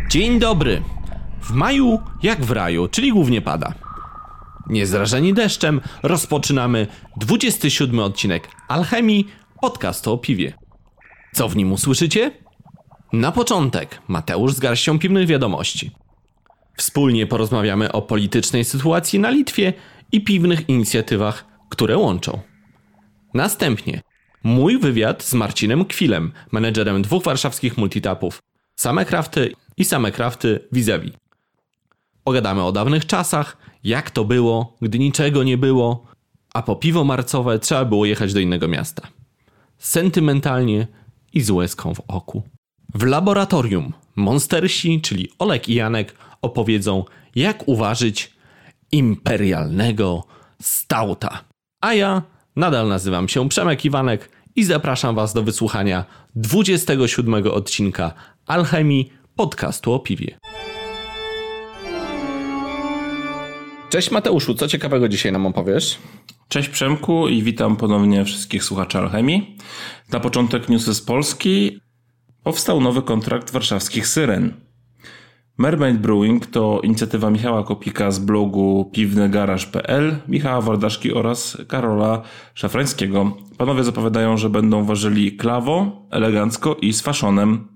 Dzień dobry. W maju jak w raju, czyli głównie pada. Niezrażeni deszczem rozpoczynamy 27 odcinek Alchemii, podcastu o piwie. Co w nim usłyszycie? Na początek Mateusz z garścią piwnych wiadomości. Wspólnie porozmawiamy o politycznej sytuacji na Litwie i piwnych inicjatywach, które łączą. Następnie mój wywiad z Marcinem Kwilem, menedżerem 2 warszawskich multitapów Same Crafty i Same Crafty Vis-a-vis. Pogadamy o dawnych czasach, jak to było, gdy niczego nie było, a po piwo marcowe trzeba było jechać do innego miasta. Sentymentalnie i z łezką w oku. W laboratorium monstersi, czyli Olek i Janek, opowiedzą, jak uważać imperialnego stouta. A ja nadal nazywam się Przemek Iwanek i zapraszam Was do wysłuchania 27 odcinka Alchemii, podcastu o piwie. Cześć Mateuszu, co ciekawego dzisiaj nam opowiesz? Cześć Przemku i witam ponownie wszystkich słuchaczy Alchemii. Na początek newsy z Polski. Powstał nowy kontrakt warszawskich Syren. Mermaid Brewing to inicjatywa Michała Kopika z blogu piwnygaraż.pl, Michała Wardaszki oraz Karola Szafrańskiego. Panowie zapowiadają, że będą ważyli klawo, elegancko i z faszonem.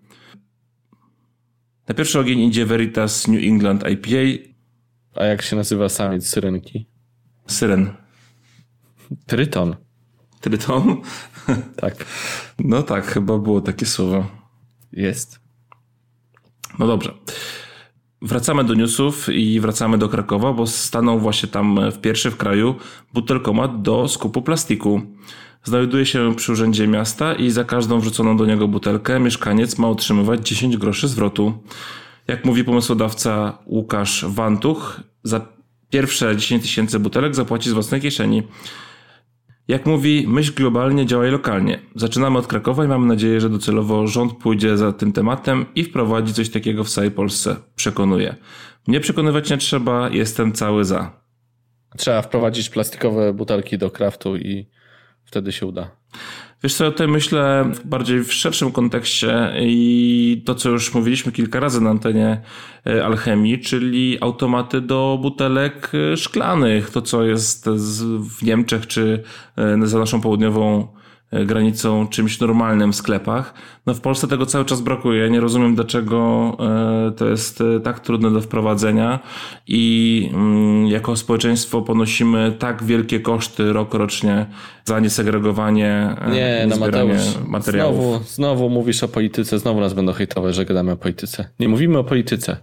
Na pierwszy ogień idzie Veritas New England IPA. A jak się nazywa samiec syrenki? Syren. Tryton. Tryton? Tak. No tak, chyba było takie słowo. Jest. No dobrze. Wracamy do newsów i wracamy do Krakowa, bo stanął właśnie tam pierwszy w kraju butelkomat do skupu plastiku. Znajduje się przy urzędzie miasta i za każdą wrzuconą do niego butelkę mieszkaniec ma otrzymywać 10 groszy zwrotu. Jak mówi pomysłodawca Łukasz Wantuch, za pierwsze 10 tysięcy butelek zapłaci z własnej kieszeni. Jak mówi, myśl globalnie, działaj lokalnie. Zaczynamy od Krakowa i mamy nadzieję, że docelowo rząd pójdzie za tym tematem i wprowadzi coś takiego w całej Polsce. Przekonuję. Mnie przekonywać nie trzeba, jestem cały za. Trzeba wprowadzić plastikowe butelki do craftu i wtedy się uda. Wiesz co, ja tutaj myślę bardziej w szerszym kontekście i to, co już mówiliśmy kilka razy na antenie Alchemii, czyli automaty do butelek szklanych. To, co jest w Niemczech czy za naszą południową granicą czymś normalnym w sklepach. No w Polsce tego cały czas brakuje. Ja nie rozumiem, dlaczego to jest tak trudne do wprowadzenia i jako społeczeństwo ponosimy tak wielkie koszty rokrocznie za niesegregowanie, zbieranie materiałów. Znowu mówisz o polityce, znowu nas będą hejtować, że gadamy o polityce. Nie mówimy o polityce.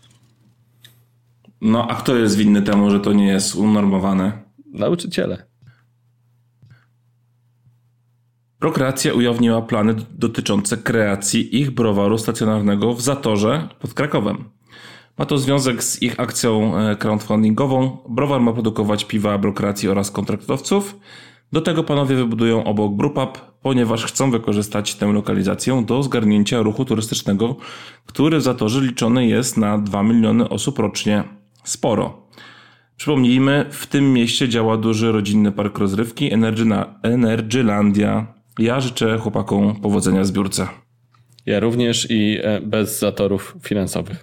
No a kto jest winny temu, że to nie jest unormowane? Nauczyciele. Prokreacja ujawniła plany dotyczące kreacji ich browaru stacjonarnego w Zatorze pod Krakowem. Ma to związek z ich akcją crowdfundingową. Browar ma produkować piwa Prokreacji oraz kontraktowców. Do tego panowie wybudują obok brewpub, ponieważ chcą wykorzystać tę lokalizację do zgarnięcia ruchu turystycznego, który w Zatorze liczony jest na 2 miliony osób rocznie. Sporo. Przypomnijmy, w tym mieście działa duży rodzinny park rozrywki Energylandia. Ja życzę chłopakom powodzenia w zbiórce. Ja również i bez zatorów finansowych.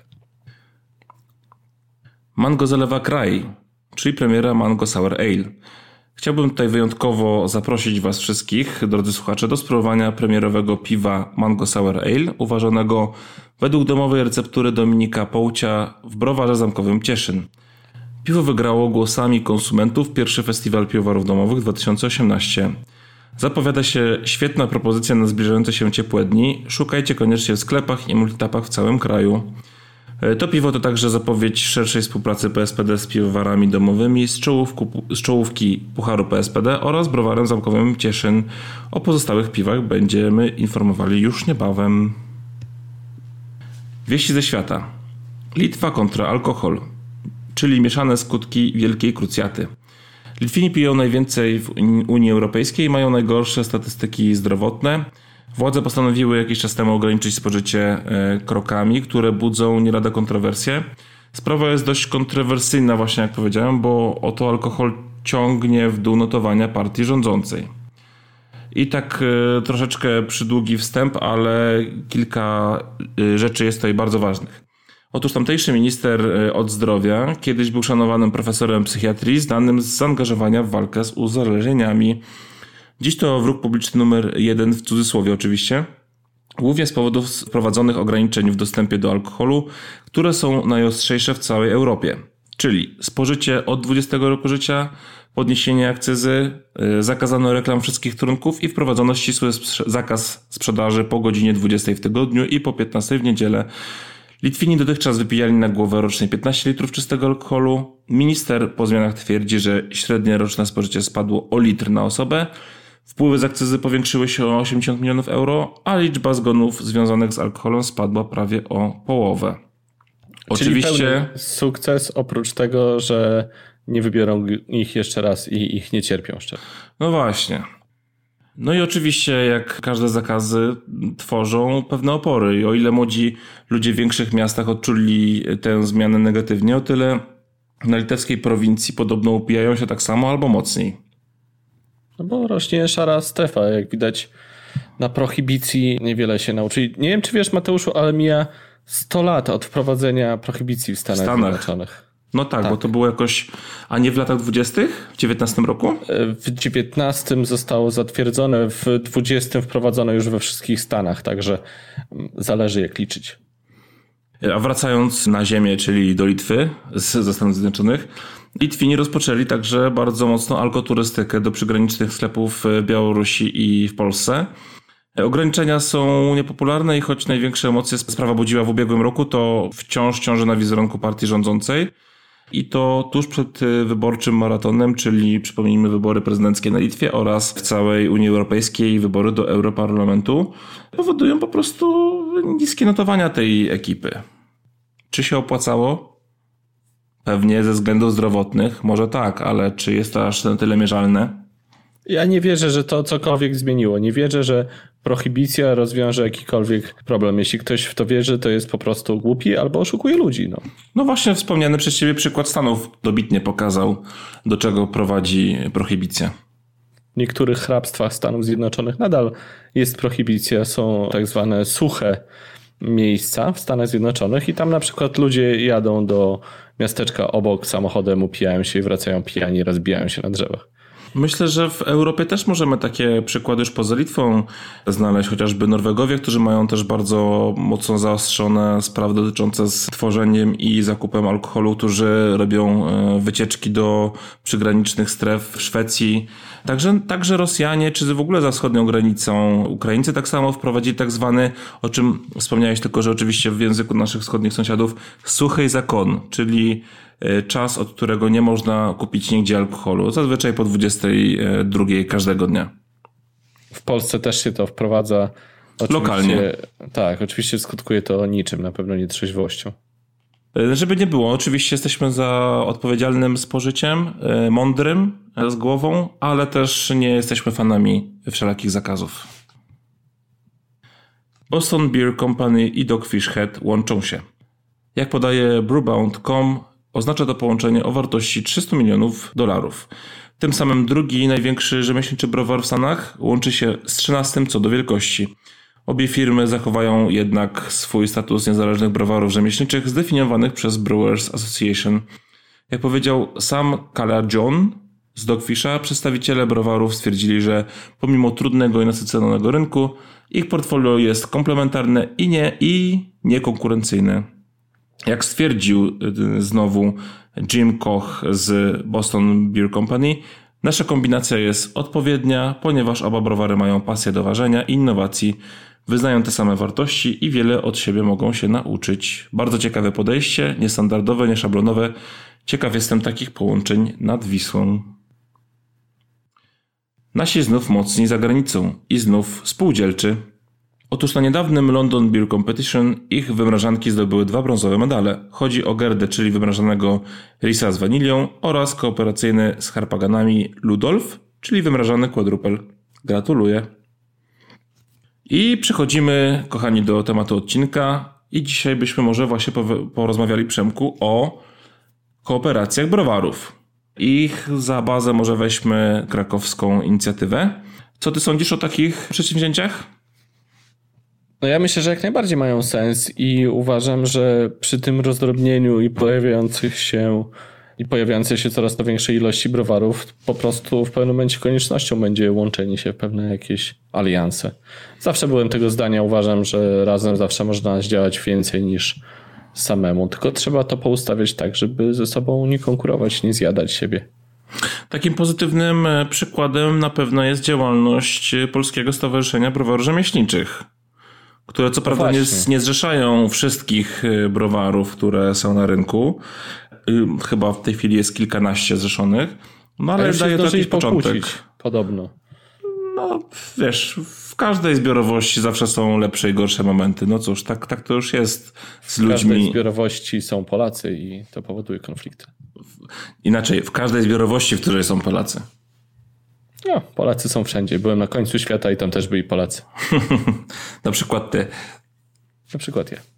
Mango zalewa kraj, czyli premiera Mango Sour Ale. Chciałbym tutaj wyjątkowo zaprosić Was wszystkich, drodzy słuchacze, do spróbowania premierowego piwa Mango Sour Ale, uważanego według domowej receptury Dominika Połcia w browarze zamkowym Cieszyn. Piwo wygrało głosami konsumentów pierwszy festiwal piwowarów domowych 2018. Zapowiada się świetna propozycja na zbliżające się ciepłe dni. Szukajcie koniecznie w sklepach i multitapach w całym kraju. To piwo to także zapowiedź szerszej współpracy PSPD z piwowarami domowymi z czołówki Pucharu PSPD oraz browarem zamkowym Cieszyn. O pozostałych piwach będziemy informowali już niebawem. Wieści ze świata. Litwa kontra alkohol, czyli mieszane skutki wielkiej krucjaty. Litwini piją najwięcej w Unii Europejskiej i mają najgorsze statystyki zdrowotne. Władze postanowiły jakiś czas temu ograniczyć spożycie krokami, które budzą nie lada kontrowersje. Sprawa jest dość kontrowersyjna właśnie, jak powiedziałem, bo oto alkohol ciągnie w dół notowania partii rządzącej. I tak troszeczkę przydługi wstęp, ale kilka rzeczy jest tutaj bardzo ważnych. Otóż tamtejszy minister od zdrowia kiedyś był szanowanym profesorem psychiatrii znanym z zaangażowania w walkę z uzależnieniami. Dziś to wróg publiczny numer 1, w cudzysłowie oczywiście, głównie z powodów wprowadzonych ograniczeń w dostępie do alkoholu, które są najostrzejsze w całej Europie. Czyli spożycie od 20 roku życia, podniesienie akcyzy, zakazano reklam wszystkich trunków i wprowadzono ścisły zakaz sprzedaży po godzinie 20 w tygodniu i po 15 w niedzielę. Litwini dotychczas wypijali na głowę rocznie 15 litrów czystego alkoholu. Minister po zmianach twierdzi, że średnie roczne spożycie spadło o litr na osobę. Wpływy z akcyzy powiększyły się o 80 milionów euro, a liczba zgonów związanych z alkoholem spadła prawie o połowę. Oczywiście czyli pełny sukces oprócz tego, że nie wybiorą ich jeszcze raz i ich nie cierpią szczerze. No właśnie. No i oczywiście jak każde zakazy tworzą pewne opory i o ile młodzi ludzie w większych miastach odczuli tę zmianę negatywnie, o tyle na litewskiej prowincji podobno upijają się tak samo albo mocniej. No bo rośnie szara strefa, jak widać na prohibicji niewiele się nauczyli. Nie wiem czy wiesz Mateuszu, ale mija 100 lat od wprowadzenia prohibicji w Stanach Zjednoczonych. No tak, bo to było jakoś, a nie w latach 20? W 19 roku? W 19 zostało zatwierdzone, w 20 wprowadzono już we wszystkich Stanach, także zależy jak liczyć. A wracając na ziemię, czyli do Litwy ze Stanów Zjednoczonych, Litwini rozpoczęli także bardzo mocno alkoturystykę do przygranicznych sklepów w Białorusi i w Polsce. Ograniczenia są niepopularne i choć największe emocje sprawa budziła w ubiegłym roku, to wciąż ciąży na wizerunku partii rządzącej. I to tuż przed wyborczym maratonem, czyli przypomnijmy wybory prezydenckie na Litwie oraz w całej Unii Europejskiej wybory do Europarlamentu, powodują po prostu niskie notowania tej ekipy. Czy się opłacało? Pewnie ze względów zdrowotnych, może tak, ale czy jest to aż na tyle mierzalne? Ja nie wierzę, że to cokolwiek zmieniło. Nie wierzę, że prohibicja rozwiąże jakikolwiek problem. Jeśli ktoś w to wierzy, to jest po prostu głupi albo oszukuje ludzi. No właśnie wspomniany przez ciebie przykład Stanów dobitnie pokazał, do czego prowadzi prohibicja. W niektórych hrabstwach Stanów Zjednoczonych nadal jest prohibicja. Są tak zwane suche miejsca w Stanach Zjednoczonych i tam na przykład ludzie jadą do miasteczka obok samochodem, upijają się i wracają pijani, rozbijają się na drzewach. Myślę, że w Europie też możemy takie przykłady już poza Litwą znaleźć, chociażby Norwegowie, którzy mają też bardzo mocno zaostrzone sprawy dotyczące z tworzeniem i zakupem alkoholu, którzy robią wycieczki do przygranicznych stref w Szwecji. Także Rosjanie, czy w ogóle za wschodnią granicą Ukraińcy tak samo wprowadzili tak zwany, o czym wspomniałeś tylko, że oczywiście w języku naszych wschodnich sąsiadów, suchej zakon, czyli czas, od którego nie można kupić nigdzie alkoholu. Zazwyczaj po 22 każdego dnia. W Polsce też się to wprowadza. Lokalnie. Tak, oczywiście skutkuje to niczym, na pewno nie trzeźwością. Żeby nie było, oczywiście jesteśmy za odpowiedzialnym spożyciem, mądrym, z głową, ale też nie jesteśmy fanami wszelakich zakazów. Boston Beer Company i Dogfish Head łączą się. Jak podaje Brewbound.com, oznacza to połączenie o wartości $300 milionów. Tym samym drugi największy rzemieślniczy browar w Stanach łączy się z 13 co do wielkości. Obie firmy zachowają jednak swój status niezależnych browarów rzemieślniczych zdefiniowanych przez Brewers Association. Jak powiedział sam John z Dogfisha, przedstawiciele browarów stwierdzili, że pomimo trudnego i nasyconego rynku, ich portfolio jest komplementarne i niekonkurencyjne. Jak stwierdził znowu Jim Koch z Boston Beer Company, nasza kombinacja jest odpowiednia, ponieważ oba browary mają pasję do ważenia i innowacji, wyznają te same wartości i wiele od siebie mogą się nauczyć. Bardzo ciekawe podejście, niestandardowe, nieszablonowe. Ciekaw jestem takich połączeń nad Wisłą. Nasi znów mocni za granicą i znów spółdzielczy. Otóż na niedawnym London Beer Competition ich wymrażanki zdobyły 2 brązowe medale. Chodzi o Gerdę, czyli wymrażanego Risa z wanilią oraz kooperacyjny z Harpaganami Ludolf, czyli wymrażany quadrupel. Gratuluję. I przechodzimy, kochani, do tematu odcinka i dzisiaj byśmy może właśnie porozmawiali, Przemku, o kooperacjach browarów. Ich za bazę może weźmy krakowską inicjatywę. Co ty sądzisz o takich przedsięwzięciach? No ja myślę, że jak najbardziej mają sens i uważam, że przy tym rozdrobnieniu i pojawiającej się coraz to większej ilości browarów, po prostu w pewnym momencie koniecznością będzie łączenie się w pewne jakieś alianse. Zawsze byłem tego zdania, uważam, że razem zawsze można zdziałać więcej niż samemu, tylko trzeba to poustawiać tak, żeby ze sobą nie konkurować, nie zjadać siebie. Takim pozytywnym przykładem na pewno jest działalność Polskiego Stowarzyszenia Browarów Rzemieślniczych, które co prawda nie zrzeszają wszystkich browarów, które są na rynku. Chyba w tej chwili jest kilkanaście zrzeszonych, no ale daje to jakiś początek. Podobno. No wiesz, w każdej zbiorowości zawsze są lepsze i gorsze momenty. No cóż, tak to już jest z ludźmi. W każdej zbiorowości są Polacy i to powoduje konflikty. Inaczej, w każdej zbiorowości, w której są Polacy. No, Polacy są wszędzie. Byłem na końcu świata i tam też byli Polacy. Na przykład ty. Na przykład ja.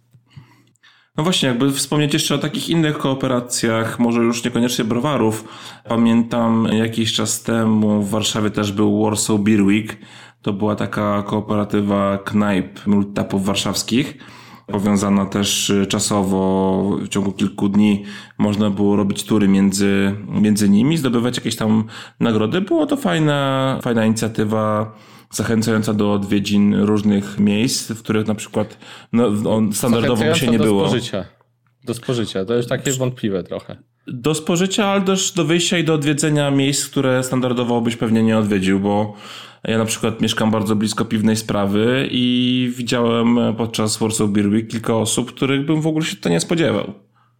No właśnie, jakby wspomnieć jeszcze o takich innych kooperacjach, może już niekoniecznie browarów. Pamiętam jakiś czas temu w Warszawie też był Warsaw Beer Week. To była taka kooperatywa knajp multitapów warszawskich. Powiązana też czasowo, w ciągu kilku dni można było robić tury między nimi, zdobywać jakieś tam nagrody. Było to fajna inicjatywa, zachęcająca do odwiedzin różnych miejsc, w których na przykład standardowo by się nie było. Do spożycia, to już takie wątpliwe trochę. Do spożycia, ale też do wyjścia i do odwiedzenia miejsc, które standardowo byś pewnie nie odwiedził, bo ja na przykład mieszkam bardzo blisko Piwnej Sprawy i widziałem podczas Warsaw Beer Week kilka osób, których bym w ogóle się to nie spodziewał.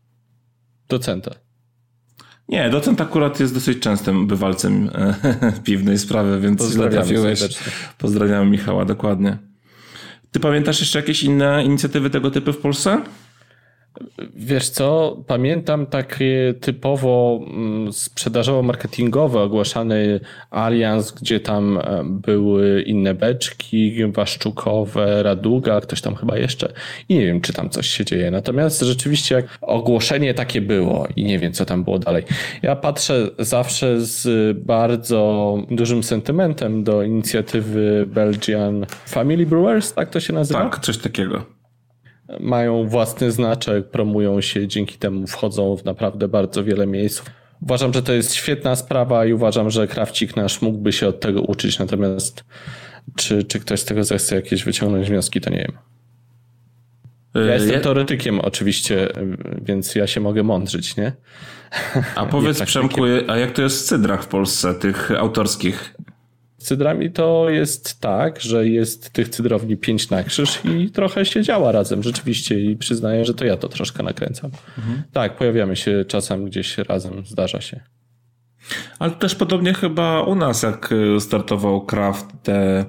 Docenta. Nie, docent akurat jest dosyć częstym bywalcem Piwnej Sprawy, więc źle trafiłeś. Pozdrawiam Michała, dokładnie. Ty pamiętasz jeszcze jakieś inne inicjatywy tego typu w Polsce? Wiesz co, pamiętam takie typowo sprzedażowo-marketingowe ogłaszany alians, gdzie tam były inne beczki, Waszczukowe, Raduga, ktoś tam chyba jeszcze i nie wiem, czy tam coś się dzieje. Natomiast rzeczywiście jak ogłoszenie takie było i nie wiem, co tam było dalej. Ja patrzę zawsze z bardzo dużym sentymentem do inicjatywy Belgian Family Brewers, tak to się nazywa? Tak, coś takiego. Mają własny znaczek, promują się, dzięki temu wchodzą w naprawdę bardzo wiele miejsc. Uważam, że to jest świetna sprawa i uważam, że Krawcik nasz mógłby się od tego uczyć, natomiast czy ktoś z tego zechce jakieś wyciągnąć wnioski, to nie wiem. Ja jestem teoretykiem oczywiście, więc ja się mogę mądrzyć, nie? A powiedz Przemku, a jak to jest w cydrach w Polsce, tych autorskich? Z cydrami to jest tak, że jest tych cydrowni 5 na krzyż i trochę się działa razem rzeczywiście i przyznaję, że to ja to troszkę nakręcam. Tak, pojawiamy się czasem gdzieś razem, zdarza się. Ale też podobnie chyba u nas, jak startował Craft te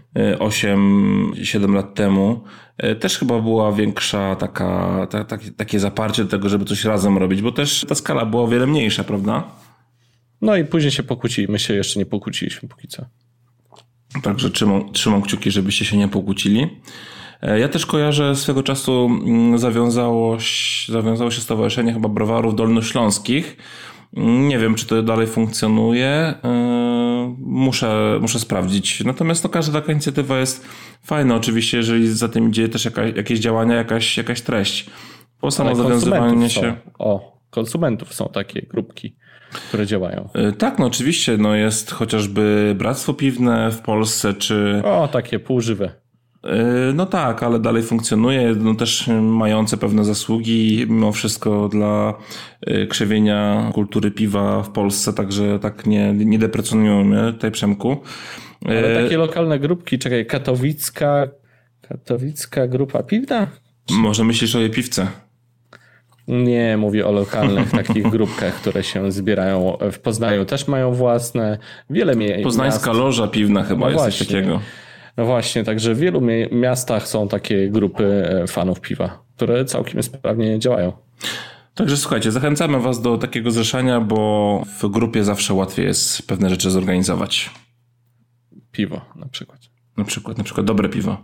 8-7 lat temu, też chyba była większa takie zaparcie do tego, żeby coś razem robić, bo też ta skala była o wiele mniejsza, prawda? No i później się pokłócili. My się jeszcze nie pokłóciliśmy póki co. Także trzymam kciuki, żebyście się nie pokłócili. Ja też kojarzę, swego czasu zawiązało się stowarzyszenie chyba browarów dolnośląskich. Nie wiem, czy to dalej funkcjonuje. Muszę sprawdzić. Natomiast każda taka inicjatywa jest fajna. Oczywiście, jeżeli za tym idzie też jakieś działania, jakaś treść. Po samo zawiązywanie się... konsumentów są takie grupki, które działają. Tak, no oczywiście. No jest chociażby Bractwo Piwne w Polsce, czy... takie półżywe. No tak, ale dalej funkcjonuje. No też mające pewne zasługi mimo wszystko dla krzewienia kultury piwa w Polsce, także tak nie deprecjonujemy tutaj, Przemku. Ale takie lokalne grupki, czekaj, katowicka grupa piwna? Może myślisz o jej piwce? Nie, mówię o lokalnych takich grupkach, które się zbierają w Poznaniu. Też mają własne, wiele miejsc. Poznańska Loża Piwna chyba jest coś takiego. No właśnie, także w wielu miastach są takie grupy fanów piwa, które całkiem sprawnie działają. Także słuchajcie, zachęcamy was do takiego zrzeszenia, bo w grupie zawsze łatwiej jest pewne rzeczy zorganizować. Piwo na przykład. Na przykład dobre piwo.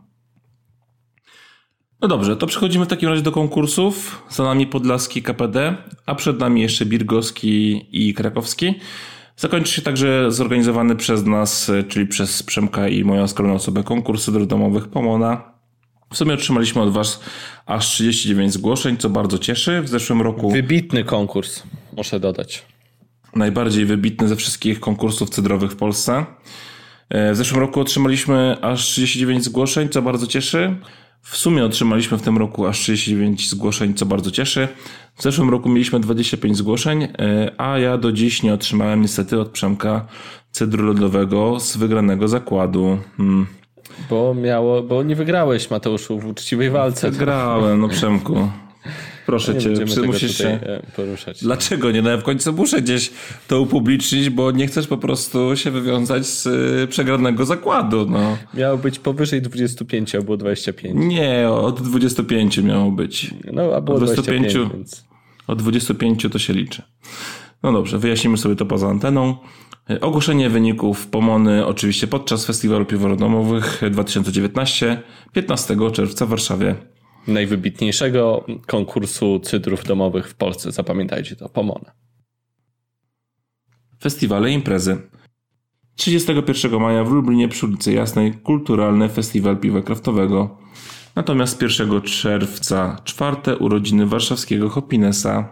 No dobrze, to przechodzimy w takim razie do konkursów. Za nami Podlaski KPD, a przed nami jeszcze Birgowski i Krakowski. Zakończy się także zorganizowany przez nas, czyli przez Przemka i moją skromną osobę, konkurs cydrów domowych Pomona. W sumie otrzymaliśmy od was aż 39 zgłoszeń, co bardzo cieszy. W zeszłym roku... Wybitny konkurs, muszę dodać. Najbardziej wybitny ze wszystkich konkursów cydrowych w Polsce. W zeszłym roku otrzymaliśmy aż 39 zgłoszeń, co bardzo cieszy. W sumie otrzymaliśmy w tym roku aż 39 zgłoszeń, co bardzo cieszy. W zeszłym roku mieliśmy 25 zgłoszeń, a ja do dziś nie otrzymałem niestety od Przemka cydru lodowego z wygranego zakładu. Bo nie wygrałeś, Mateuszu, w uczciwej walce. Wygrałem, no Przemku. Proszę nie cię, musisz się poruszać. Dlaczego nie? No ja w końcu muszę gdzieś to upublicznić, bo nie chcesz po prostu się wywiązać z przegranego zakładu. No. Miało być powyżej 25, a było 25. Nie, od 25 miało być. No, a było 25, więc... Od 25 to się liczy. No dobrze, wyjaśnimy sobie to poza anteną. Ogłoszenie wyników Pomony oczywiście podczas Festiwalu Piwowarów Domowych 2019, 15 czerwca w Warszawie. Najwybitniejszego konkursu cydrów domowych w Polsce. Zapamiętajcie to, Pomona. Festiwale i imprezy. 31 maja w Lublinie przy ulicy Jasnej kulturalny festiwal piwa kraftowego. Natomiast 1 czerwca 4. urodziny warszawskiego Hopinesa.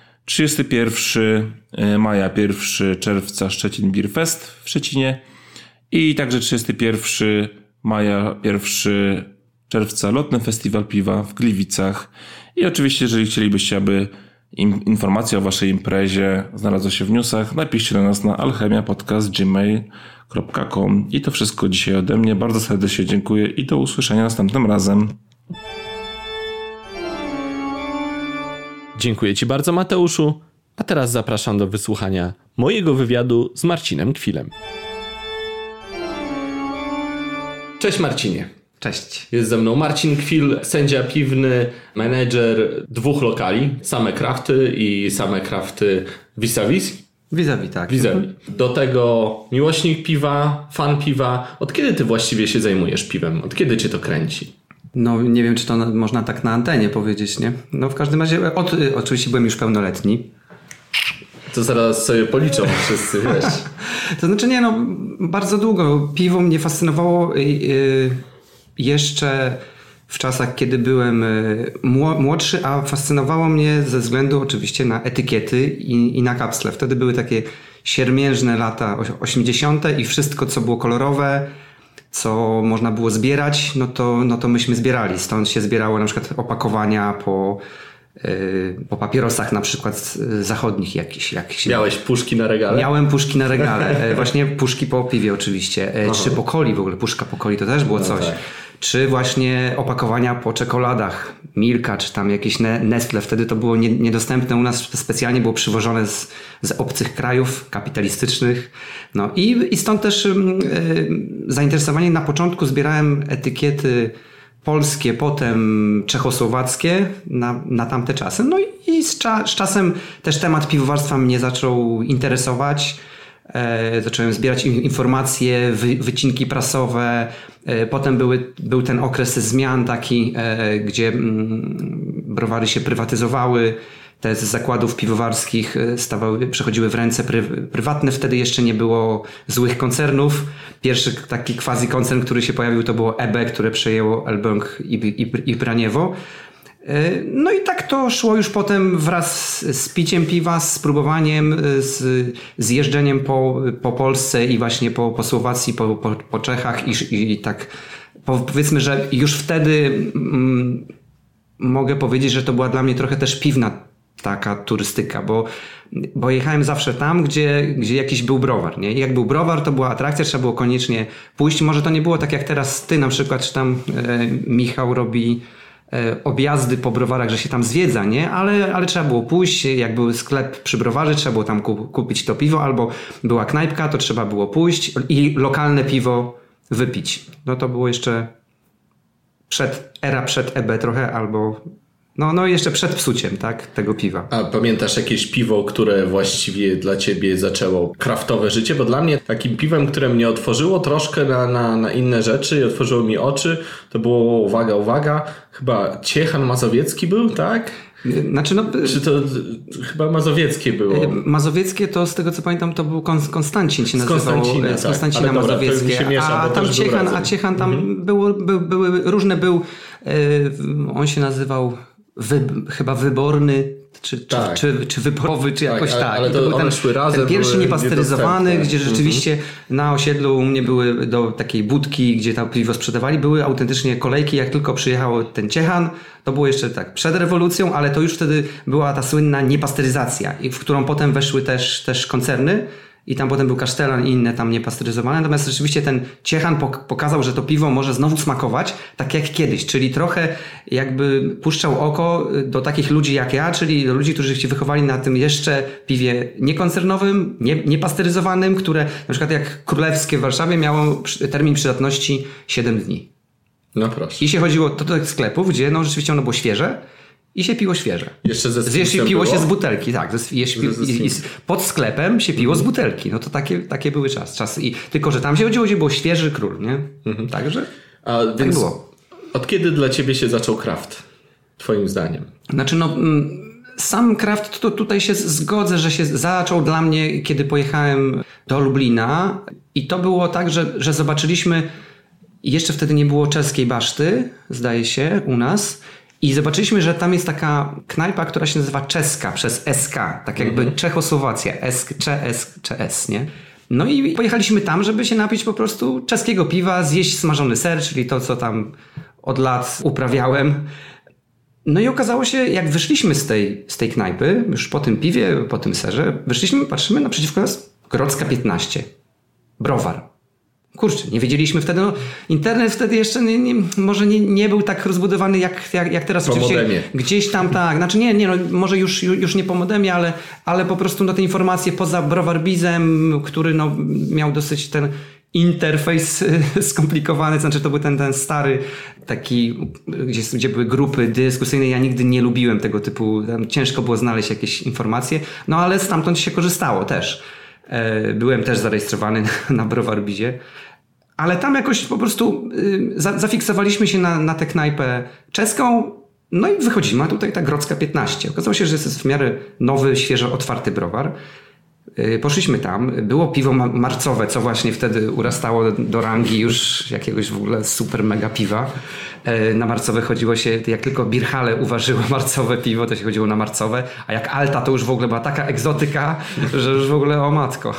31 maja, 1 czerwca Szczecin Beer Fest w Szczecinie. I także 31 maja, 1 czerwca Lotny Festiwal Piwa w Gliwicach. I oczywiście, jeżeli chcielibyście, aby informacja o waszej imprezie znalazła się w newsach, napiszcie do nas na alchemiapodcast@gmail.com. I to wszystko dzisiaj ode mnie. Bardzo serdecznie dziękuję i do usłyszenia następnym razem. Dziękuję ci bardzo, Mateuszu. A teraz zapraszam do wysłuchania mojego wywiadu z Marcinem Kwilem. Cześć Marcinie. Cześć. Jest ze mną Marcin Kwil, sędzia piwny, menedżer 2 lokali, same krafty i same krafty vis-a-vis. Vis-a-vis, tak. Vis-a-vis. Do tego miłośnik piwa, fan piwa. Od kiedy ty właściwie się zajmujesz piwem? Od kiedy cię to kręci? No nie wiem, czy to można tak na antenie powiedzieć, nie? No w każdym razie, oczywiście byłem już pełnoletni. To zaraz sobie policzą wszyscy, wiesz. To znaczy nie, no bardzo długo. Piwo mnie fascynowało jeszcze w czasach, kiedy byłem młodszy, a fascynowało mnie ze względu oczywiście na etykiety i na kapsle. Wtedy były takie siermiężne lata 80. i wszystko, co było kolorowe, co można było zbierać, no to myśmy zbierali. Stąd się zbierało na przykład opakowania po papierosach na przykład zachodnich jakichś. Miałeś puszki na regale? Miałem puszki na regale. Właśnie puszki po piwie oczywiście. Czy po coli w ogóle. Puszka po coli to też było coś. Tak. Czy właśnie opakowania po czekoladach. Milka, czy tam jakieś Nestle. Wtedy to było niedostępne u nas. Specjalnie było przywożone z obcych krajów kapitalistycznych. No i stąd też zainteresowanie. Na początku zbierałem etykiety polskie, potem czechosłowackie na tamte czasy. No i z czasem też temat piwowarstwa mnie zaczął interesować. Zacząłem zbierać informacje, wycinki prasowe. Potem był ten okres zmian taki, gdzie browary się prywatyzowały. Te z zakładów piwowarskich przechodziły w ręce prywatne. Wtedy jeszcze nie było złych koncernów. Pierwszy taki quasi koncern, który się pojawił, to było EB, które przejęło Elbląg i Braniewo. No i tak to szło już potem wraz z piciem piwa, z próbowaniem, z jeżdżeniem po Polsce i właśnie po Słowacji, po Czechach i tak powiedzmy, że już wtedy mogę powiedzieć, że to była dla mnie trochę też piwna taka turystyka, bo jechałem zawsze tam, gdzie jakiś był browar, nie? I jak był browar, to była atrakcja, trzeba było koniecznie pójść. Może to nie było tak jak teraz ty na przykład, czy tam Michał robi objazdy po browarach, że się tam zwiedza, nie? Ale trzeba było pójść, jak był sklep przy browarze, trzeba było tam kupić to piwo, albo była knajpka, to trzeba było pójść i lokalne piwo wypić. No to było jeszcze przed EB trochę, albo no jeszcze przed psuciem, tak? Tego piwa. A pamiętasz jakieś piwo, które właściwie dla ciebie zaczęło kraftowe życie? Bo dla mnie takim piwem, które mnie otworzyło troszkę na inne rzeczy i otworzyło mi oczy, to było, uwaga, chyba Ciechan Mazowiecki był, tak? Znaczy, no, Czy to chyba mazowieckie było? Mazowieckie to z tego co pamiętam to był Konstancin się nazywał. Konstancina, z Konstancina tak. Mazowieckie. Się miesza, a tam Ciechan tam były różne on się nazywał chyba Wyborny. Czy wyborowy, czy jakoś tak. Ale to one szły razem. Ten pierwszy niepasteryzowany, gdzie rzeczywiście na osiedlu u mnie były do takiej budki, gdzie tam piwo sprzedawali, były autentycznie kolejki. Jak tylko przyjechał ten Ciechan, to było jeszcze tak przed rewolucją, ale to już wtedy była ta słynna niepasteryzacja, w którą potem weszły też koncerny. I tam potem był kasztelan i inne tam niepasteryzowane. Natomiast rzeczywiście ten Ciechan pokazał, że to piwo może znowu smakować tak jak kiedyś. Czyli trochę jakby puszczał oko do takich ludzi jak ja, czyli do ludzi, którzy się wychowali na tym jeszcze piwie niekoncernowym, niepasteryzowanym, które na przykład jak Królewskie w Warszawie miało termin przydatności 7 dni. No proszę. I się chodziło do tych sklepów, gdzie no rzeczywiście ono było świeże. I się piło świeże. Jeszcze ze piło się z butelki, tak. Pod sklepem się piło z butelki. No to takie były czasy. Tylko, że tam się chodziło, gdzie był świeży król, nie? Także tak było. Od kiedy dla ciebie się zaczął craft? Twoim zdaniem? Znaczy sam craft to tutaj się zgodzę, że się zaczął dla mnie, kiedy pojechałem do Lublina i to było tak, że zobaczyliśmy, jeszcze wtedy nie było czeskiej baszty, zdaje się, u nas. I zobaczyliśmy, że tam jest taka knajpa, która się nazywa Czeska przez SK, tak jakby Czechosłowacja, S, nie? No i pojechaliśmy tam, żeby się napić po prostu czeskiego piwa, zjeść smażony ser, czyli to, co tam od lat uprawiałem. No i okazało się, jak wyszliśmy z tej knajpy, już po tym piwie, po tym serze, wyszliśmy, patrzymy, naprzeciwko nas Grodzka 15, browar. Kurczę, nie wiedzieliśmy wtedy, internet wtedy jeszcze może nie był tak rozbudowany jak teraz. Po modemie. Gdzieś tam tak, znaczy może już nie po modemie, ale po prostu te informacje poza Browarbizem, który miał dosyć ten interfejs skomplikowany, znaczy to był ten stary taki, gdzie były grupy dyskusyjne, ja nigdy nie lubiłem tego typu, tam ciężko było znaleźć jakieś informacje, ale stamtąd się korzystało też. Byłem też zarejestrowany na Browarbizie, ale tam jakoś po prostu zafiksowaliśmy się na tę knajpę czeską, no i wychodzimy, a tutaj ta Grodzka 15. Okazało się, że jest w miarę nowy, świeżo otwarty browar. Poszliśmy tam, było piwo marcowe, co właśnie wtedy urastało do rangi już jakiegoś w ogóle super mega piwa. Na marcowe chodziło się, jak tylko Birchale uważyło marcowe piwo, to się chodziło na marcowe, a jak Alta to już w ogóle była taka egzotyka, że już w ogóle o matko.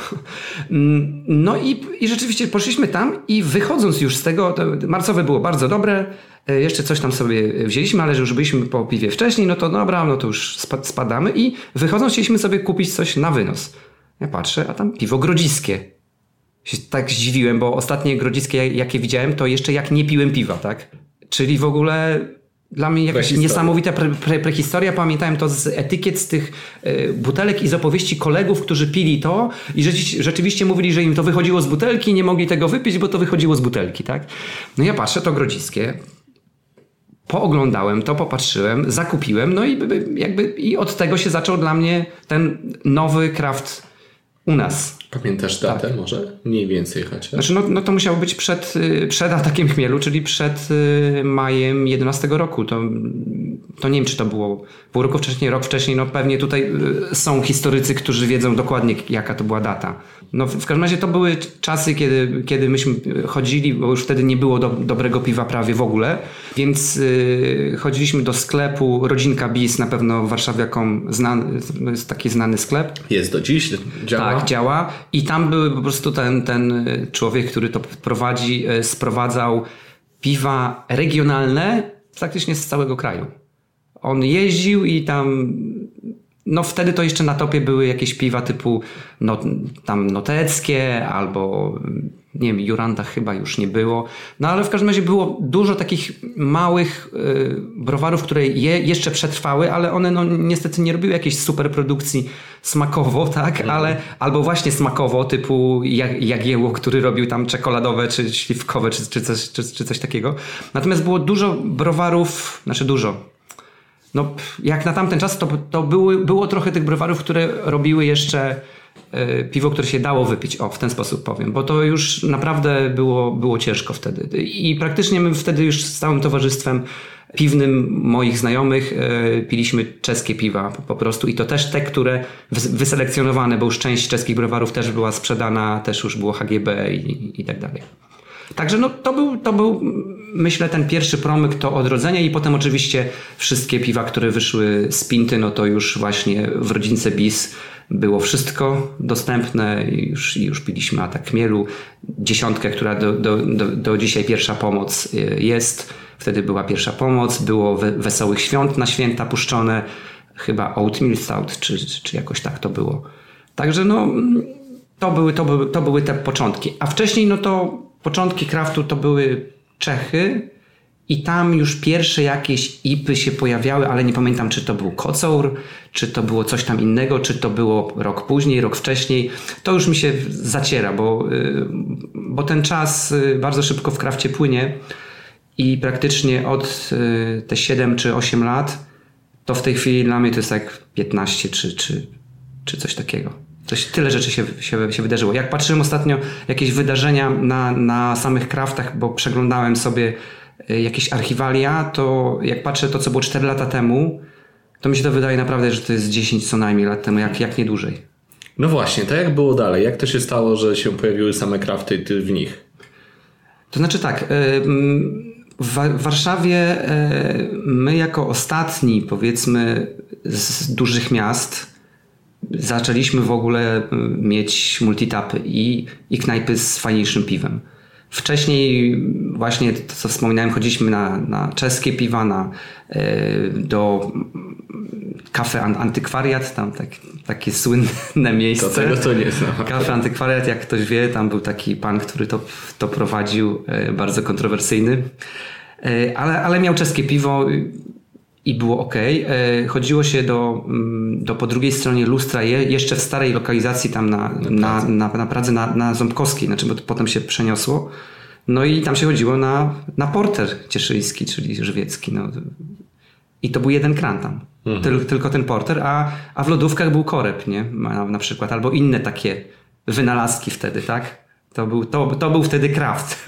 No i rzeczywiście poszliśmy tam i wychodząc już z tego, to marcowe było bardzo dobre, jeszcze coś tam sobie wzięliśmy, ale że już byliśmy po piwie wcześniej, no to dobra, no to już spadamy i wychodząc chcieliśmy sobie kupić coś na wynos. Ja patrzę, a tam piwo grodziskie. Się tak zdziwiłem, bo ostatnie grodziskie, jakie widziałem, to jeszcze jak nie piłem piwa, tak? Czyli w ogóle dla mnie jakaś niesamowita prehistoria. Pamiętałem to z etykiet, z tych butelek i z opowieści kolegów, którzy pili to i rzeczywiście mówili, że im to wychodziło z butelki, nie mogli tego wypić, bo to wychodziło z butelki, tak? No ja patrzę, to grodziskie. Pooglądałem to, popatrzyłem, zakupiłem, no i od tego się zaczął dla mnie ten nowy craft u nas. Pamiętasz datę może? Mniej więcej chociaż. Znaczy to musiało być przed atakiem chmielu, czyli przed majem 11 roku. To nie wiem, czy to było pół roku wcześniej, rok wcześniej. No pewnie tutaj są historycy, którzy wiedzą dokładnie, jaka to była data. No w każdym razie to były czasy, kiedy myśmy chodzili, bo już wtedy nie było dobrego piwa prawie w ogóle, więc chodziliśmy do sklepu Rodzinka Bis, na pewno warszawiakom znany, jest taki znany sklep. Jest do dziś, działa. Tak, działa. I tam były po prostu ten człowiek, który to prowadzi, sprowadzał piwa regionalne praktycznie z całego kraju. On jeździł i tam, wtedy to jeszcze na topie były jakieś piwa typu tam noteckie albo nie wiem, Juranda chyba już nie było. Ale w każdym razie było dużo takich małych browarów, które jeszcze przetrwały, ale one niestety nie robiły jakiejś super produkcji smakowo, tak? Albo właśnie smakowo, typu Jagiełło, który robił tam czekoladowe, czy śliwkowe, czy coś takiego. Natomiast było dużo browarów, znaczy dużo. Jak na tamten czas, to było trochę tych browarów, które robiły jeszcze piwo, które się dało wypić, w ten sposób powiem, bo to już naprawdę było ciężko wtedy. I praktycznie my wtedy już z całym towarzystwem piwnym moich znajomych piliśmy czeskie piwa po prostu i to też te, które wyselekcjonowane, bo już część czeskich browarów też była sprzedana, też już było HGB i tak dalej. Także no, to był myślę ten pierwszy promyk, to odrodzenie i potem oczywiście wszystkie piwa, które wyszły z pinty, no to już właśnie w rodzince BIS było wszystko dostępne i już piliśmy Atak Chmielu, 10, która do dzisiaj pierwsza pomoc jest. Wtedy była pierwsza pomoc, było Wesołych Świąt na święta puszczone, chyba Oatmeal Stout, czy jakoś tak to było. Także no, to były te początki. A wcześniej no to początki craftu to były Czechy i tam już pierwsze jakieś IPy się pojawiały, ale nie pamiętam, czy to był Kocour, czy to było coś tam innego, czy to było rok później, rok wcześniej. To już mi się zaciera, bo ten czas bardzo szybko w crafcie płynie i praktycznie od te 7 czy 8 lat to w tej chwili dla mnie to jest jak 15 czy coś takiego. Tyle rzeczy się wydarzyło. Jak patrzyłem ostatnio jakieś wydarzenia na samych craftach, bo przeglądałem sobie jakieś archiwalia, to jak patrzę to, co było 4 lata temu, to mi się to wydaje naprawdę, że to jest 10 co najmniej lat temu, jak nie dłużej. No właśnie, to jak było dalej? Jak to się stało, że się pojawiły same crafty i ty w nich? To znaczy tak, w Warszawie my jako ostatni, powiedzmy, z dużych miast zaczęliśmy w ogóle mieć multitapy i knajpy z fajniejszym piwem. Wcześniej właśnie to, co wspominałem, chodziliśmy na czeskie piwa, do Kafe Antykwariat, tam takie słynne miejsce. Tego to nie znam. Kafe Antykwariat, jak ktoś wie, tam był taki pan, który to prowadził, bardzo kontrowersyjny, ale miał czeskie piwo i było ok. Chodziło się po drugiej stronie Lustra, jeszcze w starej lokalizacji tam na Pradze, na Ząbkowskiej, znaczy bo to potem się przeniosło. No i tam się chodziło na porter cieszyński, czyli żywiecki. No. I to był jeden kran tam. Tylko ten porter, a w lodówkach był koreb, nie? Na przykład, albo inne takie wynalazki wtedy, tak? To był wtedy craft.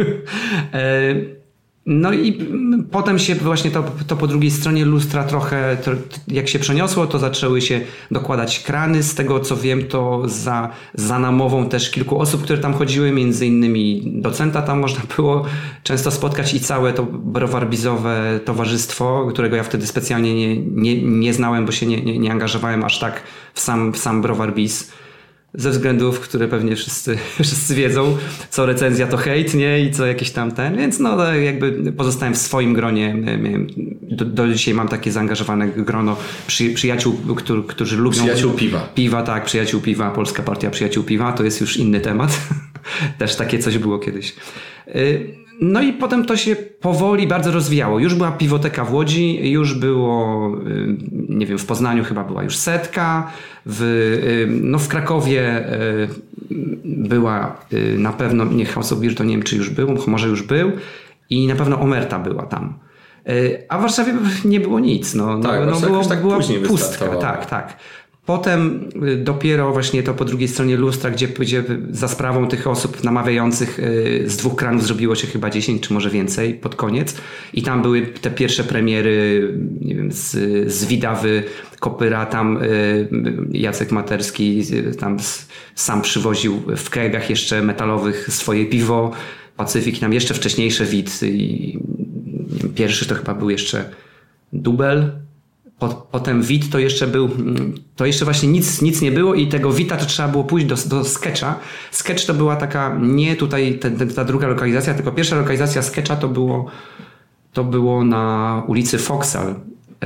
No i potem się właśnie to po drugiej stronie Lustra trochę, jak się przeniosło, to zaczęły się dokładać krany. Z tego co wiem, to za namową też kilku osób, które tam chodziły, między innymi docenta tam można było często spotkać i całe to browarbizowe towarzystwo, którego ja wtedy specjalnie nie znałem, bo się nie angażowałem aż tak w sam browar biz. Ze względów, które pewnie wszyscy wiedzą, co recenzja to hejt, nie? I co jakieś tam więc no jakby pozostałem w swoim gronie. Do dzisiaj mam takie zaangażowane grono przyjaciół, którzy lubią... Przyjaciół piwa. Piwa, tak, przyjaciół piwa, Polska Partia Przyjaciół Piwa, to jest już inny temat. Też takie coś było kiedyś. No i potem to się powoli bardzo rozwijało. Już była piwoteka w Łodzi, już było, nie wiem, w Poznaniu chyba była już Setka, w Krakowie była na pewno, House of Beer to nie wiem, czy już był, może już był i na pewno Omerta była tam. A w Warszawie nie było nic. Była pustka. Tak. Potem dopiero właśnie to po drugiej stronie Lustra, gdzie za sprawą tych osób namawiających z 2 kranów zrobiło się chyba 10 czy może więcej pod koniec. I tam były te pierwsze premiery, nie wiem, z Widawy, Kopyra, tam Jacek Materski tam sam przywoził w kegach jeszcze metalowych swoje piwo. Pacyfik, tam jeszcze wcześniejsze Wit i nie wiem, pierwszy to chyba był jeszcze Dubel. Potem Wit to jeszcze był, to jeszcze właśnie nic nie było i tego Wita to trzeba było pójść do Sketcha. Sketch to była taka, nie tutaj ta druga lokalizacja, tylko pierwsza lokalizacja Sketcha to było na ulicy Foksal.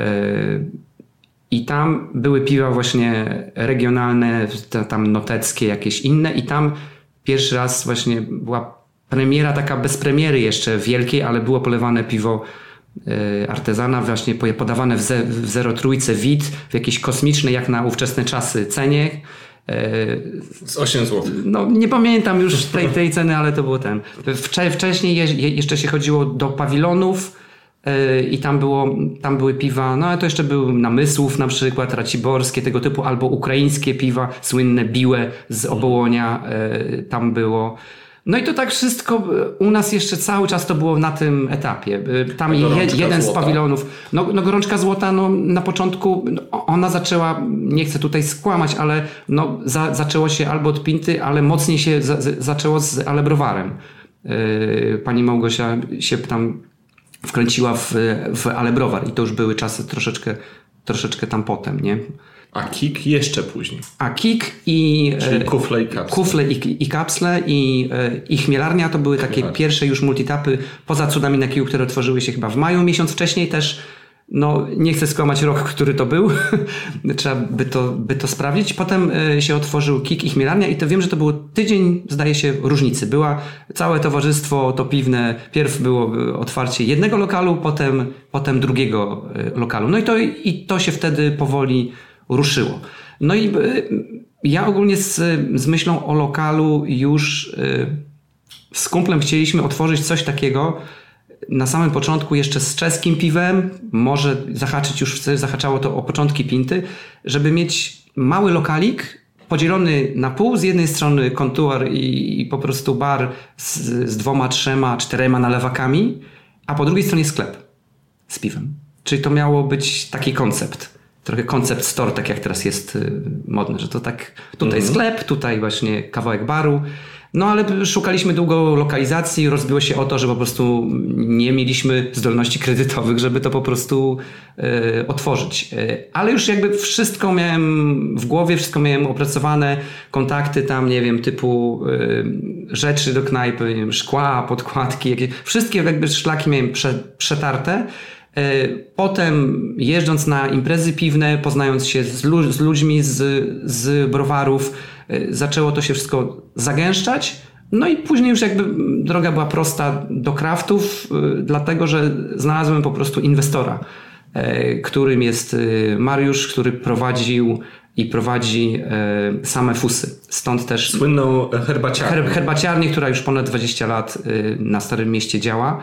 I tam były piwa właśnie regionalne, tam noteckie, jakieś inne i tam pierwszy raz właśnie była premiera, taka bez premiery jeszcze wielkiej, ale było polewane piwo artezana, właśnie podawane w 0,3 Wit, w jakiejś kosmicznej, jak na ówczesne czasy, cenie. Z 8 zł. No nie pamiętam już tej ceny, ale to było ten. Wcześniej jeszcze się chodziło do pawilonów i tam były piwa, no ale to jeszcze był Namysłów na przykład, raciborskie, tego typu, albo ukraińskie piwa, słynne Biłe z Obołonia tam było. No i to tak wszystko u nas jeszcze cały czas to było na tym etapie. Tam jeden z pawilonów, no Gorączka Złota, no na początku ona zaczęła, nie chcę tutaj skłamać, ale no zaczęło się albo od Pinty, ale mocniej się zaczęło z Alebrowarem. Pani Małgosia się tam wkręciła w Alebrowar i to już były czasy troszeczkę tam potem, nie? A Kik jeszcze później. A Kik i... Czyli kufle i kapsle. Kufle i kapsle i chmielarnia to były takie pierwsze już multitapy poza Cudami na Kiju, które otworzyły się chyba w maju. Miesiąc wcześniej też, no nie chcę skłamać rok, który to był. Trzeba by to sprawdzić. Potem się otworzył Kik i chmielarnia i to wiem, że to było tydzień, zdaje się, różnicy. Była całe towarzystwo to piwne. Pierw było otwarcie jednego lokalu, potem drugiego lokalu. No i to się wtedy powoli ruszyło. No i ja ogólnie z myślą o lokalu już z kumplem chcieliśmy otworzyć coś takiego na samym początku jeszcze z czeskim piwem, może zahaczało to o początki Pinty, żeby mieć mały lokalik podzielony na pół, z jednej strony kontuar i po prostu bar z 2, 3, 4 nalewakami, a po drugiej stronie sklep z piwem. Czyli to miało być taki koncept. Trochę koncept store, tak jak teraz jest modne, że to tak tutaj sklep, tutaj właśnie kawałek baru. No ale szukaliśmy długo lokalizacji, rozbiło się o to, że po prostu nie mieliśmy zdolności kredytowych, żeby to po prostu otworzyć. Ale już jakby wszystko miałem w głowie, wszystko miałem opracowane, kontakty tam, nie wiem, typu rzeczy do knajpy, nie wiem, szkła, podkładki, wszystkie jakby szlaki miałem przetarte. Potem jeżdżąc na imprezy piwne, poznając się z ludźmi z browarów, zaczęło to się wszystko zagęszczać. No i później już jakby droga była prosta do craftów, dlatego że znalazłem po prostu inwestora, którym jest Mariusz, który prowadzi same Fusy. Stąd też słynną herbaciarnię, która już ponad 20 lat na Starym Mieście działa.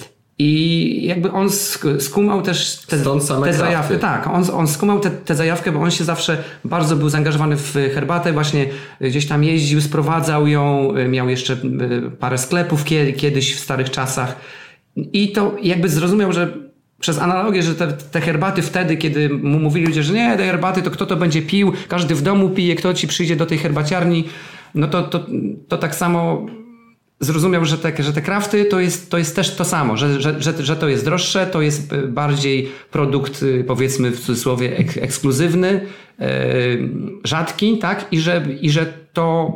I jakby on skumał też te zajawkę. Tak, on skumał tę zajawkę, bo on się zawsze bardzo był zaangażowany w herbatę. Właśnie gdzieś tam jeździł, sprowadzał ją, miał jeszcze parę sklepów kiedyś w starych czasach. I to jakby zrozumiał, że przez analogię, że te herbaty wtedy, kiedy mu mówili ludzie, że nie, te herbaty to kto to będzie pił, każdy w domu pije, kto ci przyjdzie do tej herbaciarni, no to tak samo zrozumiał, że te crafty to jest też to samo, że to jest droższe, to jest bardziej produkt, powiedzmy w cudzysłowie, ekskluzywny, rzadki, tak? I że to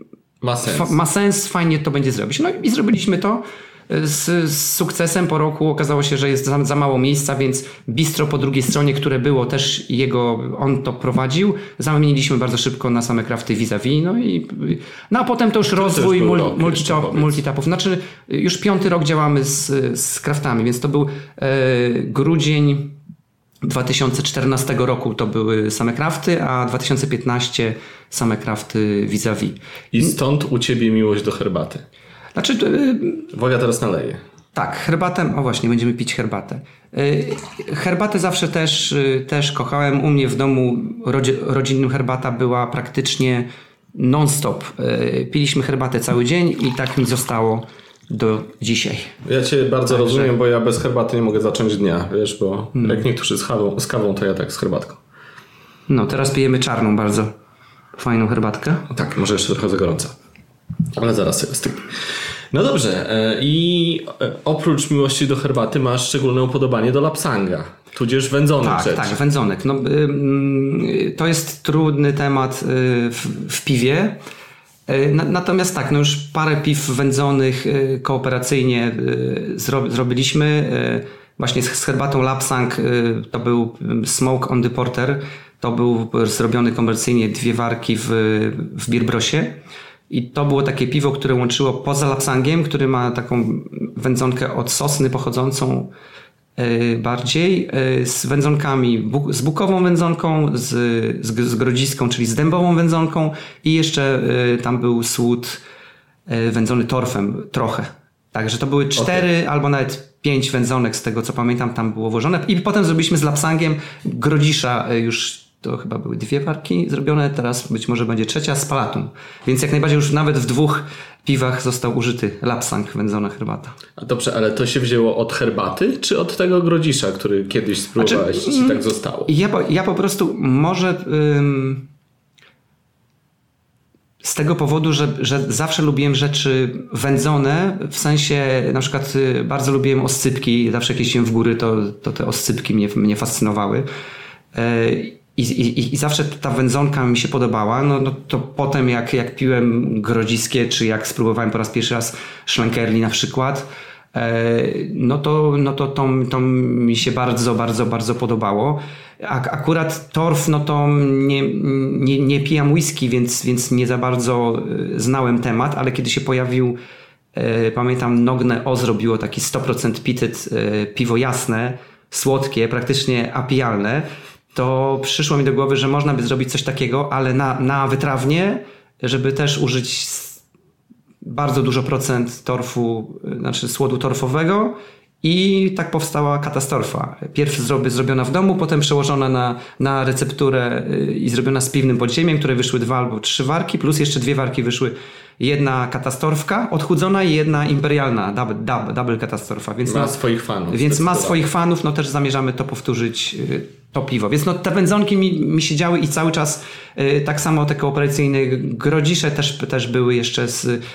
ma sens, fajnie to będzie zrobić. No i zrobiliśmy to z sukcesem. Po roku okazało się, że jest za mało miejsca, więc bistro po drugiej stronie, które było też on to prowadził, zamieniliśmy bardzo szybko na same crafty vis-a-vis. No a potem to już rozwój multitapów. Znaczy już 5. rok działamy z craftami, więc to był grudzień 2014 roku to były same crafty, a 2015 same crafty vis-a-vis. I stąd u ciebie miłość do herbaty. Znaczy, uwaga, teraz naleję. Tak, herbatę, o właśnie, będziemy pić herbatę. Herbatę zawsze też kochałem. U mnie w domu rodzinnym herbata była praktycznie non-stop. Piliśmy herbatę cały dzień i tak mi zostało do dzisiaj. Ja cię bardzo rozumiem, bo ja bez herbaty nie mogę zacząć dnia, wiesz, bo jak niektórzy z kawą, to ja tak z herbatką. No, teraz pijemy czarną, bardzo fajną herbatkę. Tak, może jeszcze trochę za gorąca. Ale zaraz sobie styknę. No dobrze, i oprócz miłości do herbaty masz szczególne upodobanie do lapsanga, tudzież wędzonek rzeczy. Tak, wędzonek. No, to jest trudny temat w piwie. Natomiast tak, no już parę piw wędzonych kooperacyjnie zrobiliśmy. Właśnie z herbatą Lapsang to był Smoke on the Porter. To był zrobiony komercyjnie 2 warki w Bierbrosie. I to było takie piwo, które łączyło poza Lapsangiem, który ma taką wędzonkę od sosny pochodzącą bardziej, z wędzonkami, z bukową wędzonką, z grodziską, czyli z dębową wędzonką i jeszcze tam był słód wędzony torfem trochę. Także to były 4 albo nawet 5 wędzonek z tego co pamiętam tam było włożone. I potem zrobiliśmy z lapsangiem grodzisza już. To chyba były 2 warki zrobione, teraz być może będzie 3 z palatum. Więc jak najbardziej już nawet w 2 piwach został użyty lapsang, wędzona herbata. A dobrze, ale to się wzięło od herbaty, czy od tego grodzisza, który kiedyś spróbowałeś i ci tak zostało? Ja po prostu może z tego powodu, że zawsze lubiłem rzeczy wędzone, w sensie na przykład bardzo lubiłem oscypki, zawsze jak jeździłem w góry, to te oscypki mnie fascynowały. I zawsze ta wędzonka mi się podobała, no to potem jak piłem grodziskie, czy jak spróbowałem po raz pierwszy raz szlenkerli na przykład, to mi się bardzo, bardzo, bardzo podobało. Akurat torf, no to nie pijam whisky, więc nie za bardzo znałem temat, ale kiedy się pojawił, pamiętam, Nogne O zrobiło taki 100% pitted piwo jasne, słodkie, praktycznie apijalne, to przyszło mi do głowy, że można by zrobić coś takiego, ale na wytrawnie, żeby też użyć bardzo dużo procent torfu, znaczy słodu torfowego i tak powstała katastrofa. Pierw zrobiona w domu, potem przełożona na recepturę i zrobiona z piwnym podziemiem, które wyszły 2 albo 3 warki, plus jeszcze 2 warki wyszły. Jedna katastorfka odchudzona i jedna imperialna, double katastrofa. Więc ma swoich fanów. Więc ma swoich fanów, no też zamierzamy to powtórzyć, to piwo. Więc no te wędzonki mi się działy i cały czas tak samo te kooperacyjne grodzisze też były jeszcze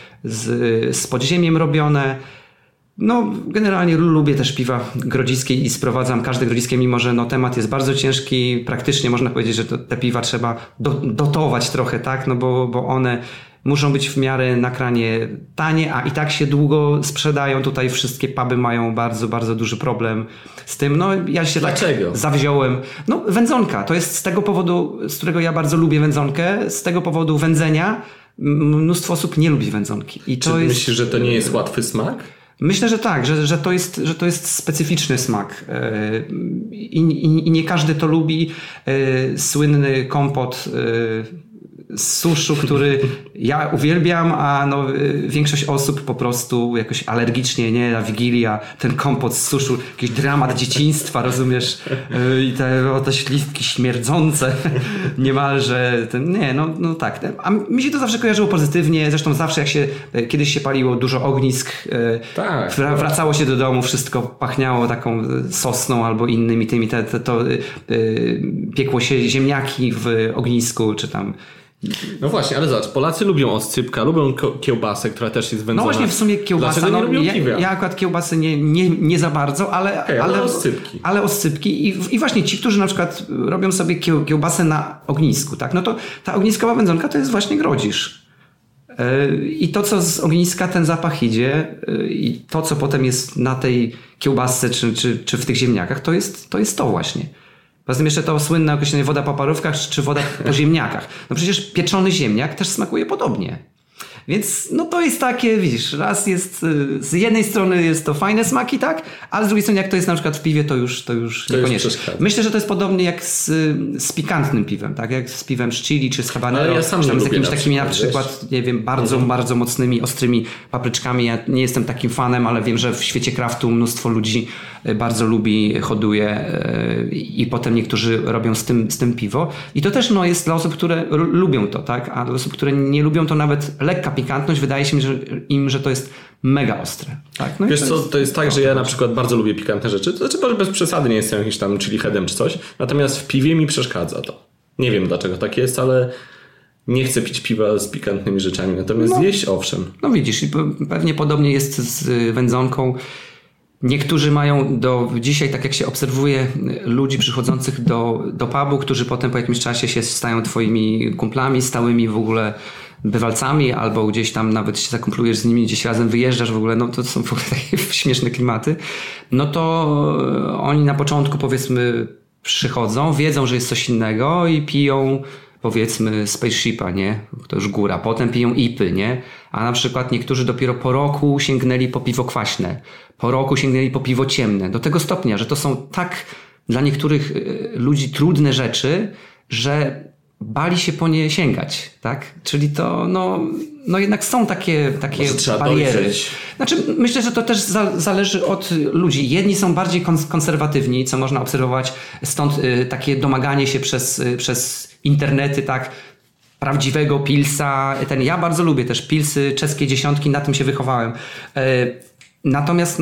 z podziemiem robione. No generalnie lubię też piwa grodziskie i sprowadzam każde grodziskie, mimo że no, temat jest bardzo ciężki. Praktycznie można powiedzieć, że te piwa trzeba dotować trochę, tak? No bo one muszą być w miarę na kranie tanie, a i tak się długo sprzedają. Tutaj wszystkie puby mają bardzo, bardzo duży problem z tym. No ja się Dlaczego? Tak zawziąłem. No wędzonka. To jest z tego powodu, z którego ja bardzo lubię wędzonkę. Z tego powodu wędzenia mnóstwo osób nie lubi wędzonki. I to Czy jest... myślisz, że to nie jest łatwy smak? Myślę, że tak, że to jest specyficzny smak i nie każdy to lubi. Słynny kompot z suszu, który ja uwielbiam, a no, większość osób po prostu jakoś alergicznie, nie, na Wigilię, ten kompot z suszu, jakiś dramat dzieciństwa, rozumiesz, i te śliwki śmierdzące niemalże, no tak. A mi się to zawsze kojarzyło pozytywnie, zresztą zawsze jak kiedyś się paliło dużo ognisk, tak, wracało się do domu, wszystko pachniało taką sosną albo innymi tymi, piekło się ziemniaki w ognisku, czy tam. No właśnie, ale zobacz, Polacy lubią oscypka, lubią kiełbasę, która też jest wędzona. No właśnie w sumie kiełbasa, Dlaczego nie lubią piwa? Ja akurat kiełbasy nie za bardzo, ale oscypki. Ale oscypki i właśnie ci, którzy na przykład robią sobie kiełbasę na ognisku, tak? No to ta ogniskowa wędzonka to jest właśnie grodzisz. I to, co z ogniska ten zapach idzie i to, co potem jest na tej kiełbasce czy w tych ziemniakach, to jest to właśnie. Poza tym jeszcze to słynne określenie woda po parówkach czy woda po ziemniakach. No przecież pieczony ziemniak też smakuje podobnie. Więc no to jest takie, widzisz, raz jest, z jednej strony jest to fajne smaki, tak? Ale z drugiej strony jak to jest na przykład w piwie, to już niekoniecznie. Myślę, że to jest podobnie jak z pikantnym piwem, tak? Jak z piwem z chili czy z habanero. Ja sam z jakimiś na takimi na przykład, nie wiem, bardzo mocnymi, ostrymi papryczkami. Ja nie jestem takim fanem, ale wiem, że w świecie craftu mnóstwo ludzi bardzo lubi, hoduje i potem niektórzy robią z tym piwo. I to też no, jest dla osób, które lubią to, tak? A dla osób, które nie lubią, to nawet lekka pikantność wydaje się mi, że to jest mega ostre. Tak? No wiesz co, to jest tak, że ja na przykład bardzo lubię pikantne rzeczy. To znaczy, może bez przesady nie jestem jakimś tam chili headem czy coś. Natomiast w piwie mi przeszkadza to. Nie wiem dlaczego tak jest, ale nie chcę pić piwa z pikantnymi rzeczami. Natomiast zjeść owszem. No widzisz, i pewnie podobnie jest z wędzonką. Niektórzy mają dzisiaj, tak jak się obserwuje ludzi przychodzących do pubu, którzy potem po jakimś czasie się stają twoimi kumplami, stałymi w ogóle bywalcami, albo gdzieś tam nawet się zakumplujesz z nimi, gdzieś razem wyjeżdżasz w ogóle, no to są w ogóle takie śmieszne klimaty. No to oni na początku powiedzmy przychodzą, wiedzą, że jest coś innego i piją powiedzmy Spaceshipa, nie? To już góra. Potem piją IPy, nie? A na przykład niektórzy dopiero po roku sięgnęli po piwo kwaśne. Po roku sięgnęli po piwo ciemne. Do tego stopnia, że to są tak dla niektórych ludzi trudne rzeczy, że bali się po nie sięgać, tak? Czyli to, no jednak są takie bariery. Znaczy, myślę, że to też zależy od ludzi. Jedni są bardziej konserwatywni, co można obserwować, stąd takie domaganie się przez internety, tak? Prawdziwego pilsa. Ja bardzo lubię też pilsy, czeskie dziesiątki, na tym się wychowałem. Natomiast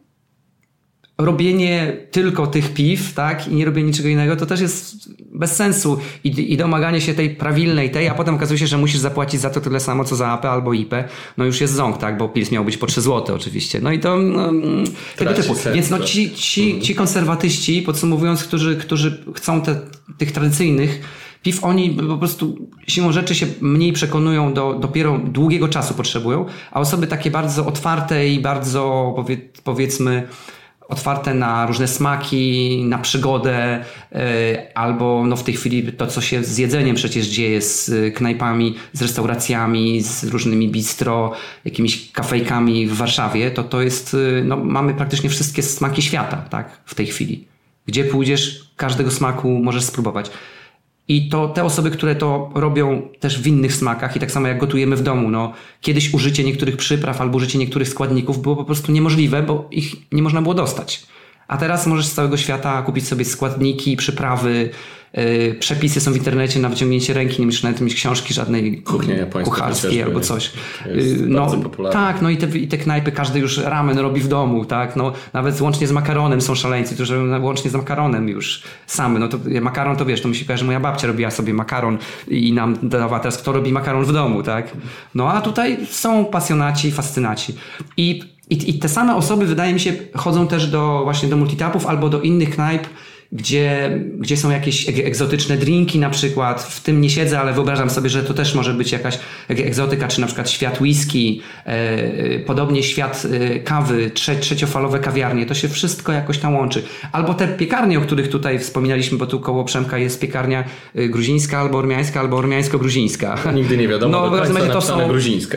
robienie tylko tych piw, tak, i nie robienie niczego innego, to też jest bez sensu i domaganie się tej prawilnej, a potem okazuje się, że musisz zapłacić za to tyle samo, co za AP albo IP, już jest ząg, tak, bo pils miał być po 3 zł oczywiście. No i to tego typu. Więc ci konserwatyści, podsumowując, którzy chcą tych tradycyjnych piw, oni po prostu siłą rzeczy się mniej przekonują, dopiero długiego czasu potrzebują, a osoby takie bardzo otwarte i bardzo powiedzmy otwarte na różne smaki, na przygodę, albo w tej chwili to, co się z jedzeniem przecież dzieje, z knajpami, z restauracjami, z różnymi bistro, jakimiś kafejkami w Warszawie, to jest, mamy praktycznie wszystkie smaki świata, tak, w tej chwili. Gdzie pójdziesz, każdego smaku możesz spróbować. I to te osoby, które to robią też w innych smakach i tak samo jak gotujemy w domu, kiedyś użycie niektórych przypraw albo użycie niektórych składników było po prostu niemożliwe, bo ich nie można było dostać. A teraz możesz z całego świata kupić sobie składniki, przyprawy, przepisy są w internecie na wyciągnięcie ręki, nie musisz nawet mieć książki żadnej kucharskiej albo coś. Bardzo popularne. Tak, i te knajpy, każdy już ramen robi w domu, tak, nawet łącznie z makaronem są szaleńcy, którzy łącznie z makaronem już samy, to makaron to wiesz, to mi się kojarzy, że moja babcia robiła sobie makaron i nam dawała teraz, kto robi makaron w domu, tak. A tutaj są pasjonaci, fascynaci. I te same osoby, wydaje mi się, chodzą też właśnie do multitapów albo do innych knajp, gdzie są jakieś egzotyczne drinki na przykład. W tym nie siedzę, ale wyobrażam sobie, że to też może być jakaś egzotyka, czy na przykład świat whisky, podobnie świat kawy, trzeciofalowe kawiarnie. To się wszystko jakoś tam łączy. Albo te piekarnie, o których tutaj wspominaliśmy, bo tu koło Przemka jest piekarnia gruzińska, albo ormiańsko-gruzińska. Nigdy nie wiadomo, to są gruzińska.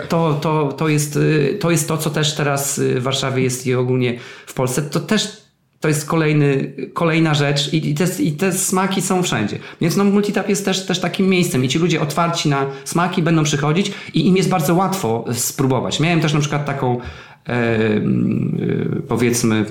To jest to, co też teraz w Warszawie jest i ogólnie w Polsce. To jest kolejna rzecz i te smaki są wszędzie. Więc multitap jest też takim miejscem i ci ludzie otwarci na smaki będą przychodzić i im jest bardzo łatwo spróbować. Miałem też na przykład taką powiedzmy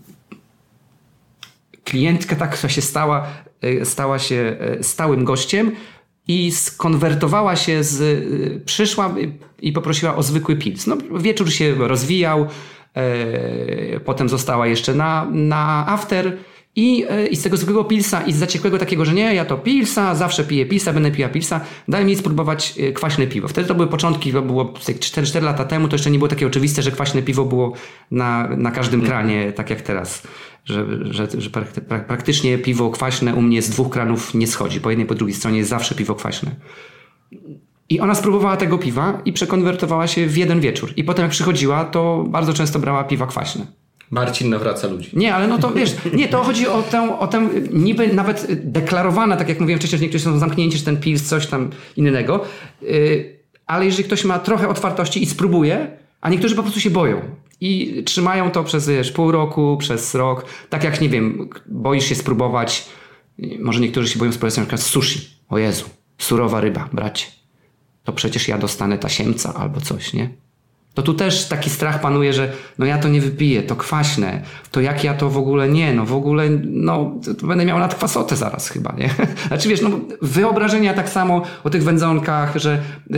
klientkę, tak, która się stała się stałym gościem i skonwertowała się przyszła i poprosiła o zwykły pils. Wieczór się rozwijał, potem została jeszcze na after i z tego zwykłego pilsa i z zaciekłego takiego, że nie, ja to pilsa, zawsze piję pilsa, będę piła pilsa, daj mi spróbować kwaśne piwo. Wtedy to były początki, to było 4 lata temu, to jeszcze nie było takie oczywiste, że kwaśne piwo było na każdym kranie, tak jak teraz. Że praktycznie piwo kwaśne u mnie z 2 kranów nie schodzi. Po jednej, po drugiej stronie jest zawsze piwo kwaśne. I ona spróbowała tego piwa i przekonwertowała się w jeden wieczór. I potem jak przychodziła, to bardzo często brała piwa kwaśne. Marcin nawraca ludzi. Nie, ale to wiesz, to chodzi o tę niby nawet deklarowane, tak jak mówiłem wcześniej, że niektórzy są zamknięci, że ten pils, coś tam innego. Ale jeżeli ktoś ma trochę otwartości i spróbuje, a niektórzy po prostu się boją. I trzymają to przez pół roku, przez rok. Tak jak, nie wiem, boisz się spróbować. Może niektórzy się boją spróbować na przykład sushi. O Jezu, surowa ryba, bracie. To przecież ja dostanę tasiemca albo coś, nie? To tu też taki strach panuje, że ja to nie wypiję, to kwaśne, to jak ja to w ogóle nie, to będę miał nadkwasotę zaraz chyba, nie? Znaczy wiesz, wyobrażenia tak samo o tych wędzonkach, że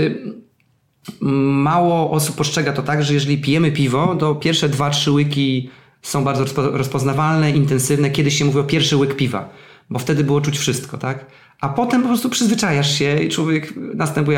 mało osób postrzega to tak, że jeżeli pijemy piwo, to pierwsze 2-3 łyki są bardzo rozpoznawalne, intensywne. Kiedyś się mówi o pierwszy łyk piwa, bo wtedy było czuć wszystko, tak? A potem po prostu przyzwyczajasz się i następuje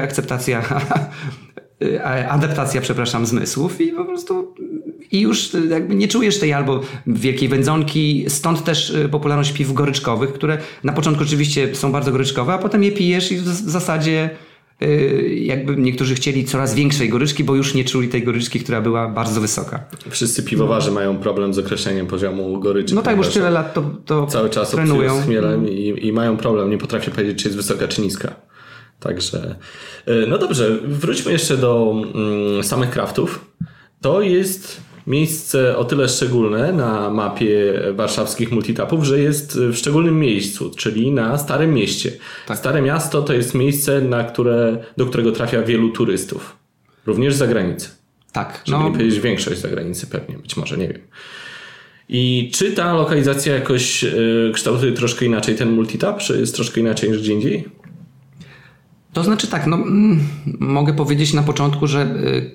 adaptacja, zmysłów i po prostu i już jakby nie czujesz tej albo wielkiej wędzonki, stąd też popularność piw goryczkowych, które na początku oczywiście są bardzo goryczkowe, a potem je pijesz i w zasadzie jakby niektórzy chcieli coraz większej goryczki, bo już nie czuli tej goryczki, która była bardzo wysoka. Wszyscy piwowarze mają problem z określeniem poziomu goryczy. Tak, bo już tyle lat to cały czas trenują. Z chmielem i mają problem, nie potrafię powiedzieć, czy jest wysoka, czy niska. Także, no dobrze, wróćmy jeszcze do samych craftów. To jest miejsce o tyle szczególne na mapie warszawskich multitapów, że jest w szczególnym miejscu, czyli na Starym Mieście. Tak. Stare Miasto to jest miejsce, do którego trafia wielu turystów. Również z zagranicy. Tak. Żeby nie powiedzieć większość z zagranicy pewnie, być może, nie wiem. I czy ta lokalizacja jakoś kształtuje troszkę inaczej ten multitap, czy jest troszkę inaczej niż gdzie indziej? To znaczy tak, mogę powiedzieć na początku, że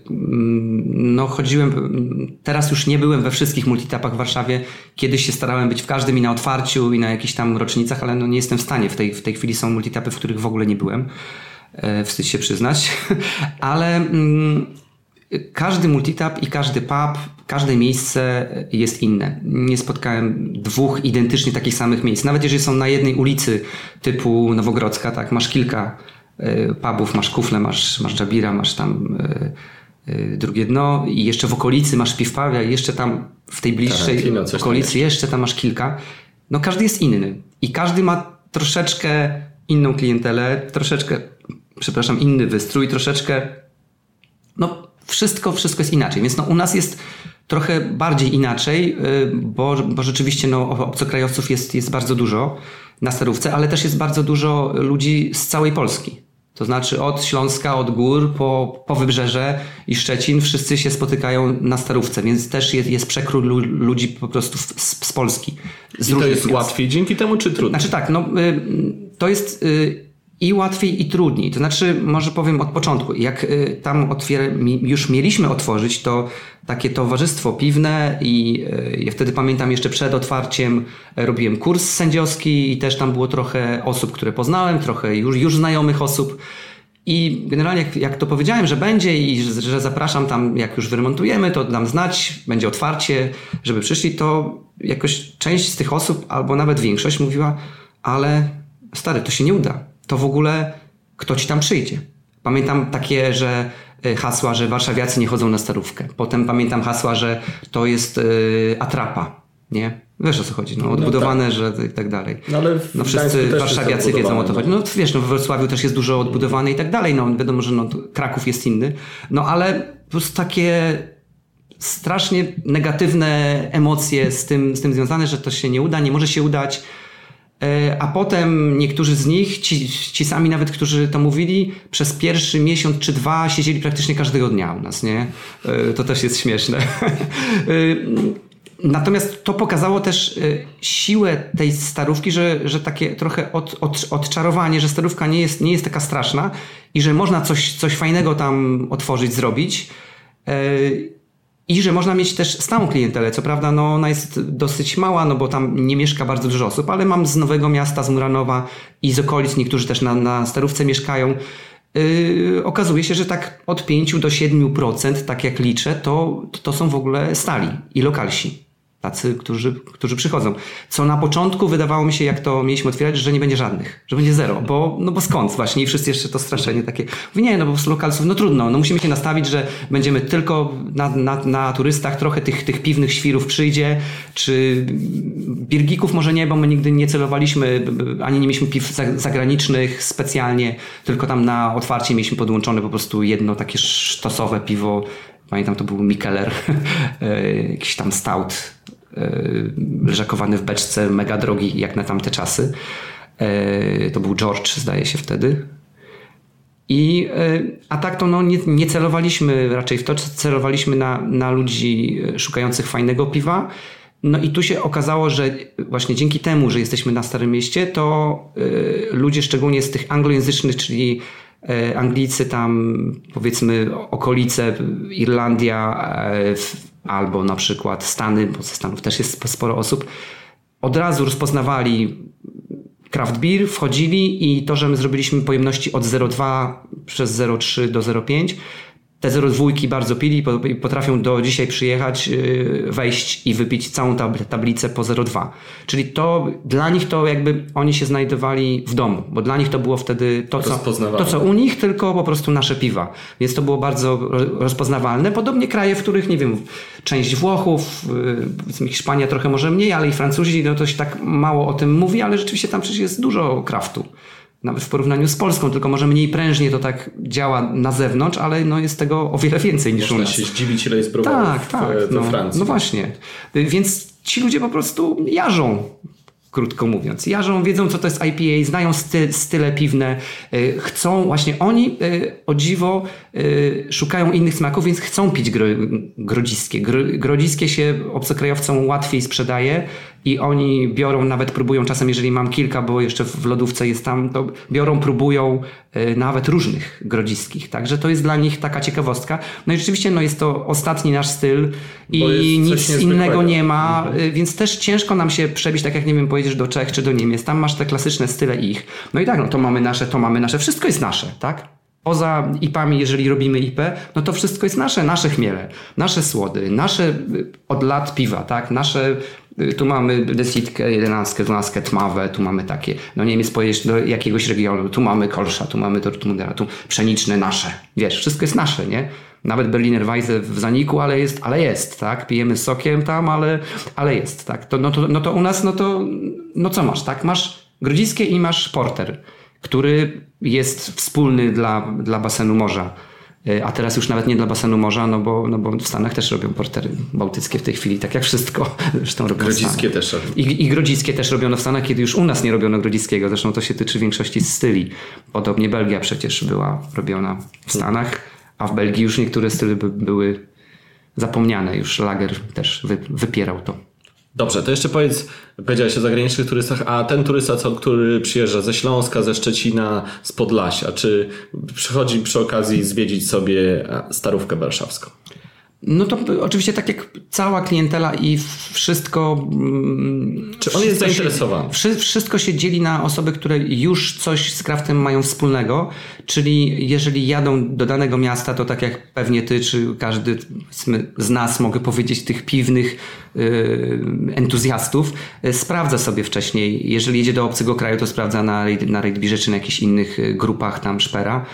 chodziłem, teraz już nie byłem we wszystkich multitapach w Warszawie, kiedyś się starałem być w każdym i na otwarciu i na jakichś tam rocznicach, ale nie jestem w stanie, w tej chwili są multitapy, w których w ogóle nie byłem, wstyd się przyznać, ale każdy multitap i każdy pub, każde miejsce jest inne. Nie spotkałem dwóch identycznie takich samych miejsc, nawet jeżeli są na jednej ulicy typu Nowogrodzka, tak, masz kilka pubów, masz Kufle, masz Dżabira, masz tam drugie dno i jeszcze w okolicy masz Piwpawia i jeszcze tam w tej bliższej okolicy jeszcze tam masz kilka. Każdy jest inny i każdy ma troszeczkę inną klientelę, troszeczkę, inny wystrój, troszeczkę wszystko jest inaczej, więc u nas jest trochę bardziej inaczej, bo rzeczywiście obcokrajowców jest bardzo dużo na Starówce, ale też jest bardzo dużo ludzi z całej Polski. To znaczy od Śląska, od gór po Wybrzeże i Szczecin wszyscy się spotykają na Starówce, więc też jest przekrój ludzi po prostu z Polski. I to jest łatwiej dzięki temu, czy trudniej? Znaczy tak, to jest i łatwiej i trudniej. To znaczy, może powiem od początku, jak tam już mieliśmy otworzyć to takie towarzystwo piwne i ja wtedy pamiętam jeszcze przed otwarciem robiłem kurs sędziowski i też tam było trochę osób, które poznałem, trochę już znajomych osób i generalnie jak to powiedziałem, że będzie i że zapraszam tam, jak już wyremontujemy, to dam znać, będzie otwarcie, żeby przyszli, to jakoś część z tych osób, albo nawet większość mówiła, ale stary, to się nie uda. To w ogóle kto ci tam przyjdzie. Pamiętam takie, że hasła, że warszawiacy nie chodzą na Starówkę. Potem pamiętam hasła, że to jest atrapa, nie? Wiesz, o co chodzi, odbudowane, tak. Że i tak dalej. Ale wszyscy warszawiacy wiedzą o to chodzi. Wiesz, w Wrocławiu też jest dużo odbudowane i tak dalej. Wiadomo, że Kraków jest inny. Ale po prostu takie strasznie negatywne emocje z tym związane, że to się nie uda, nie może się udać. A potem niektórzy z nich, ci sami nawet, którzy to mówili, przez pierwszy miesiąc czy dwa siedzieli praktycznie każdego dnia u nas, nie? To też jest śmieszne. Natomiast to pokazało też siłę tej Starówki, że takie trochę odczarowanie, że Starówka nie jest taka straszna i że można coś fajnego tam otworzyć, zrobić. I że można mieć też stałą klientelę. Co prawda ona jest dosyć mała, bo tam nie mieszka bardzo dużo osób, ale mam z Nowego Miasta, z Muranowa i z okolic, niektórzy też na Starówce mieszkają. Okazuje się, że tak od 5 do 7%, tak jak liczę, to są w ogóle stali i lokalsi. Tacy, którzy przychodzą. Co na początku wydawało mi się, jak to mieliśmy otwierać, że nie będzie żadnych, że będzie zero, bo skąd właśnie? I wszyscy jeszcze to straszenie takie. Mówię, nie, po prostu lokalców, trudno, musimy się nastawić, że będziemy tylko na turystach, trochę tych piwnych świrów przyjdzie, czy birgików może nie, bo my nigdy nie celowaliśmy, ani nie mieliśmy piw zagranicznych specjalnie, tylko tam na otwarcie mieliśmy podłączone po prostu jedno takie sztosowe piwo. Pamiętam, to był Mikkeller, jakiś tam stout, leżakowany w beczce, mega drogi jak na tamte czasy. To był George, zdaje się wtedy. A tak to nie celowaliśmy raczej w to, celowaliśmy na ludzi szukających fajnego piwa. I tu się okazało, że właśnie dzięki temu, że jesteśmy na Starym Mieście, to ludzie szczególnie z tych anglojęzycznych, czyli Anglicy tam, powiedzmy okolice, Irlandia albo na przykład Stany, bo ze Stanów też jest sporo osób, od razu rozpoznawali craft beer, wchodzili i to, że my zrobiliśmy pojemności od 0,2 przez 0,3 do 0,5, te 0,2 bardzo pili i potrafią do dzisiaj przyjechać, wejść i wypić całą tablicę po 0,2. Czyli to dla nich to jakby oni się znajdowali w domu, bo dla nich to było wtedy to co u nich, tylko po prostu nasze piwa. Więc to było bardzo rozpoznawalne. Podobnie kraje, w których, nie wiem, część Włochów, Hiszpania trochę może mniej, ale i Francuzi, to się tak mało o tym mówi, ale rzeczywiście tam przecież jest dużo craftu. nawet w porównaniu z Polską, tylko może mniej prężnie to tak działa na zewnątrz, ale no jest tego o wiele więcej niż u nas. Można się zdziwić, ile jest browarów we Francji. No właśnie. Więc ci ludzie po prostu jarzą. Krótko mówiąc. Jarzą, wiedzą co to jest IPA, znają style piwne, chcą, właśnie oni o dziwo szukają innych smaków, więc chcą pić grodziskie. Grodziskie się obcokrajowcom łatwiej sprzedaje i oni biorą, nawet próbują czasem, jeżeli mam kilka, bo jeszcze w lodówce jest tam, to biorą, próbują nawet różnych grodziskich. Także to jest dla nich taka ciekawostka. No i rzeczywiście jest to ostatni nasz styl i nic innego nie ma, więc też ciężko nam się przebić, tak jak nie wiem, pojedziesz do Czech czy do Niemiec, tam masz te klasyczne style ich. No i tak, to mamy nasze, wszystko jest nasze, tak? Poza IPami, jeżeli robimy IPę, no to wszystko jest nasze chmiele, nasze słody, nasze od lat piwa, tak? Nasze, tu mamy desitkę, 11, 12 tmawe, tu mamy takie, no Niemiec pojedziesz do jakiegoś regionu, tu mamy Kolsza, tu mamy Dortmundera, tu pszeniczne nasze, wiesz, wszystko jest nasze, nie? Nawet Berliner Weisse w zaniku, ale jest, tak? Pijemy sokiem tam, ale jest, tak? To u nas, no co masz, tak? Masz grodziskie i masz porter, który jest wspólny dla basenu morza. A teraz już nawet nie dla basenu morza, no bo w Stanach też robią portery bałtyckie w tej chwili, tak jak wszystko. Zresztą robią grodziskie też robią. I grodziskie też robiono w Stanach, kiedy już u nas nie robiono grodziskiego. Zresztą to się tyczy większości styli. Podobnie Belgia przecież była robiona w Stanach, a w Belgii już niektóre style były zapomniane. Już Lager też wypierał to. Dobrze, to jeszcze powiedziałeś o zagranicznych turystach, a ten turysta, który przyjeżdża ze Śląska, ze Szczecina, z Podlasia, czy przychodzi przy okazji zwiedzić sobie Starówkę Warszawską? No to oczywiście tak jak cała klientela i wszystko... Czy on jest zainteresowany? Wszystko się dzieli na osoby, które już coś z craftem mają wspólnego, czyli jeżeli jadą do danego miasta, to tak jak pewnie ty, czy każdy z nas, mogę powiedzieć, tych piwnych entuzjastów, sprawdza sobie wcześniej. Jeżeli jedzie do obcego kraju, to sprawdza na Raidbirze czy na jakichś innych grupach tam szpera.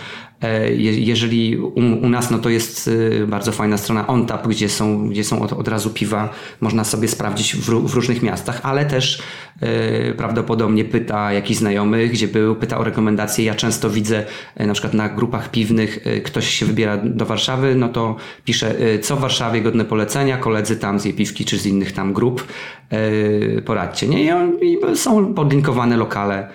Jeżeli u nas, no to jest bardzo fajna strona OnTap, gdzie są od razu piwa, można sobie sprawdzić w różnych miastach, ale też prawdopodobnie pyta jakichś znajomych, gdzie był, pyta o rekomendacje. Ja często widzę na przykład na grupach piwnych, ktoś się wybiera do Warszawy, no to pisze, co w Warszawie godne polecenia, koledzy tam z Jepiwki czy z innych tam grup, poradźcie, nie? I są podlinkowane lokale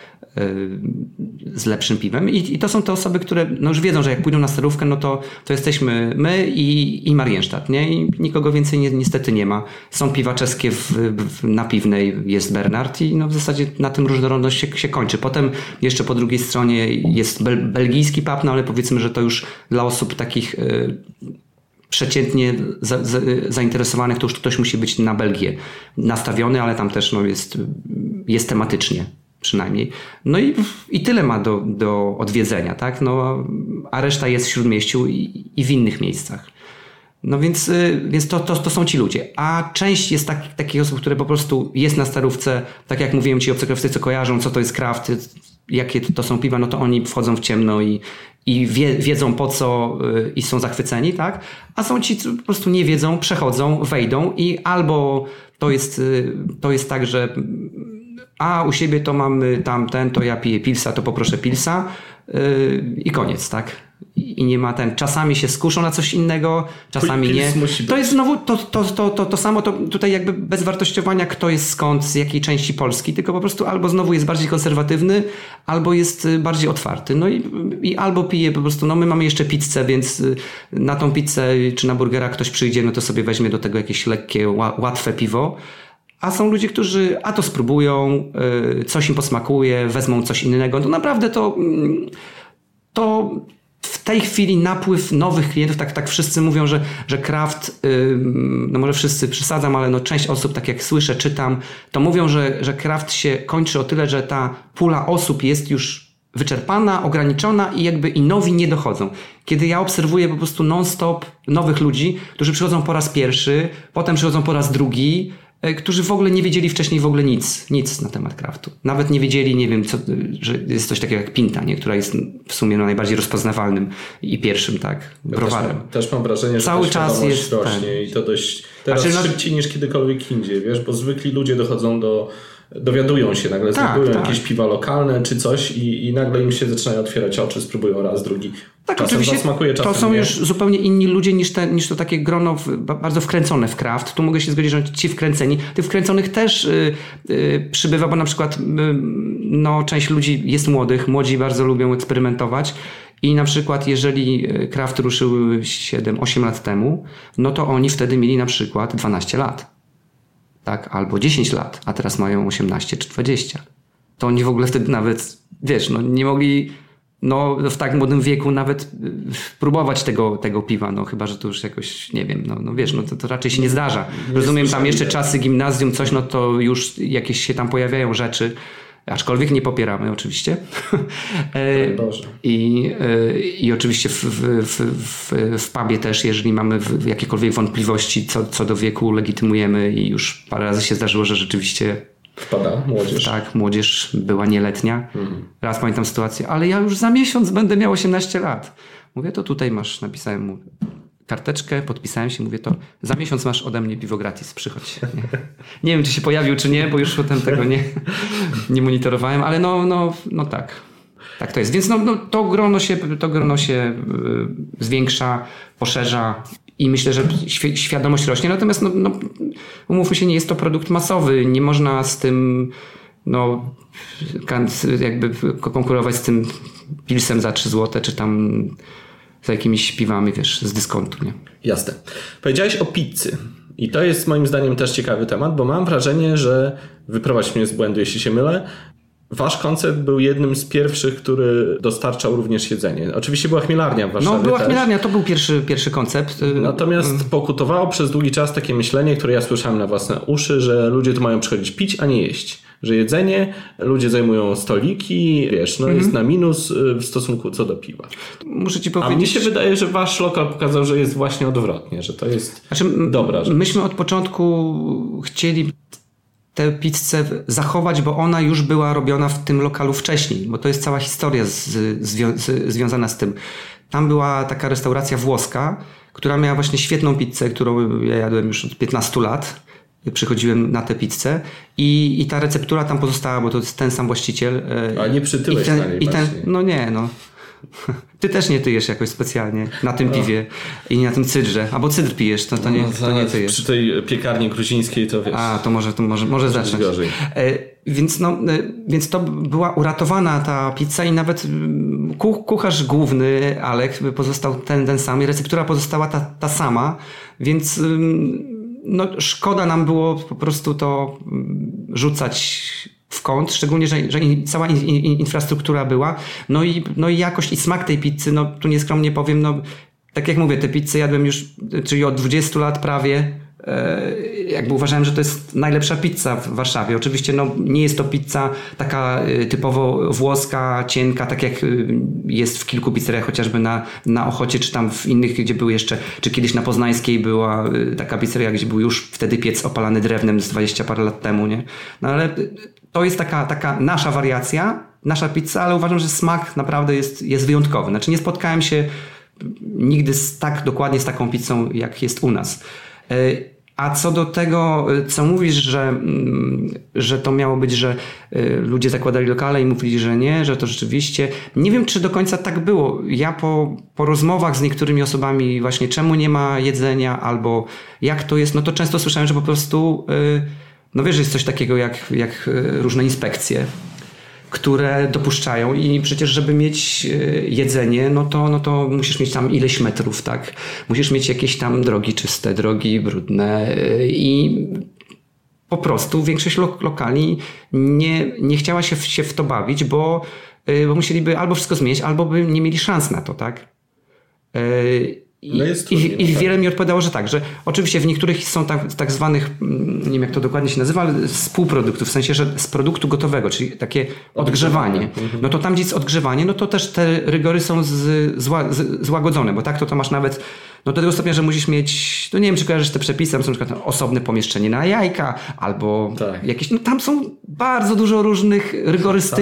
z lepszym piwem i to są te osoby, które no już wiedzą, że jak pójdą na Starówkę, no to jesteśmy my i Marienstadt, nie? I nikogo więcej niestety nie ma. Są piwa czeskie na Piwnej, jest Bernard i no w zasadzie na tym różnorodność się kończy. Potem jeszcze po drugiej stronie jest belgijski pub, no ale powiedzmy, że to już dla osób takich przeciętnie zainteresowanych, to już ktoś musi być na Belgię nastawiony, ale tam też no jest tematycznie. Przynajmniej. No i tyle ma do odwiedzenia, tak? No, a reszta jest w Śródmieściu i w innych miejscach. No więc to są ci ludzie. A część jest takich osób, które po prostu jest na Starówce, tak jak mówiłem, ci obcokrajowcy, co kojarzą, co to jest craft, jakie to są piwa, no to oni wchodzą w ciemno i wiedzą po co i są zachwyceni, tak? A są ci, co po prostu nie wiedzą, przechodzą, wejdą i albo to jest tak, że u siebie to mamy tamten, to ja piję pilsa, to poproszę pilsa i koniec, tak? I nie ma czasami się skuszą na coś innego, czasami nie. To jest znowu to samo, to tutaj jakby bez wartościowania, kto jest skąd, z jakiej części Polski, tylko po prostu albo znowu jest bardziej konserwatywny, albo jest bardziej otwarty. No i albo pije po prostu, no my mamy jeszcze pizzę, więc na tą pizzę czy na burgera ktoś przyjdzie, no to sobie weźmie do tego jakieś lekkie, łatwe piwo. A są ludzie, którzy to spróbują, coś im posmakuje, wezmą coś innego. To naprawdę to w tej chwili napływ nowych klientów, tak wszyscy mówią, że craft, no może wszyscy przesadzam, ale no część osób, tak jak słyszę, czytam, to mówią, że craft się kończy o tyle, że ta pula osób jest już wyczerpana, ograniczona i nowi nie dochodzą. Kiedy ja obserwuję po prostu non-stop nowych ludzi, którzy przychodzą po raz pierwszy, potem przychodzą po raz drugi, którzy w ogóle nie wiedzieli wcześniej w ogóle nic na temat craftu. Nawet nie wiedzieli, nie wiem, że jest coś takiego jak Pinta, nie? Która jest w sumie najbardziej rozpoznawalnym i pierwszym, tak, browarem. Też mam wrażenie, że cały czas jest rośnie i to dość teraz szybciej niż kiedykolwiek indziej, wiesz, bo zwykli ludzie dochodzą do dowiadują się, nagle znajdują tak. jakieś piwa lokalne czy coś i nagle im się zaczynają otwierać oczy, spróbują raz, drugi. Tak, czasem oczywiście zasmakuje, czasem to są nie. już zupełnie inni ludzie niż to takie grono bardzo wkręcone w craft. Tu mogę się zgodzić, że ci wkręceni. Tych wkręconych też przybywa, bo na przykład część ludzi jest młodzi bardzo lubią eksperymentować i na przykład jeżeli craft ruszył 7-8 lat temu, no to oni wtedy mieli na przykład 12 lat. Tak? Albo 10 lat, a teraz mają 18 czy 20. To oni w ogóle wtedy nawet, nie mogli w tak młodym wieku nawet próbować tego piwa, chyba, że to już jakoś, nie wiem, to raczej się nie zdarza. Rozumiem, tam jeszcze czasy gimnazjum, coś, to już jakieś się tam pojawiają rzeczy, aczkolwiek nie popieramy oczywiście. I oczywiście w pubie też, jeżeli mamy jakiekolwiek wątpliwości co do wieku, legitymujemy i już parę razy się zdarzyło, że rzeczywiście wpada młodzież. Tak, młodzież była nieletnia. Raz pamiętam sytuację, ale ja już za miesiąc będę miał 18 lat. Mówię, to tutaj masz, napisałem mu karteczkę, podpisałem się, mówię, to za miesiąc masz ode mnie piwo gratis, przychodź. Nie wiem, czy się pojawił, czy nie, bo już potem tego nie monitorowałem, ale tak. Tak to jest. Więc to grono się zwiększa, poszerza i myślę, że świadomość rośnie. Natomiast umówmy się, nie jest to produkt masowy. Nie można z tym jakby konkurować z tym pilsem za 3 zł, czy tam z jakimiś piwami, z dyskontu. Nie? Jasne. Powiedziałeś o pizzy. I to jest moim zdaniem też ciekawy temat, bo mam wrażenie, że wyprowadź mnie z błędu, jeśli się mylę. Wasz koncept był jednym z pierwszych, który dostarczał również jedzenie. Oczywiście była chmielarnia w Warszawie. Była chmielarnia, to był pierwszy koncept. Natomiast pokutowało przez długi czas takie myślenie, które ja słyszałem na własne uszy, że ludzie tu mają przychodzić pić, a nie jeść. Że jedzenie, ludzie zajmują stoliki, jest na minus w stosunku co do piwa. Muszę ci powiedzieć... A mnie się wydaje, że wasz lokal pokazał, że jest właśnie odwrotnie, że to jest dobra rzecz. Myśmy od początku chcieli tę pizzę zachować, bo ona już była robiona w tym lokalu wcześniej, bo to jest cała historia związana z tym. Tam była taka restauracja włoska, która miała właśnie świetną pizzę, którą ja jadłem już od 15 lat. Przychodziłem na tę pizzę i ta receptura tam pozostała, bo to jest ten sam właściciel. A nie przytyłeś na niej Ty też nie tyjesz jakoś specjalnie na tym piwie i nie na tym cydrze. Albo cydr pijesz, to nie tyjesz. Przy tej piekarni gruzińskiej to wiesz. A, to może zacząć. Gorzej. Więc to była uratowana ta pizza i nawet kucharz główny, Alek, pozostał ten sam i receptura pozostała ta sama, więc szkoda nam było po prostu to rzucać w kąt, szczególnie, że cała infrastruktura była. No i jakość i smak tej pizzy, tu nieskromnie powiem, tak jak mówię, tę pizzę jadłem już, czyli od 20 lat prawie. Jakby uważałem, że to jest najlepsza pizza w Warszawie. Oczywiście nie jest to pizza taka typowo włoska, cienka, tak jak jest w kilku pizzeriach, chociażby na Ochocie, czy tam w innych, gdzie były jeszcze, czy kiedyś na Poznańskiej była taka pizzeria, gdzie był już wtedy piec opalany drewnem z 20 parę lat temu, nie? Ale to jest taka nasza wariacja, nasza pizza, ale uważam, że smak naprawdę jest wyjątkowy. Znaczy nie spotkałem się nigdy dokładnie z taką pizzą, jak jest u nas. A co do tego, co mówisz, że to miało być, że ludzie zakładali lokale i mówili, że nie, że to rzeczywiście... Nie wiem, czy do końca tak było. Ja po rozmowach z niektórymi osobami właśnie czemu nie ma jedzenia albo jak to jest, to często słyszałem, że po prostu wiesz, jest coś takiego jak różne inspekcje, które dopuszczają i przecież, żeby mieć jedzenie, to musisz mieć tam ileś metrów, tak? Musisz mieć jakieś tam drogi czyste, drogi brudne i po prostu większość lokali nie chciała się w to bawić, bo musieliby albo wszystko zmienić, albo by nie mieli szans na to, tak? I wiele mi odpowiadało, że tak, że oczywiście w niektórych są tak zwanych, nie wiem jak to dokładnie się nazywa, ale z półproduktów, w sensie, że z produktu gotowego, czyli takie odgrzewanie. To tam, gdzie jest odgrzewanie, to też te rygory są złagodzone, bo tak to masz nawet do tego stopnia, że musisz mieć, nie wiem czy kojarzysz te przepisy, tam są na przykład osobne pomieszczenie na jajka, albo jakieś, tam są bardzo dużo różnych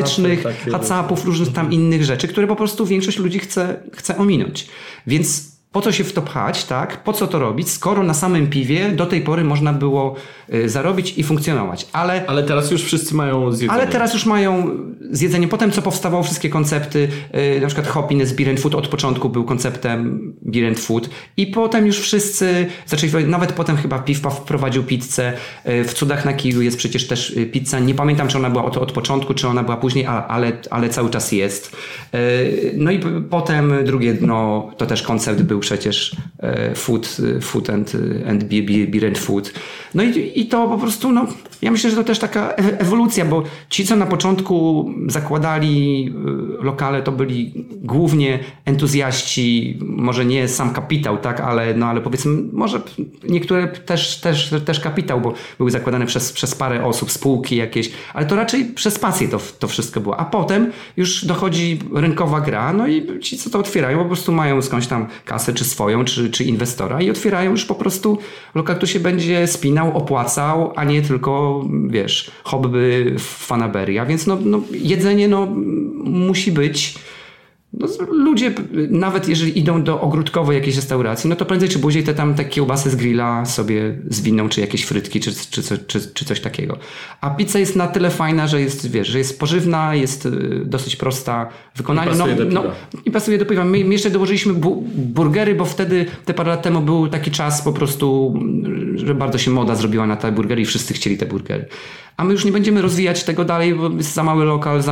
rygorystycznych hacapów, różnych tam innych rzeczy, które po prostu większość ludzi chce ominąć. Więc po co się w to pchać, tak? Po co to robić, skoro na samym piwie do tej pory można było zarobić i funkcjonować. Ale teraz już wszyscy mają zjedzenie. Ale teraz już mają zjedzenie. Potem co powstawało, wszystkie koncepty, na przykład Happiness Beer and Food od początku był konceptem Beer and Food i potem już wszyscy zaczęli, nawet potem chyba Piw-Paw wprowadził pizzę. W Cudach na Kiju jest przecież też pizza. Nie pamiętam, czy ona była od początku, czy ona była później, ale cały czas jest. No i potem drugie dno, to też koncept był przecież food and beer and food. No i to po prostu, no, ja myślę, że to też taka ewolucja, bo ci, co na początku zakładali lokale, to byli głównie entuzjaści, może nie sam kapitał, tak, ale powiedzmy, może niektóre też kapitał, bo były zakładane przez parę osób, spółki jakieś, ale to raczej przez pasję to wszystko było. A potem już dochodzi rynkowa gra, no i ci, co to otwierają, po prostu mają skądś tam kasę, czy swoją, czy inwestora i otwierają już po prostu lokal, który się będzie spinał, opłacał, a nie tylko, wiesz, hobby fanaberia, więc no jedzenie musi być. No, ludzie, nawet jeżeli idą do ogródkowej jakiejś restauracji, no to prędzej czy później te kiełbasy z grilla sobie zwiną, czy jakieś frytki, czy coś takiego. A pizza jest na tyle fajna, że jest, wiesz, że jest pożywna, jest dosyć prosta w wykonaniu. I pasuje do piwa. My jeszcze dołożyliśmy burgery, bo wtedy, te parę lat temu był taki czas po prostu, że bardzo się moda zrobiła na te burgery i wszyscy chcieli te burgery. A my już nie będziemy rozwijać tego dalej, bo jest za mały lokal,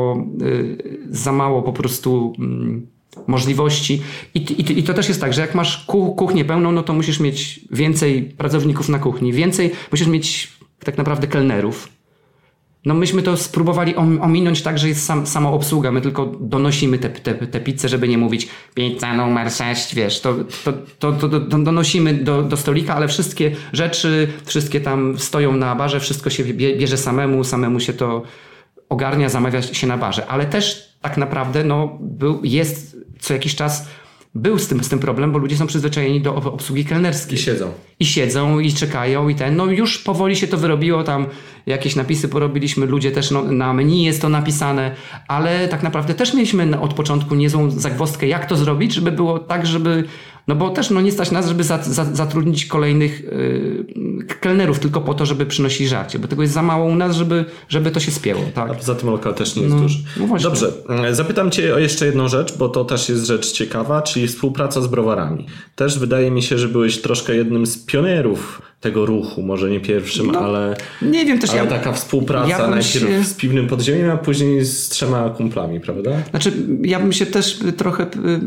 za mało po prostu możliwości. I to też jest tak, że jak masz kuchnię pełną, no to musisz mieć więcej pracowników na kuchni, musisz mieć tak naprawdę kelnerów. No myśmy to spróbowali ominąć tak, że jest sama obsługa. My tylko donosimy te pizze, żeby nie mówić pizza numer 6, wiesz, to donosimy do stolika, ale wszystkie rzeczy, wszystkie tam stoją na barze, wszystko się bierze samemu się to ogarnia, zamawia się na barze. Ale też tak naprawdę jest co jakiś czas był z tym problem, bo ludzie są przyzwyczajeni do obsługi kelnerskiej. I siedzą i czekają i już powoli się to wyrobiło, tam jakieś napisy porobiliśmy, ludzie też na menu jest to napisane, ale tak naprawdę też mieliśmy od początku niezłą zagwozdkę, jak to zrobić, żeby było tak, żeby, bo też nie stać nas, żeby zatrudnić kolejnych kelnerów tylko po to, żeby przynosić żarcie, bo tego jest za mało u nas, żeby to się spięło. Tak? A poza tym lokal też nie jest duży. No właśnie. Dobrze, zapytam Cię o jeszcze jedną rzecz, bo to też jest rzecz ciekawa, czyli współpraca z browarami. Też wydaje mi się, że byłeś troszkę jednym z pionierów tego ruchu, może nie pierwszym, ale nie wiem, też taka współpraca najpierw z Piwnym Podziemiem, a później z 3 kumplami, prawda? Znaczy, ja bym się też trochę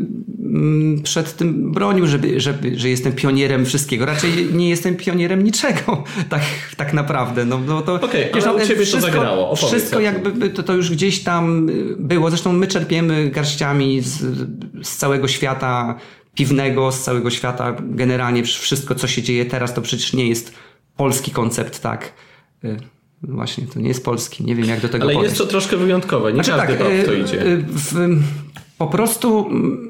przed tym bronił, że jestem pionierem wszystkiego. Raczej nie jestem pionierem niczego, tak naprawdę. Okej, ale u Ciebie to zagrało. Wszystko jakby to już gdzieś tam było. Zresztą my czerpiemy garściami z całego świata piwnego, z całego świata. Generalnie wszystko, co się dzieje teraz, to przecież nie jest polski koncept, tak? Właśnie, to nie jest polski. Nie wiem, jak do tego podejść. Ale jest to troszkę wyjątkowe. Nie każdy w to idzie. Po prostu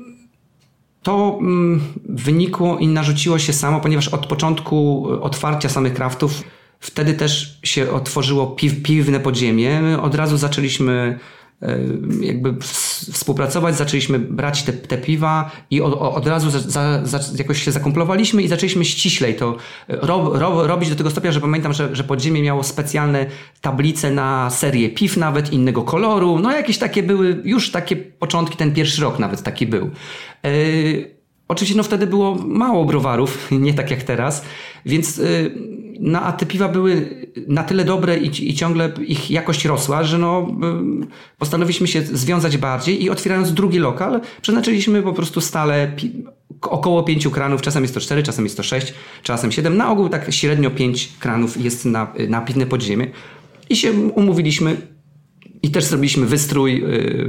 to wynikło i narzuciło się samo, ponieważ od początku otwarcia samych craftów wtedy też się otworzyło Piwne Podziemie. My od razu zaczęliśmy jakby współpracować, zaczęliśmy brać te piwa i od razu jakoś się zakumplowaliśmy i zaczęliśmy ściślej to robić do tego stopnia, że pamiętam, że Podziemie miało specjalne tablice na serię piw nawet innego koloru. Jakieś takie były, już takie początki, ten pierwszy rok nawet taki był. Oczywiście wtedy było mało browarów, nie tak jak teraz, więc a te piwa były na tyle dobre i ciągle ich jakość rosła, że postanowiliśmy się związać bardziej i otwierając drugi lokal, przeznaczyliśmy po prostu stale około 5 kranów, czasem jest to 4, czasem jest to 6, czasem 7, na ogół tak średnio 5 kranów jest na Piwne Podziemie i się umówiliśmy i też zrobiliśmy wystrój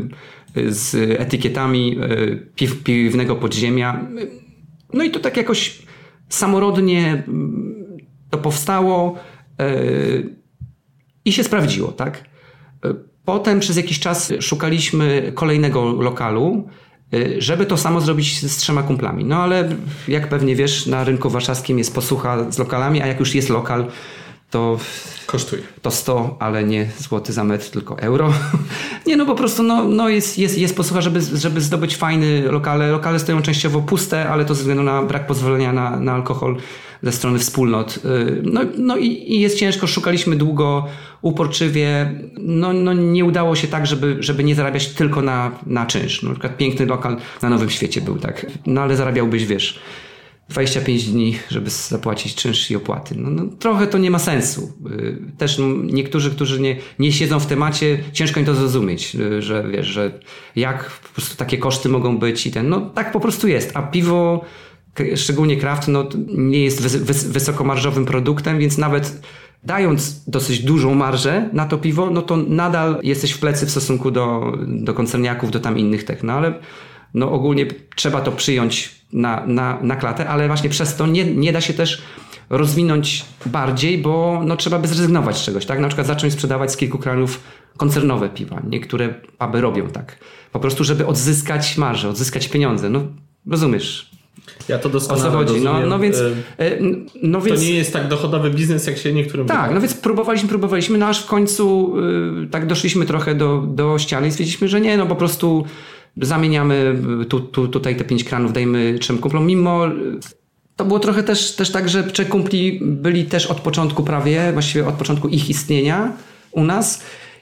z etykietami Piwnego Podziemia. I to tak jakoś samorodnie to powstało i się sprawdziło, tak? Potem przez jakiś czas szukaliśmy kolejnego lokalu, żeby to samo zrobić z 3 kumplami. Ale jak pewnie wiesz, na rynku warszawskim jest posłucha z lokalami, a jak już jest lokal, to kosztuje. To 100, ale nie złoty za metr, tylko euro. Nie, no po prostu jest posłucha, żeby zdobyć fajny lokale. Lokale stoją częściowo puste, ale to ze względu na brak pozwolenia na alkohol ze strony wspólnot. No i jest ciężko, szukaliśmy długo, uporczywie. No nie udało się tak, żeby nie zarabiać tylko na czynsz. Na przykład piękny lokal na Nowym Świecie był, tak. No ale zarabiałbyś, 25 dni, żeby zapłacić czynsz i opłaty. No, trochę to nie ma sensu. Też niektórzy, którzy nie siedzą w temacie, ciężko im to zrozumieć, że wiesz, że jak po prostu takie koszty mogą być i no tak po prostu jest. A piwo, szczególnie craft, no nie jest wysokomarżowym produktem, więc nawet dając dosyć dużą marżę na to piwo, no to nadal jesteś w plecy w stosunku do koncerniaków, do tam innych no ale no ogólnie trzeba to przyjąć na klatę, ale właśnie przez to nie da się też rozwinąć bardziej, bo no trzeba by zrezygnować z czegoś, tak? Na przykład zacząć sprzedawać z kilku kranów koncernowe piwa. Niektóre puby robią tak. Po prostu, żeby odzyskać marżę, odzyskać pieniądze. No rozumiesz? Ja to doskonale rozumiem. No więc to nie jest tak dochodowy biznes, jak się niektórym tak, no więc próbowaliśmy, no aż w końcu tak doszliśmy trochę do ściany i stwierdziliśmy, że nie, no po prostu zamieniamy tutaj te 5 kranów, dajmy 3 kumplom, mimo to było trochę też tak, że 3 kumpli byli też od początku prawie, właściwie od początku ich istnienia u nas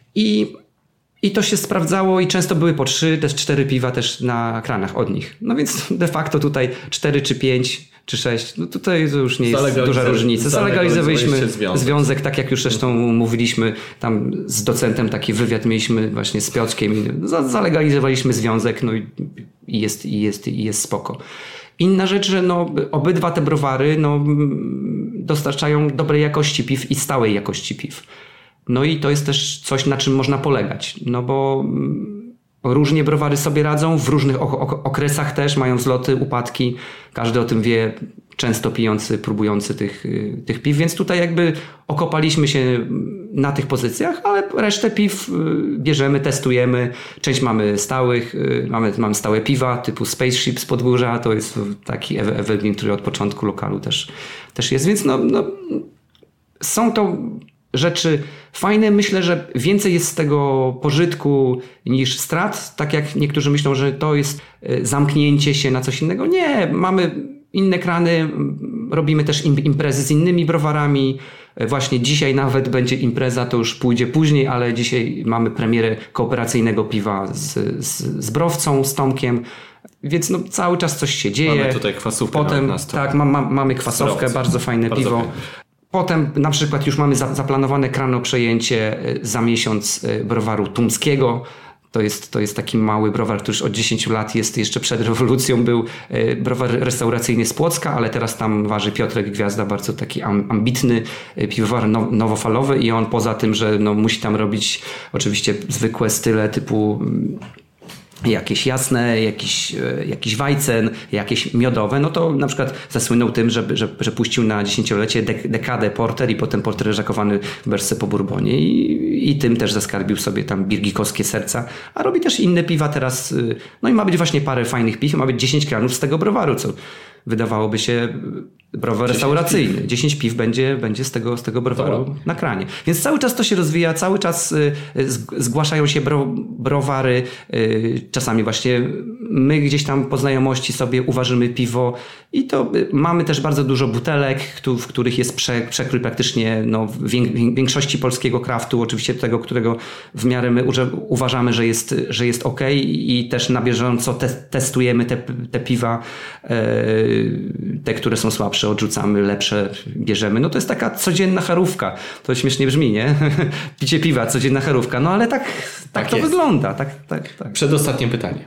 i to się sprawdzało i często były po 3, też 4 piwa też na kranach od nich. No więc de facto tutaj 4 czy 5 czy 6, no tutaj to już nie jest duża różnica. Zalegalizowaliśmy związek, tak jak już zresztą mówiliśmy, tam z docentem taki wywiad mieliśmy właśnie z Piotrkiem. Zalegalizowaliśmy związek, no i jest spoko. Inna rzecz, że no, obydwa te browary dostarczają dobrej jakości piw i stałej jakości piw. No i to jest też coś, na czym można polegać, no bo różnie browary sobie radzą, w różnych okresach też mają wzloty, upadki, każdy o tym wie, często pijący, próbujący tych piw, więc tutaj jakby okopaliśmy się na tych pozycjach, ale resztę piw bierzemy, testujemy, część mamy stałych, mamy stałe piwa typu Spaceship z Podgórza, to jest taki evergreen, który od początku lokalu też jest, więc są to rzeczy fajne. Myślę, że więcej jest z tego pożytku niż strat. Tak jak niektórzy myślą, że to jest zamknięcie się na coś innego. Nie, mamy inne krany, robimy też imprezy z innymi browarami. Właśnie dzisiaj nawet będzie impreza, to już pójdzie później, ale dzisiaj mamy premierę kooperacyjnego piwa z Browcą, z Tomkiem. Więc cały czas coś się dzieje. Mamy tutaj kwasówkę. Potem, tak, mamy kwasówkę, bardzo fajne piwo. Fajne. Potem na przykład już mamy zaplanowane przejęcie za miesiąc browaru tumskiego. To jest taki mały browar, który już od 10 lat jest, jeszcze przed rewolucją był browar restauracyjny z Płocka, ale teraz tam waży Piotrek Gwiazda, bardzo taki ambitny piwowar nowofalowy i on poza tym, że musi tam robić oczywiście zwykłe style typu jakieś jasne, jakiś Weizen, jakieś miodowe, no to na przykład zasłynął tym, że puścił na 10-lecie dekadę porter i potem porter żakowany w Berce po Bourbonie i tym też zaskarbił sobie tam birgikowskie serca, a robi też inne piwa teraz, no i ma być właśnie parę fajnych piw, ma być 10 kranów z tego browaru, co wydawałoby się browar restauracyjny. 10 piw będzie z tego browaru na kranie. Więc cały czas to się rozwija, cały czas zgłaszają się browary. Czasami właśnie my gdzieś tam po znajomości sobie uważymy piwo i to mamy też bardzo dużo butelek, w których jest przekrój praktycznie w większości polskiego craftu, oczywiście tego, którego w miarę my uważamy, że jest ok i też na bieżąco testujemy te piwa, te, które są słabsze, odrzucamy, lepsze bierzemy. No to jest taka codzienna charówka. To śmiesznie brzmi, nie? Picie piwa, codzienna charówka. No ale tak to wygląda. Tak. Przedostatnie pytanie.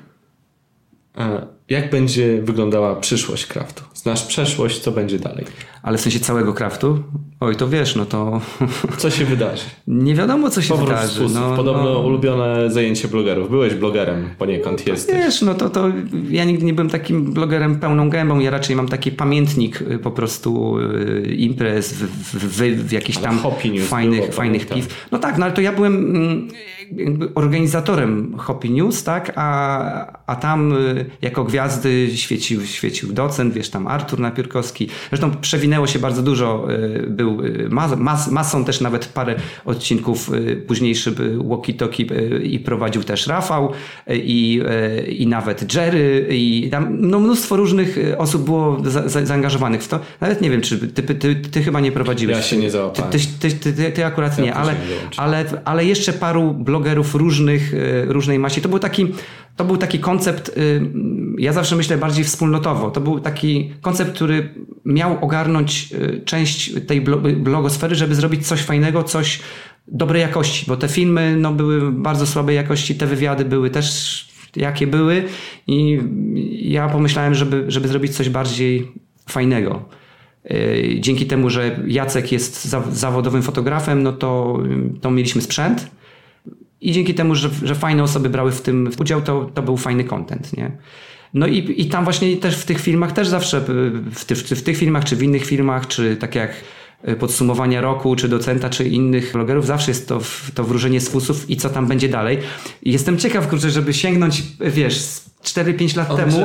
Jak będzie wyglądała przyszłość craftu? Znasz przeszłość, co będzie dalej? Ale w sensie całego craftu? Oj, to wiesz, to... Co się wydarzy? Nie wiadomo, co się wydarzy. Podobno ulubione zajęcie blogerów. Byłeś blogerem poniekąd, jesteś. Wiesz, to ja nigdy nie byłem takim blogerem pełną gębą. Ja raczej mam taki pamiętnik po prostu imprez w jakichś tam fajnych piw. No tak, ale to ja byłem organizatorem Hoppy News, tak? A tam jako gwiazdy świecił docent, wiesz, tam Artur Napiórkowski. Zresztą przewinęło się bardzo dużo. Był Mason też nawet parę odcinków późniejszy Walkie-Talkie i prowadził też Rafał i nawet Jerry i tam mnóstwo różnych osób było zaangażowanych w to. Nawet nie wiem, czy ty chyba nie prowadziłeś. Ja się nie załapałem. Ty akurat nie, ale jeszcze paru blogerów różnej maści. To był taki koncept, ja zawsze myślę bardziej wspólnotowo. To był taki koncept, który miał ogarnąć część tej blogosfery, żeby zrobić coś fajnego, coś dobrej jakości, bo te filmy były bardzo słabej jakości, te wywiady były też jakie były i ja pomyślałem, żeby zrobić coś bardziej fajnego. Dzięki temu, że Jacek jest zawodowym fotografem, to mieliśmy sprzęt i dzięki temu, że fajne osoby brały w tym udział, to był fajny content, nie? No i tam właśnie też w tych filmach też zawsze, w tych filmach, czy w innych filmach, czy tak jak podsumowania roku, czy Docenta, czy innych blogerów, zawsze jest to wróżenie z fusów i co tam będzie dalej. I jestem ciekaw, kurczę, żeby sięgnąć, 4-5 lat temu,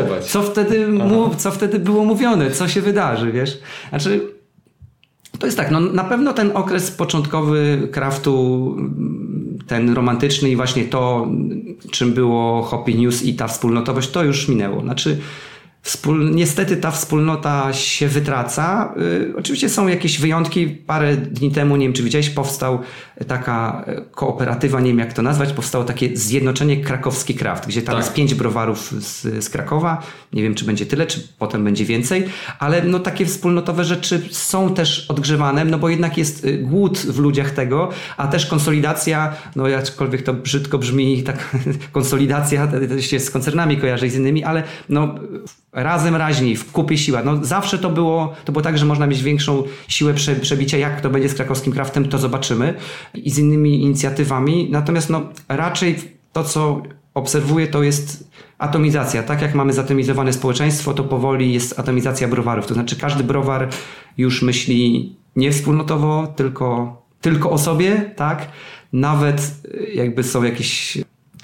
co wtedy było mówione, co się wydarzy, Znaczy, to jest tak, na pewno ten okres początkowy craftu, ten romantyczny i właśnie to, czym było Hopi News i ta wspólnotowość, to już minęło. Znaczy, niestety ta wspólnota się wytraca. Oczywiście są jakieś wyjątki. Parę dni temu, nie wiem czy widziałeś, powstał taka kooperatywa, nie wiem jak to nazwać, powstało takie zjednoczenie Krakowski Craft, gdzie tam jest 5 browarów z Krakowa. Nie wiem czy będzie tyle, czy potem będzie więcej, ale takie wspólnotowe rzeczy są też odgrzewane, bo jednak jest głód w ludziach tego, a też konsolidacja, jakkolwiek to brzydko brzmi, tak konsolidacja się z koncernami kojarzy z innymi, ale razem raźniej, w kupie siła. Zawsze to było tak, że można mieć większą siłę przebicia. Jak to będzie z Krakowskim Craftem, to zobaczymy. I z innymi inicjatywami. Natomiast raczej to, co obserwuję, to jest atomizacja. Tak jak mamy zatomizowane społeczeństwo, to powoli jest atomizacja browarów. To znaczy każdy browar już myśli nie wspólnotowo, tylko o sobie, tak? Nawet jakby są jakieś...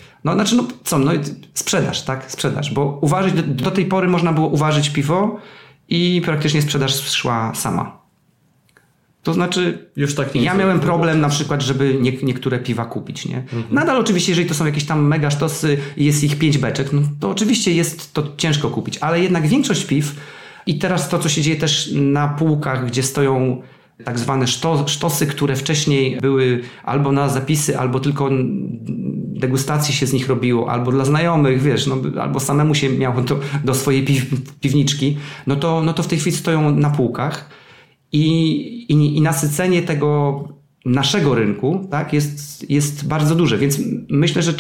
sprzedaż, tak? Sprzedaż, bo do tej pory można było uważać piwo i praktycznie sprzedaż szła sama. To znaczy, już tak nie ja miałem problem na przykład, żeby niektóre piwa kupić, nie? Nadal oczywiście, jeżeli to są jakieś tam mega sztosy i jest ich 5 beczek, to oczywiście jest to ciężko kupić, ale jednak większość piw i teraz to, co się dzieje też na półkach, gdzie stoją tak zwane sztosy, które wcześniej były albo na zapisy, albo tylko degustacji się z nich robiło, albo dla znajomych, albo samemu się miało to do swojej piwniczki, no to w tej chwili stoją na półkach i nasycenie tego naszego rynku, tak, jest bardzo duże, więc myślę, że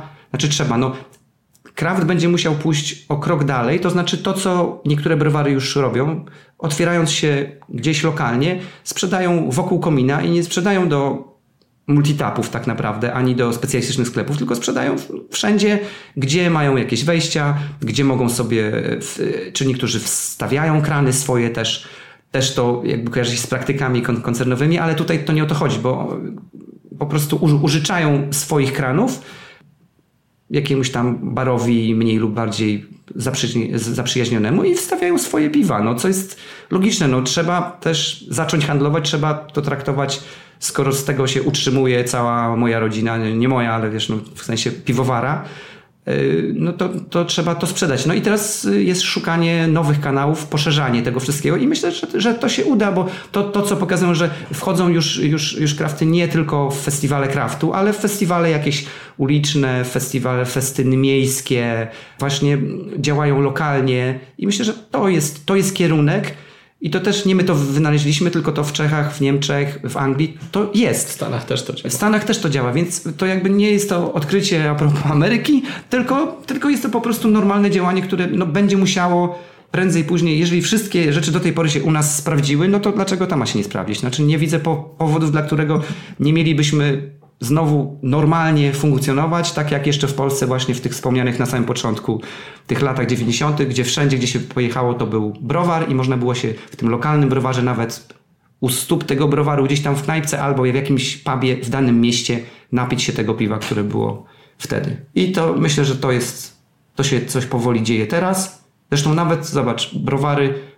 Kraft będzie musiał pójść o krok dalej, to znaczy to, co niektóre browary już robią, otwierając się gdzieś lokalnie, sprzedają wokół komina i nie sprzedają do multitapów tak naprawdę, ani do specjalistycznych sklepów, tylko sprzedają wszędzie, gdzie mają jakieś wejścia, gdzie mogą sobie, czy niektórzy wstawiają krany swoje też to jakby kojarzy się z praktykami koncernowymi, ale tutaj to nie o to chodzi, bo po prostu użyczają swoich kranów jakiemuś tam barowi mniej lub bardziej zaprzyjaźnionemu i wstawiają swoje piwa, co jest logiczne. Trzeba też zacząć handlować, trzeba to traktować, skoro z tego się utrzymuje cała moja rodzina, nie moja, ale w sensie piwowara, to trzeba to sprzedać. I teraz jest szukanie nowych kanałów, poszerzanie tego wszystkiego i myślę, że to się uda, bo to co pokazują, że wchodzą już crafty nie tylko w festiwale craftu, ale w festiwale jakieś uliczne, festyny miejskie, właśnie działają lokalnie i myślę, że to jest kierunek. I to też nie my to wynaleźliśmy, tylko to w Czechach, w Niemczech, w Anglii to jest. W Stanach też to działa. W Stanach też to działa, więc to jakby nie jest to odkrycie a propos Ameryki, tylko jest to po prostu normalne działanie, które będzie musiało prędzej, później, jeżeli wszystkie rzeczy do tej pory się u nas sprawdziły, to dlaczego ta ma się nie sprawdzić? Znaczy nie widzę powodów, dla którego nie mielibyśmy znowu normalnie funkcjonować, tak jak jeszcze w Polsce właśnie w tych wspomnianych na samym początku tych latach 90., gdzie wszędzie, gdzie się pojechało, to był browar i można było się w tym lokalnym browarze nawet u stóp tego browaru gdzieś tam w knajpce albo w jakimś pubie w danym mieście napić się tego piwa, które było wtedy. I to myślę, że to się coś powoli dzieje teraz. Zresztą nawet, zobacz, browary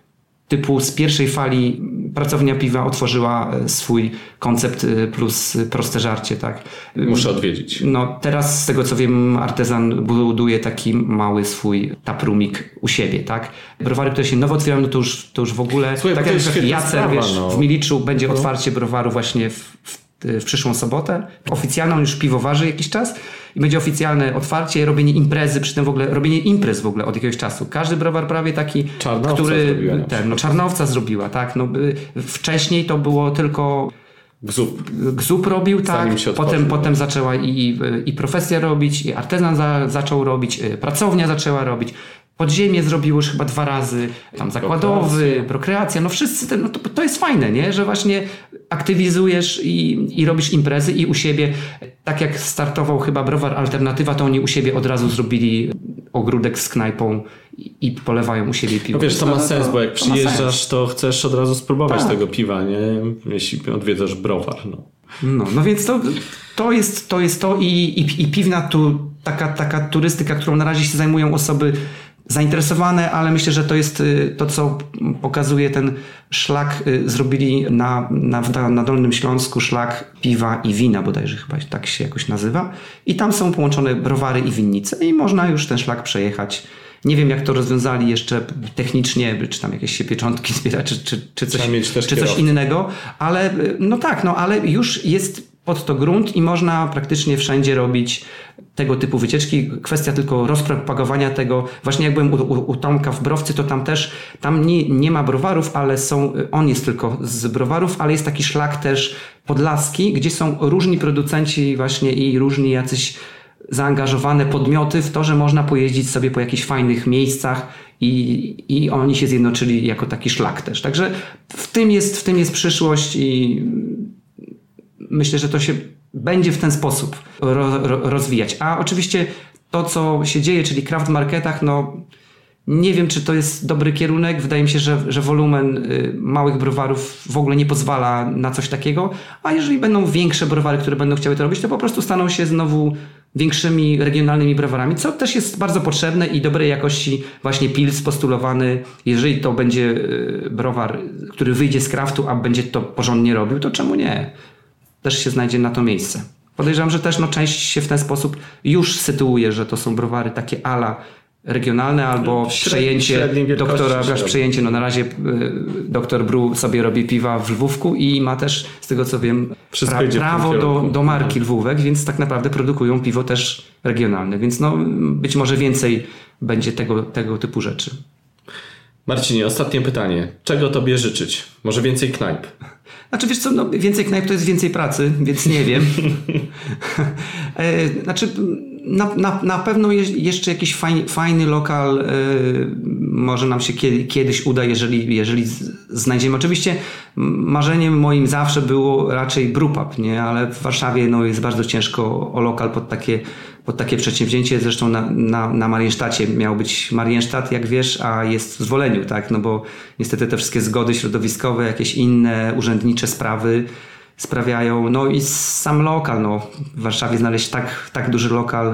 typu z pierwszej fali pracownia piwa otworzyła swój koncept plus proste żarcie, tak. Muszę odwiedzić. No teraz z tego co wiem, Artezan buduje taki mały swój taproomik u siebie, tak. Browary, które się nowo otwierają, no to już w ogóle, słuchaj, tak jak Jacer, wiesz, no. w Miliczu będzie otwarcie browaru właśnie w przyszłą sobotę. Oficjalną już piwowarzy jakiś czas i będzie oficjalne otwarcie, robienie imprezy, przy tym w ogóle robienie imprez w ogóle od jakiegoś czasu. Każdy browar prawie taki, Czarnowca który Czarnowca zrobiła, tak. No, wcześniej to było tylko Gzup robił, tak. Potem zaczęła i profesja robić, i artezan zaczął robić, pracownia zaczęła robić. Podziemie zrobił już chyba 2 razy, tam zakładowy, prokreacja, no wszyscy, no to jest fajne, nie? Że właśnie aktywizujesz i robisz imprezy i u siebie, tak jak startował chyba browar Alternatywa, to oni u siebie od razu zrobili ogródek z knajpą i polewają u siebie piwo. No wiesz, to ma sens, bo jak przyjeżdżasz, to chcesz od razu spróbować tego piwa, nie? Jeśli odwiedzasz browar, no. No więc to jest to i piwna taka turystyka, którą na razie się zajmują osoby zainteresowane, ale myślę, że to jest to, co pokazuje ten szlak. Zrobili na Dolnym Śląsku szlak piwa i wina, bodajże chyba tak się jakoś nazywa. I tam są połączone browary i winnice i można już ten szlak przejechać. Nie wiem, jak to rozwiązali jeszcze technicznie, czy tam jakieś się pieczątki zbierać, czy coś innego, ale ale już jest pod to grunt i można praktycznie wszędzie robić tego typu wycieczki. Kwestia tylko rozpropagowania tego. Właśnie jak byłem u Tomka w Browcy, to tam nie ma browarów, ale on jest tylko z browarów, ale jest taki szlak też podlaski, gdzie są różni producenci właśnie i różni jacyś zaangażowane podmioty w to, że można pojeździć sobie po jakichś fajnych miejscach i oni się zjednoczyli jako taki szlak też. Także w tym jest przyszłość i myślę, że to się będzie w ten sposób rozwijać. A oczywiście to, co się dzieje, czyli craft marketach, no nie wiem, czy to jest dobry kierunek. Wydaje mi się, że wolumen małych browarów w ogóle nie pozwala na coś takiego. A jeżeli będą większe browary, które będą chciały to robić, to po prostu staną się znowu większymi regionalnymi browarami, co też jest bardzo potrzebne i dobrej jakości właśnie pils postulowany. Jeżeli to będzie browar, który wyjdzie z craftu, a będzie to porządnie robił, to czemu nie? Też się znajdzie na to miejsce. Podejrzewam, że też część się w ten sposób już sytuuje, że to są browary takie ala regionalne albo przejęcie doktora, przejęcie, no na razie doktor Brew sobie robi piwa w Lwówku i ma też, z tego co wiem, prawo do marki Lwówek, więc tak naprawdę produkują piwo też regionalne, więc no być może więcej będzie tego typu rzeczy. Marcinie, ostatnie pytanie. Czego tobie życzyć? Może więcej knajp? Znaczy wiesz co, no, więcej knajp to jest więcej pracy, więc nie wiem. Znaczy na pewno jeszcze jakiś fajny lokal może nam się kiedyś uda, jeżeli znajdziemy. Oczywiście marzeniem moim zawsze było raczej brewpub, nie? Ale w Warszawie no, jest bardzo ciężko o lokal pod takie przedsięwzięcie. Zresztą na Mariensztacie miał być Mariensztat, jak wiesz, a jest w Zwoleniu, tak? No bo niestety te wszystkie zgody środowiskowe, jakieś inne urzędnicze sprawy sprawiają, no i sam lokal, no w Warszawie znaleźć tak duży lokal,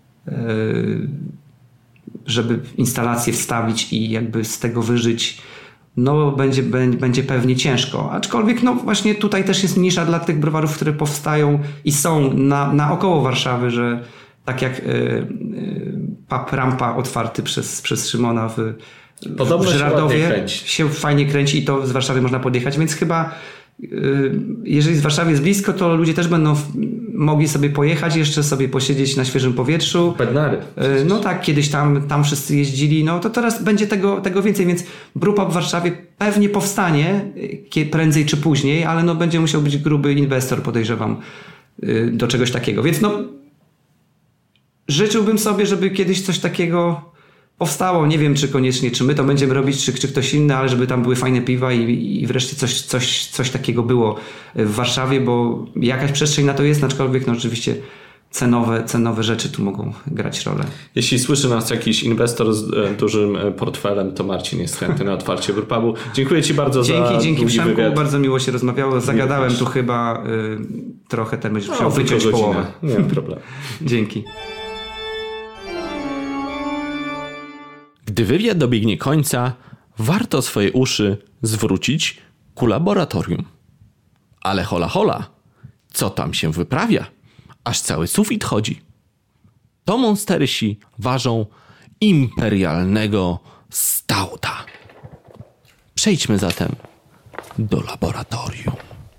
żeby instalację wstawić i jakby z tego wyżyć, no będzie pewnie ciężko. Aczkolwiek no właśnie tutaj też jest nisza dla tych browarów, które powstają i są naokoło Warszawy, że tak jak pub Rampa otwarty przez Szymona w Żyrardowie się fajnie kręci i to z Warszawy można podjechać, więc chyba jeżeli z Warszawy jest blisko, to ludzie też będą mogli sobie pojechać, jeszcze sobie posiedzieć na świeżym powietrzu. Bednary. No tak, kiedyś tam wszyscy jeździli, no to teraz będzie tego więcej, więc brewpub w Warszawie pewnie powstanie prędzej czy później, ale no będzie musiał być gruby inwestor, podejrzewam, do czegoś takiego. Więc no życzyłbym sobie, żeby kiedyś coś takiego powstało. Nie wiem, czy koniecznie, czy my to będziemy robić, czy ktoś inny, ale żeby tam były fajne piwa i wreszcie coś takiego było w Warszawie, bo jakaś przestrzeń na to jest, aczkolwiek no oczywiście cenowe rzeczy tu mogą grać rolę. Jeśli słyszy nas jakiś inwestor z dużym portfelem, to Marcin jest chętny na otwarcie brewpubu. Dziękuję Ci bardzo za Dzięki Przemku, bardzo miło się rozmawiało. Zagadałem tu chyba trochę, ten będziesz musiał wyciąć połowę. Nie ma problemu. Dzięki. Gdy wywiad dobiegnie końca, warto swoje uszy zwrócić ku laboratorium. Ale hola hola, co tam się wyprawia? Aż cały sufit chodzi. To monsterysi ważą imperialnego stouta. Przejdźmy zatem do laboratorium.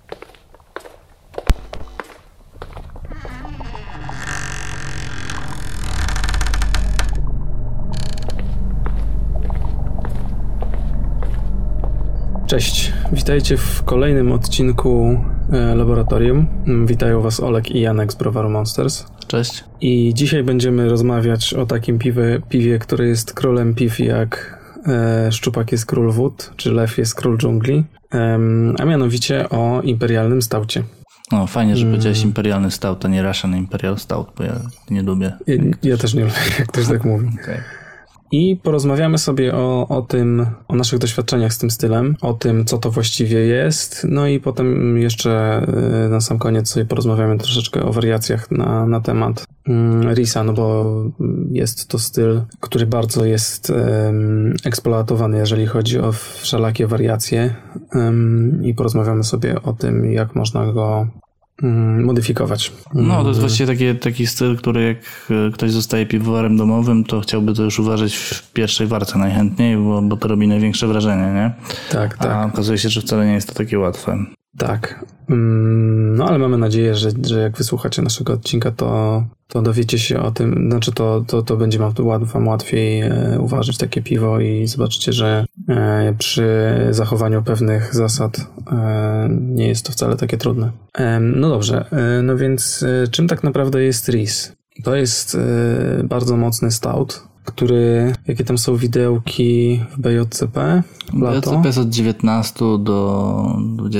Cześć, witajcie w kolejnym odcinku Laboratorium. Witają Was Olek i Janek z Browaru Monsters. Cześć. I dzisiaj będziemy rozmawiać o takim piwie, które jest królem piw, jak szczupak jest król wód, czy lew jest król dżungli, a mianowicie o imperialnym staucie. No, fajnie, że powiedziałeś imperialny stout, a nie Russian Imperial Stout, bo ja nie lubię. Ja też nie lubię, jak ktoś tak mówi. Okay. I porozmawiamy sobie o tym, o naszych doświadczeniach z tym stylem, o tym, co to właściwie jest, no i potem jeszcze na sam koniec sobie porozmawiamy troszeczkę o wariacjach na temat Risa, no bo jest to styl, który bardzo jest eksploatowany, jeżeli chodzi o wszelakie wariacje, i porozmawiamy sobie o tym, jak można go modyfikować. No, to jest właściwie taki styl, który jak ktoś zostaje piwowarem domowym, to chciałby to już uważać w pierwszej warce najchętniej, bo to robi największe wrażenie, nie? Tak. A okazuje się, że wcale nie jest to takie łatwe. Tak. No ale mamy nadzieję, że jak wysłuchacie naszego odcinka, to dowiecie się o tym, znaczy to będzie wam łatwiej uważać takie piwo i zobaczycie, że przy zachowaniu pewnych zasad nie jest to wcale takie trudne. No dobrze, no więc czym tak naprawdę jest Ris? To jest bardzo mocny stout, który, jakie tam są widełki w BJCP? BJCP jest od 19 do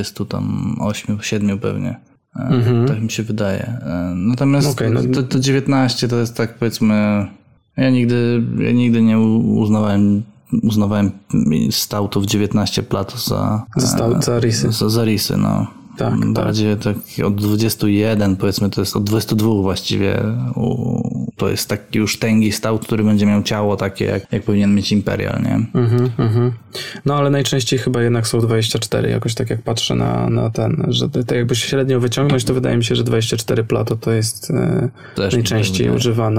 28, 7 pewnie. Tak mi się wydaje. Natomiast to 19 to jest tak, powiedzmy, ja nigdy nie uznawałem stoutów 19 plat za risy. Za risy, no. Tak, bardziej tak od 21, powiedzmy, to jest od 22 właściwie. To jest taki już tęgi stout, który będzie miał ciało takie, jak powinien mieć Imperial, nie? No ale najczęściej chyba jednak są 24, jakoś tak jak patrzę na ten, że to jakby średnio wyciągnąć, to wydaje mi się, że 24 plato to jest najczęściej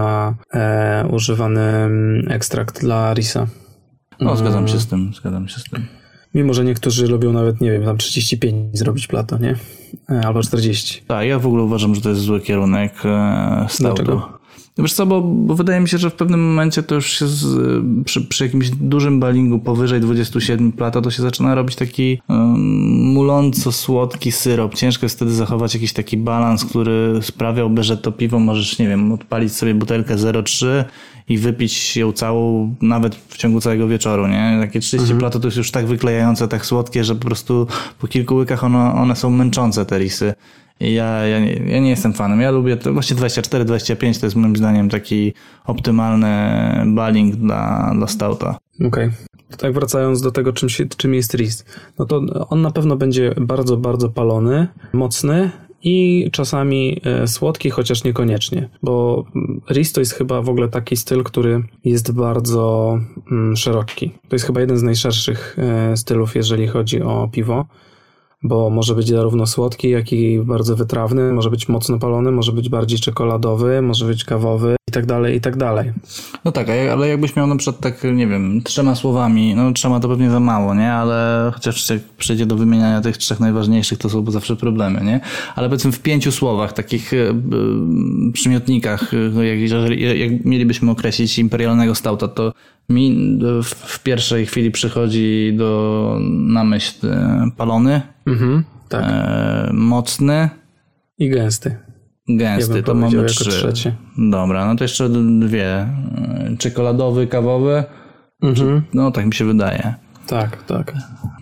używany ekstrakt dla Risa. No, zgadzam się z tym. Mimo, że niektórzy lubią nawet, nie wiem, tam 35 zrobić plato, nie? Albo 40. Tak, ja w ogóle uważam, że to jest zły kierunek stoutu. Dlaczego? Wiesz co, bo wydaje mi się, że w pewnym momencie to już się przy jakimś dużym balingu powyżej 27 plata to się zaczyna robić taki muląco słodki syrop. Ciężko jest wtedy zachować jakiś taki balans, który sprawiałby, że to piwo możesz, nie wiem, odpalić sobie butelkę 0,3 i wypić ją całą nawet w ciągu całego wieczoru, nie? Takie 30 plato to jest już tak wyklejające, tak słodkie, że po prostu po kilku łykach one są męczące, te risy. Ja nie jestem fanem. Ja lubię to właśnie 24-25 to jest moim zdaniem taki optymalny baling dla stouta. Okej. Tak wracając do tego, czym jest Ris, no to on na pewno będzie bardzo, bardzo palony, mocny i czasami słodki, chociaż niekoniecznie, bo Ris to jest chyba w ogóle taki styl, który jest bardzo szeroki. To jest chyba jeden z najszerszych stylów, jeżeli chodzi o piwo, bo może być zarówno słodki, jak i bardzo wytrawny, może być mocno palony, może być bardziej czekoladowy, może być kawowy i tak dalej, i tak dalej. No tak, ale jakbyś miał na przykład tak, nie wiem, 3 słowami, no 3 to pewnie za mało, nie? Ale chociaż jak przejdzie do wymieniania tych 3 najważniejszych, to są zawsze problemy, nie? Ale powiedzmy w 5 słowach, takich przymiotnikach, jak mielibyśmy określić imperialnego stouta, to mi w pierwszej chwili przychodzi na myśl palony, tak. Mocny i gęsty. Gęsty, to mamy 3. Trzecie. Dobra, no to jeszcze 2. Czekoladowy, kawowy. No tak mi się wydaje. Tak.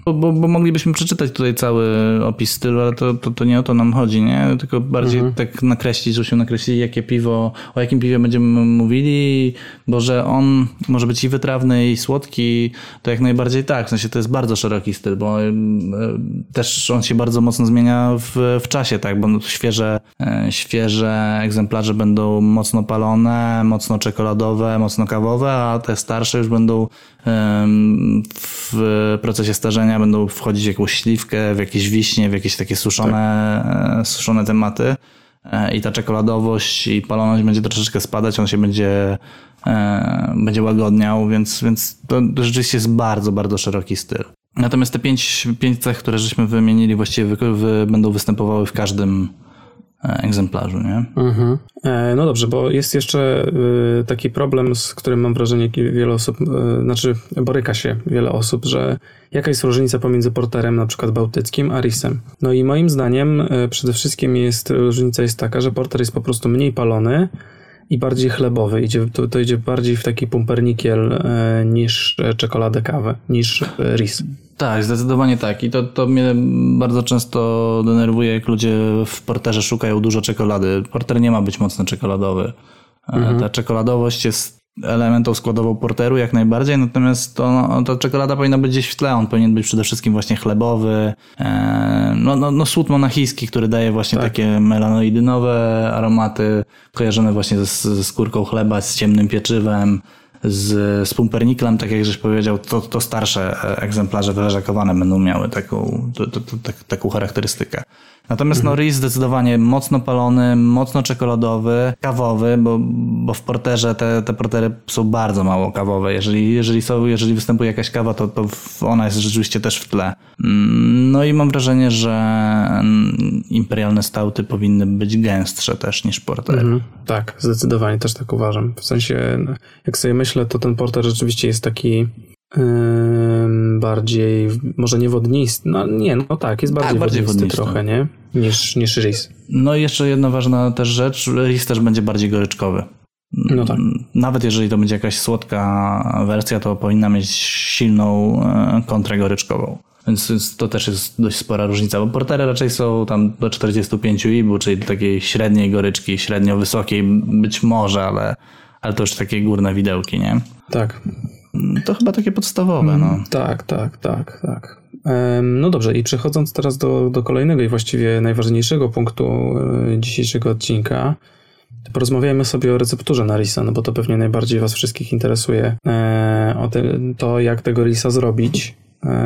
Bo moglibyśmy przeczytać tutaj cały opis stylu, ale to nie o to nam chodzi, nie? Tylko bardziej tak nakreślić, żebyśmy nakreślili, o jakim piwie będziemy mówili, bo że on może być i wytrawny, i słodki, to jak najbardziej tak. W sensie to jest bardzo szeroki styl, bo też on się bardzo mocno zmienia w czasie, tak? Bo świeże egzemplarze będą mocno palone, mocno czekoladowe, mocno kawowe, a te starsze już będą w procesie starzenia będą wchodzić w jakąś śliwkę, w jakieś wiśnie, w jakieś takie suszone tematy i ta czekoladowość i paloność będzie troszeczkę spadać, on się będzie łagodniał, więc to rzeczywiście jest bardzo, bardzo szeroki styl. Natomiast te pięć cech, które żeśmy wymienili, właściwie będą występowały w każdym egzemplarzu, nie? No dobrze, bo jest jeszcze taki problem, z którym mam wrażenie wiele osób, boryka się wiele osób, że jaka jest różnica pomiędzy porterem na przykład bałtyckim a risem. No i moim zdaniem przede wszystkim różnica jest taka, że porter jest po prostu mniej palony i bardziej chlebowy. To idzie bardziej w taki pumpernikiel niż czekoladę, kawę, niż ris. Tak, zdecydowanie tak. I to mnie bardzo często denerwuje, jak ludzie w porterze szukają dużo czekolady. Porter nie ma być mocno czekoladowy. Ta czekoladowość jest elementem składową porteru jak najbardziej, natomiast ta czekolada powinna być gdzieś w tle. On powinien być przede wszystkim właśnie chlebowy. Słód monachijski, który daje właśnie takie melanoidynowe aromaty, kojarzone właśnie ze skórką chleba, z ciemnym pieczywem, z pumperniklem, tak jak żeś powiedział, to starsze egzemplarze wyleżakowane będą miały taką charakterystykę. Natomiast Ris zdecydowanie mocno palony, mocno czekoladowy, kawowy, bo w porterze te portery są bardzo mało kawowe. Jeżeli występuje jakaś kawa, to ona jest rzeczywiście też w tle. No i mam wrażenie, że imperialne stouty powinny być gęstsze też niż porter. Tak, zdecydowanie też tak uważam. W sensie, jak sobie myślę, to ten porter rzeczywiście jest taki bardziej, może nie wodnisty, jest bardziej wodnisty trochę, nie? Niż ris. No i jeszcze jedna ważna też rzecz, ris też będzie bardziej goryczkowy. No tak. Nawet jeżeli to będzie jakaś słodka wersja, to powinna mieć silną kontrę goryczkową. Więc to też jest dość spora różnica, bo portery raczej są tam do 45 IBU, czyli do takiej średniej goryczki, średnio wysokiej być może, ale to już takie górne widełki, nie? Tak. To chyba takie podstawowe, no. Tak. No dobrze, i przechodząc teraz do kolejnego i właściwie najważniejszego punktu dzisiejszego odcinka, to porozmawiajmy sobie o recepturze na risa, no bo to pewnie najbardziej was wszystkich interesuje, to jak tego risa zrobić.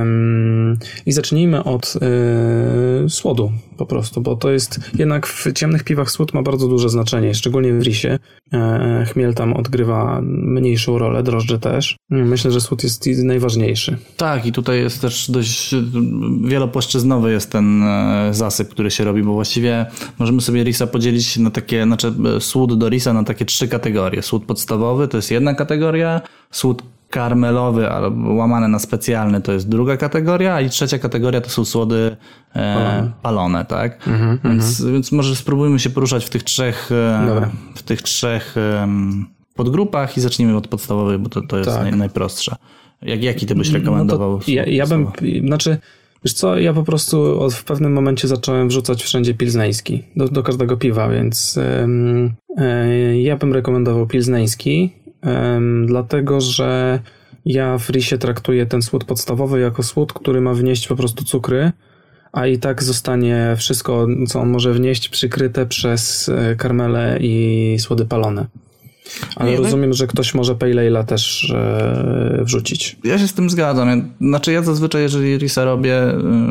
I zacznijmy od słodu po prostu, bo to jest jednak w ciemnych piwach słód ma bardzo duże znaczenie, szczególnie w risie. Chmiel tam odgrywa mniejszą rolę, drożdże też. Myślę, że słód jest najważniejszy. Tak, i tutaj jest też dość wielopłaszczyznowy jest ten zasyp, który się robi, bo właściwie możemy sobie risa podzielić na takie, słód do risa na takie 3 kategorie. Słód podstawowy to jest jedna kategoria, słód karmelowy albo łamane na specjalny to jest druga kategoria, i trzecia kategoria to są słody palone, tak? Więc może spróbujmy się poruszać w tych trzech podgrupach i zacznijmy od podstawowej, bo to jest najprostsze. Jaki ty byś rekomendował? Wiesz co, ja po prostu w pewnym momencie zacząłem wrzucać wszędzie pilzneński do każdego piwa, więc ja bym rekomendował pilzneński, dlatego że ja w risie traktuję ten słód podstawowy jako słód, który ma wnieść po prostu cukry, a i tak zostanie wszystko, co on może wnieść, przykryte przez karmele i słody palone. Ale rozumiem, że ktoś może Pale Ale'a też wrzucić. Ja się z tym zgadzam. Ja zazwyczaj, jeżeli risa robię,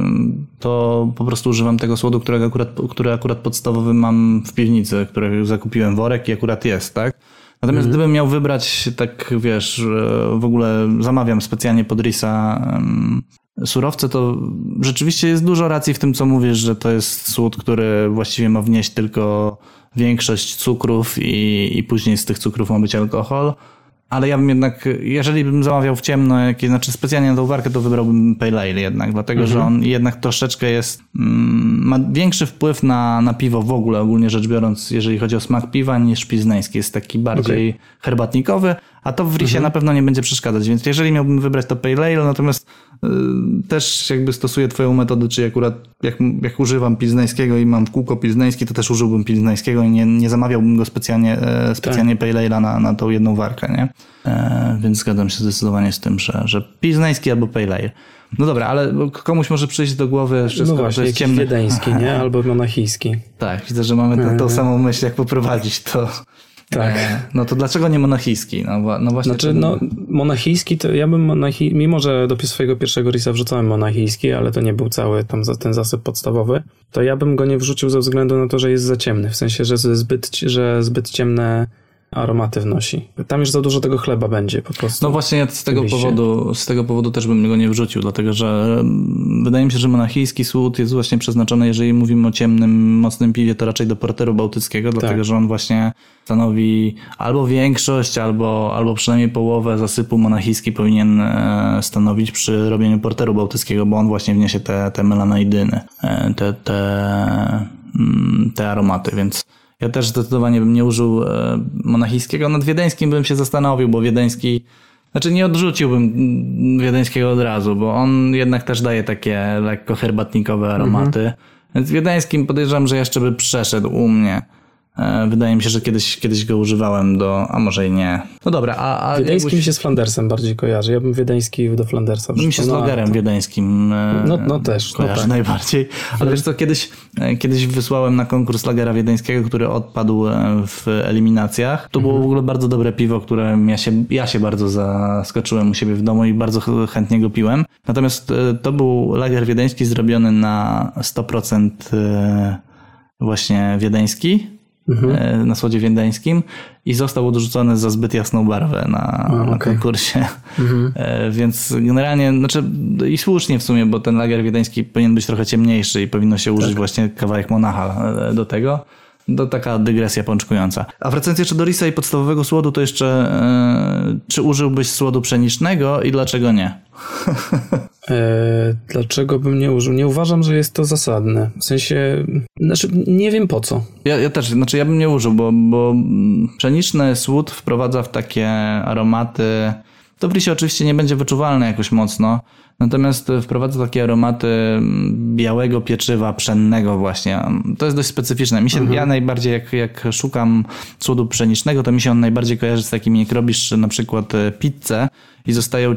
to po prostu używam tego słodu, który akurat podstawowy mam w piwnicy, który zakupiłem worek i akurat jest, tak? Natomiast gdybym miał wybrać, tak wiesz, w ogóle zamawiam specjalnie pod risa surowce, to rzeczywiście jest dużo racji w tym, co mówisz, że to jest słód, który właściwie ma wnieść tylko większość cukrów i później z tych cukrów ma być alkohol. Ale ja bym jednak, jeżeli bym zamawiał w ciemno, specjalnie na tą warkę, to wybrałbym Pale Ale jednak, dlatego że on jednak troszeczkę ma większy wpływ na piwo w ogóle, ogólnie rzecz biorąc, jeżeli chodzi o smak piwa, niż pilzneński. Jest taki bardziej herbatnikowy, a to w risie na pewno nie będzie przeszkadzać, więc jeżeli miałbym wybrać to Pale Ale, natomiast też jakby stosuję twoją metodę, czyli akurat jak używam pilzneńskiego i mam w kółko pilzneński, to też użyłbym pilzneńskiego i nie zamawiałbym go specjalnie Pale Ale'a na tą jedną warkę, nie? Więc zgadzam się zdecydowanie z tym, że pilzneński albo Pale Ale. No dobra, ale komuś może przyjść do głowy wszystko, no właśnie, to jest ciemny. wiedeński, nie? Albo monachijski. Tak, widzę, że mamy tą samą myśl, jak poprowadzić to. Tak. No to dlaczego nie monachijski? No właśnie. Znaczy, monachijski to ja bym mimo że do swojego pierwszego risa wrzucałem monachijski, ale to nie był cały tam ten zasyp podstawowy, to ja bym go nie wrzucił ze względu na to, że jest za ciemny. W sensie, że zbyt ciemne aromaty wnosi. Tam już za dużo tego chleba będzie po prostu. No właśnie z tego powodu też bym go nie wrzucił, dlatego że wydaje mi się, że monachijski słód jest właśnie przeznaczony, jeżeli mówimy o ciemnym, mocnym piwie, to raczej do porteru bałtyckiego, dlatego że on właśnie stanowi albo większość, albo przynajmniej połowę zasypu monachijski powinien stanowić przy robieniu porteru bałtyckiego, bo on właśnie wniesie te melanoidyny, te aromaty, więc ja też zdecydowanie bym nie użył monachijskiego. Nad wiedeńskim bym się zastanowił, bo wiedeński... Znaczy nie odrzuciłbym wiedeńskiego od razu, bo on jednak też daje takie lekko herbatnikowe aromaty. Więc wiedeńskim podejrzewam, że jeszcze by przeszedł u mnie. Wydaje mi się, że kiedyś go używałem a może i nie. No dobra, wiedeński mi się z Flandersem bardziej kojarzy. Ja bym wiedeński do Flandersa wrzucił. Mi się z lagerem wiedeńskim no też kojarzy najbardziej. Ale wiesz co, kiedyś wysłałem na konkurs lagera wiedeńskiego, który odpadł w eliminacjach. To było w ogóle bardzo dobre piwo, którym ja się bardzo zaskoczyłem u siebie w domu i bardzo chętnie go piłem. Natomiast to był lager wiedeński zrobiony na 100% właśnie wiedeński. Na słodzie wiedeńskim i został odrzucony za zbyt jasną barwę na konkursie. Więc generalnie, i słusznie w sumie, bo ten lager wiedeński powinien być trochę ciemniejszy i powinno się użyć właśnie kawałek monacha do tego. To taka dygresja pączkująca. A wracając jeszcze do risa i podstawowego słodu, to jeszcze czy użyłbyś słodu pszenicznego i dlaczego nie? Dlaczego bym nie użył? Nie uważam, że jest to zasadne. W sensie, nie wiem po co. Ja też, ja bym nie użył, bo pszeniczny słód wprowadza w takie aromaty. To w risie oczywiście nie będzie wyczuwalne jakoś mocno, natomiast wprowadza takie aromaty białego pieczywa pszennego właśnie. To jest dość specyficzne. Ja najbardziej jak szukam słodu pszenicznego, to mi się on najbardziej kojarzy z takimi, jak robisz na przykład pizzę i zostanie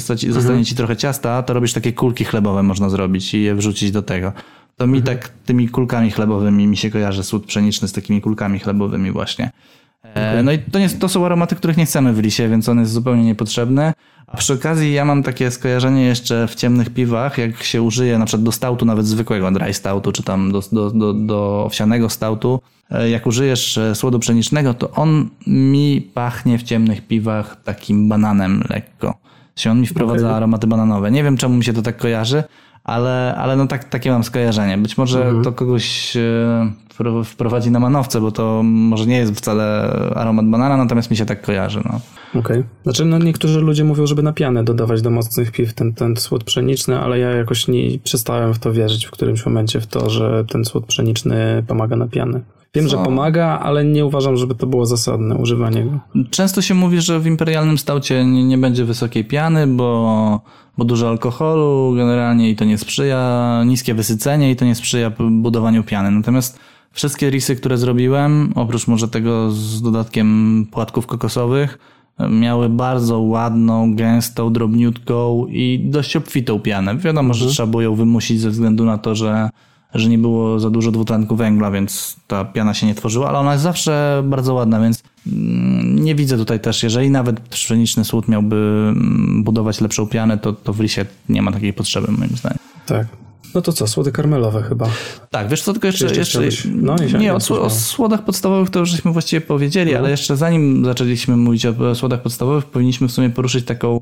ci trochę ciasta, to robisz takie kulki chlebowe można zrobić i je wrzucić do tego. To mi tak tymi kulkami chlebowymi mi się kojarzy słód pszeniczny z takimi kulkami chlebowymi właśnie. No i to są aromaty, których nie chcemy w risie, więc on jest zupełnie niepotrzebny. A przy okazji ja mam takie skojarzenie jeszcze w ciemnych piwach, jak się użyje na przykład do stoutu, nawet zwykłego dry stoutu, czy tam do owsianego stoutu, jak użyjesz słodu pszenicznego, to on mi pachnie w ciemnych piwach takim bananem lekko. On mi wprowadza aromaty bananowe. Nie wiem, czemu mi się to tak kojarzy, ale no takie mam skojarzenie. Być może to kogoś wprowadzi na manowce, bo to może nie jest wcale aromat banana, natomiast mi się tak kojarzy. No. Okej. Znaczy niektórzy ludzie mówią, żeby na pianę dodawać do mocnych piw ten słód pszeniczny, ale ja jakoś nie przestałem w to wierzyć w którymś momencie, w to, że ten słód pszeniczny pomaga na pianę. Wiem, że pomaga, ale nie uważam, żeby to było zasadne używanie go. Często się mówi, że w imperialnym staucie nie będzie wysokiej piany, bo dużo alkoholu generalnie i to nie sprzyja, niskie wysycenie i to nie sprzyja budowaniu piany. Natomiast wszystkie risy, które zrobiłem, oprócz może tego z dodatkiem płatków kokosowych, miały bardzo ładną, gęstą, drobniutką i dość obfitą pianę. Wiadomo, że trzeba było ją wymusić ze względu na to, że nie było za dużo dwutlenku węgla, więc ta piana się nie tworzyła, ale ona jest zawsze bardzo ładna, więc nie widzę tutaj też, jeżeli nawet pszeniczny słód miałby budować lepszą pianę, to w risie nie ma takiej potrzeby, moim zdaniem. Tak. No to co, słody karmelowe chyba. Tak, wiesz co, tylko jeszcze o słodach podstawowych to już żeśmy właściwie powiedzieli, ale jeszcze zanim zaczęliśmy mówić o słodach podstawowych, powinniśmy w sumie poruszyć taką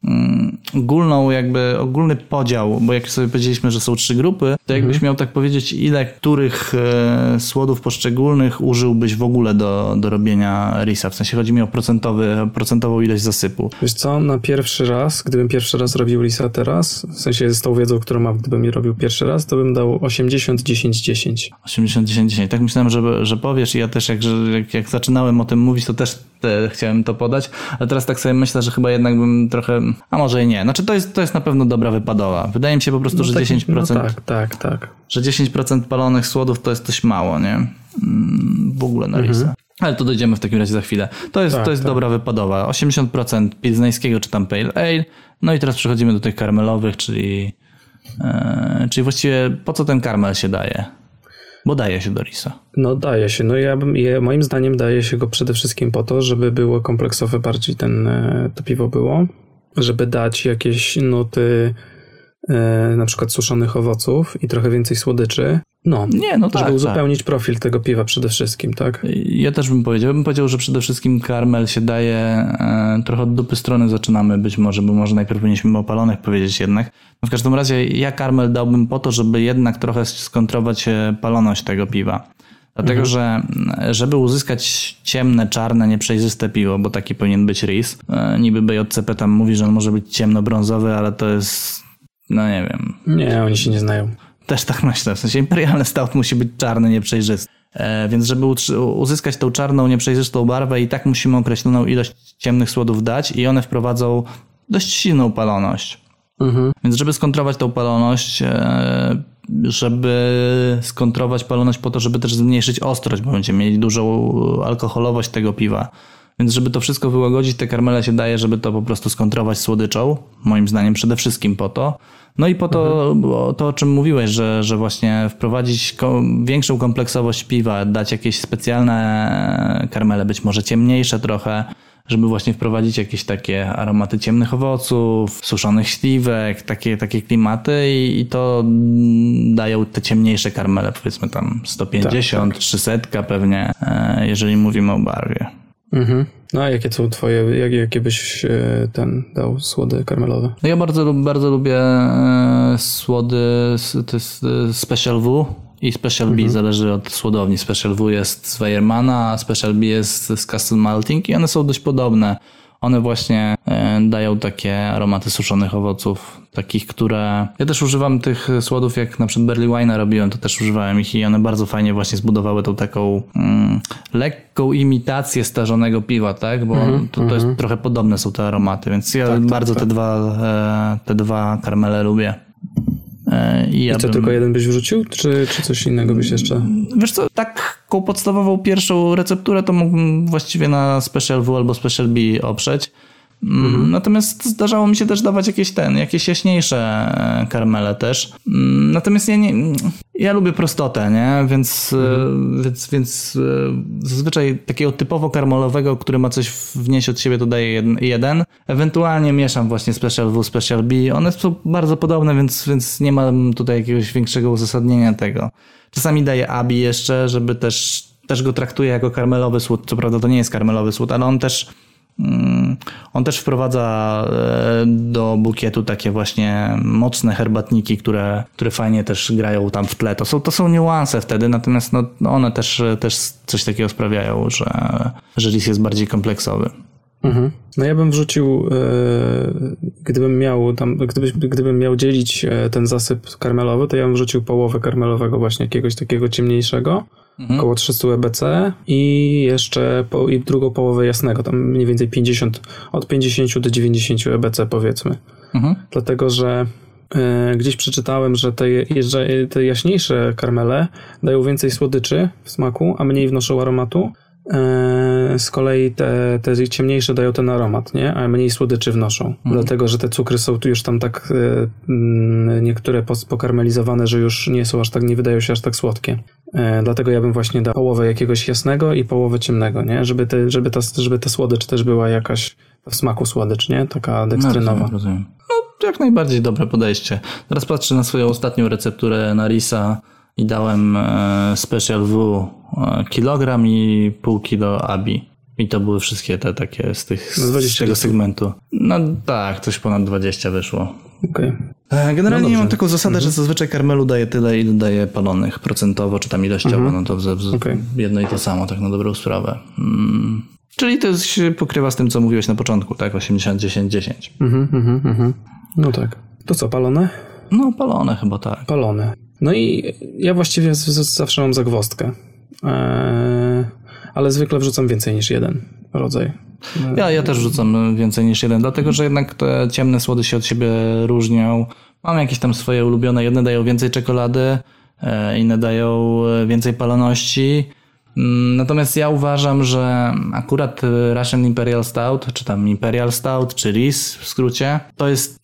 ogólny podział, bo jak sobie powiedzieliśmy, że są 3 grupy, to jakbyś miał tak powiedzieć, ile których słodów poszczególnych użyłbyś w ogóle do robienia risa? W sensie chodzi mi o procentową ilość zasypu. Wiesz co, gdybym pierwszy raz robił risa teraz, w sensie z tą wiedzą, którą mam, gdybym je robił pierwszy raz, to bym dał 80-10-10. 80-10-10. Tak myślałem, że powiesz i ja też jak zaczynałem o tym mówić, to też chciałem to podać, ale teraz tak sobie myślę, że chyba jednak bym trochę A może i nie. Znaczy to jest na pewno dobra wypadowa. Wydaje mi się po prostu, że 10%... No tak. Że 10% palonych słodów to jest dość mało, nie? W ogóle na Risa. Ale to dojdziemy w takim razie za chwilę. To jest dobra wypadowa. 80% pilznańskiego czy tam Pale Ale. No i teraz przechodzimy do tych karmelowych, czyli właściwie po co ten karmel się daje? Bo daje się do Risa. No daje się. No moim zdaniem daje się go przede wszystkim po to, żeby było kompleksowe bardziej to piwo było. Żeby dać jakieś nuty na przykład suszonych owoców i trochę więcej słodyczy. Żeby uzupełnić profil tego piwa przede wszystkim, tak? Ja też bym powiedział, że przede wszystkim karmel się daje trochę od dupy strony zaczynamy być może, bo może najpierw powinniśmy o palonych powiedzieć jednak. No w każdym razie ja karmel dałbym po to, żeby jednak trochę skontrować paloność tego piwa. Dlatego, że żeby uzyskać ciemne, czarne, nieprzejrzyste piwo, bo taki powinien być Ris. Niby BJCP tam mówi, że on może być ciemnobrązowy, ale to jest, no nie wiem. Nie, oni się nie znają. Też tak myślę. W sensie imperialny stout musi być czarny, nieprzejrzysty. Więc żeby uzyskać tą czarną, nieprzejrzystą barwę i tak musimy określoną ilość ciemnych słodów dać i one wprowadzą dość silną paloność. Więc żeby skontrować tą paloność, po to, żeby też zmniejszyć ostrość, bo będziemy mieli dużą alkoholowość tego piwa. Więc żeby to wszystko wyłagodzić, te karmele się daje, żeby to po prostu skontrować słodyczą. Moim zdaniem przede wszystkim po to. No i po to, to o czym mówiłeś, że właśnie wprowadzić większą kompleksowość piwa, dać jakieś specjalne karmele, być może ciemniejsze trochę, żeby właśnie wprowadzić jakieś takie aromaty ciemnych owoców, suszonych śliwek, takie klimaty i to dają te ciemniejsze karmele, powiedzmy tam 150, 300 pewnie, jeżeli mówimy o barwie. No a jakie są twoje, jakie byś dał słody karmelowe? No ja bardzo lubię słody Special W i Special B, zależy od słodowni. Special W jest z Weyermana, a Special B jest z Castle Malting i one są dość podobne. One właśnie dają takie aromaty suszonych owoców, takich, które... Ja też używam tych słodów, jak na przykład Barley Wine'a robiłem, to też używałem ich i one bardzo fajnie właśnie zbudowały tą taką lekką imitację starzonego piwa, tak? Bo to jest trochę podobne są te aromaty, więc ja bardzo te dwa karmele lubię. I co, tylko jeden byś wrzucił? Czy coś innego byś jeszcze... Wiesz co, taką podstawową pierwszą recepturę to mógłbym właściwie na Special W albo Special B oprzeć. Natomiast zdarzało mi się też dawać jakieś jaśniejsze karmele też. Natomiast ja lubię prostotę, nie? Więc zazwyczaj takiego typowo karmelowego, który ma coś wnieść od siebie, to daję jeden. Ewentualnie mieszam właśnie Special W, Special B. One są bardzo podobne, więc nie ma tutaj jakiegoś większego uzasadnienia tego. Czasami daję Abi jeszcze, żeby też go traktuję jako karmelowy słód. Co prawda to nie jest karmelowy słód, ale on też wprowadza do bukietu takie właśnie mocne herbatniki, które fajnie też grają tam w tle. To są niuanse wtedy, natomiast one też coś takiego sprawiają, że lis jest bardziej kompleksowy. No ja bym wrzucił, gdybym miał dzielić ten zasyp karmelowy, to ja bym wrzucił połowę karmelowego właśnie jakiegoś takiego ciemniejszego, około 300 EBC i jeszcze i drugą połowę jasnego, tam mniej więcej od 50 do 90 EBC powiedzmy. Dlatego, że gdzieś przeczytałem, że te jaśniejsze karmele dają więcej słodyczy w smaku, a mniej wnoszą aromatu. Z kolei te ciemniejsze dają ten aromat, nie? A mniej słodyczy wnoszą. Dlatego, że te cukry są tu już tam tak niektóre pokarmelizowane, że już nie wydają się aż tak słodkie. Dlatego ja bym właśnie dał połowę jakiegoś jasnego i połowę ciemnego, nie? Żeby ta słodycz też była jakaś w smaku słodycz, nie? Taka dekstrynowa. Rozumiem. No, jak najbardziej dobre podejście. Teraz patrzę na swoją ostatnią recepturę na Risa i dałem Special W kilogram i pół kilo Abi. I to były wszystkie te takie z tego segmentu. No tak, coś ponad 20 wyszło. Okay. Generalnie nie mam taką zasadę, że zazwyczaj karmelu daje tyle, ile daje palonych procentowo, czy tam ilościowo. No to jedno i to samo, tak na dobrą sprawę. Czyli to się pokrywa z tym, co mówiłeś na początku, tak? 80-10-10. No tak. To co, palone? No palone chyba tak. Palone. No i ja właściwie zawsze mam zagwozdkę. Ale zwykle wrzucam więcej niż jeden rodzaj. Ja też rzucam więcej niż jeden, dlatego że jednak te ciemne słody się od siebie różnią. Mam jakieś tam swoje ulubione, jedne dają więcej czekolady, inne dają więcej paloności. Natomiast ja uważam, że akurat Russian Imperial Stout, czy tam Imperial Stout, czy RIS w skrócie, to jest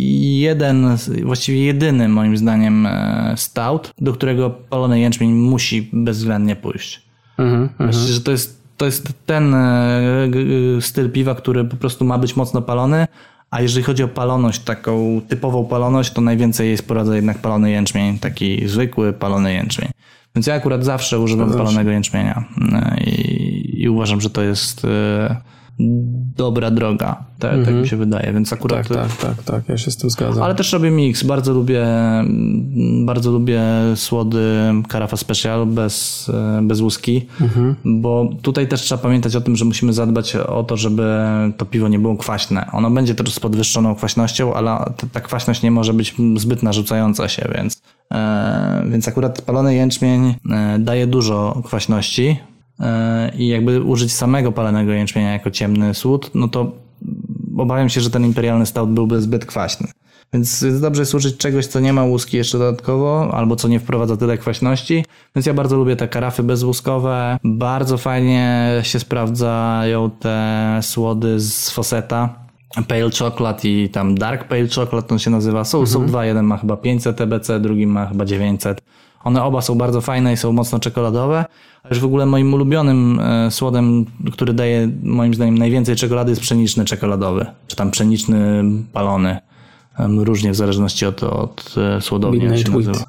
właściwie jedyny moim zdaniem stout, do którego palony jęczmień musi bezwzględnie pójść. Myślę, że to jest ten styl piwa, który po prostu ma być mocno palony, a jeżeli chodzi o paloność, taką typową paloność, to najwięcej jej sporadza jednak palony jęczmień, taki zwykły palony jęczmień. Więc ja akurat zawsze używam palonego jęczmienia i uważam, że to jest dobra droga, tak mi się wydaje, więc akurat... Tak, ja się z tym zgadzam. Ale też robię mix, bardzo lubię słody Carafa Special bez łuski, bo tutaj też trzeba pamiętać o tym, że musimy zadbać o to, żeby to piwo nie było kwaśne. Ono będzie też z podwyższoną kwaśnością, ale ta kwaśność nie może być zbyt narzucająca się, więc akurat palony jęczmień daje dużo kwaśności i jakby użyć samego palonego jęczmienia jako ciemny słód, no to obawiam się, że ten imperialny stout byłby zbyt kwaśny. Więc dobrze jest użyć czegoś, co nie ma łuski jeszcze dodatkowo, albo co nie wprowadza tyle kwaśności. Więc ja bardzo lubię te karafy bezłuskowe. Bardzo fajnie się sprawdzają te słody z Fossetta. Pale Chocolate i tam Dark Pale Chocolate on się nazywa. Są dwa, jeden ma chyba 500 TBC, drugi ma chyba 900. One oba są bardzo fajne i są mocno czekoladowe. A już w ogóle moim ulubionym słodem, który daje moim zdaniem najwięcej czekolady, jest pszeniczny czekoladowy. Czy tam pszeniczny palony. Różnie w zależności od słodowni. Midnight Wheat.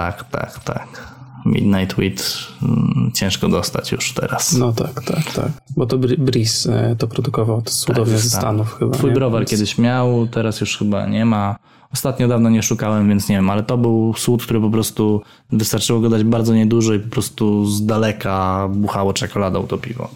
Tak. Midnight Wheat ciężko dostać już teraz. No tak. Bo to Breeze to produkował, to słodownia ze Stanów chyba. Twój browar kiedyś miał, teraz już chyba nie ma. Ostatnio dawno nie szukałem, więc nie wiem, ale to był słód, który po prostu wystarczyło go dać bardzo niedużo i po prostu z daleka buchało czekoladą to piwo.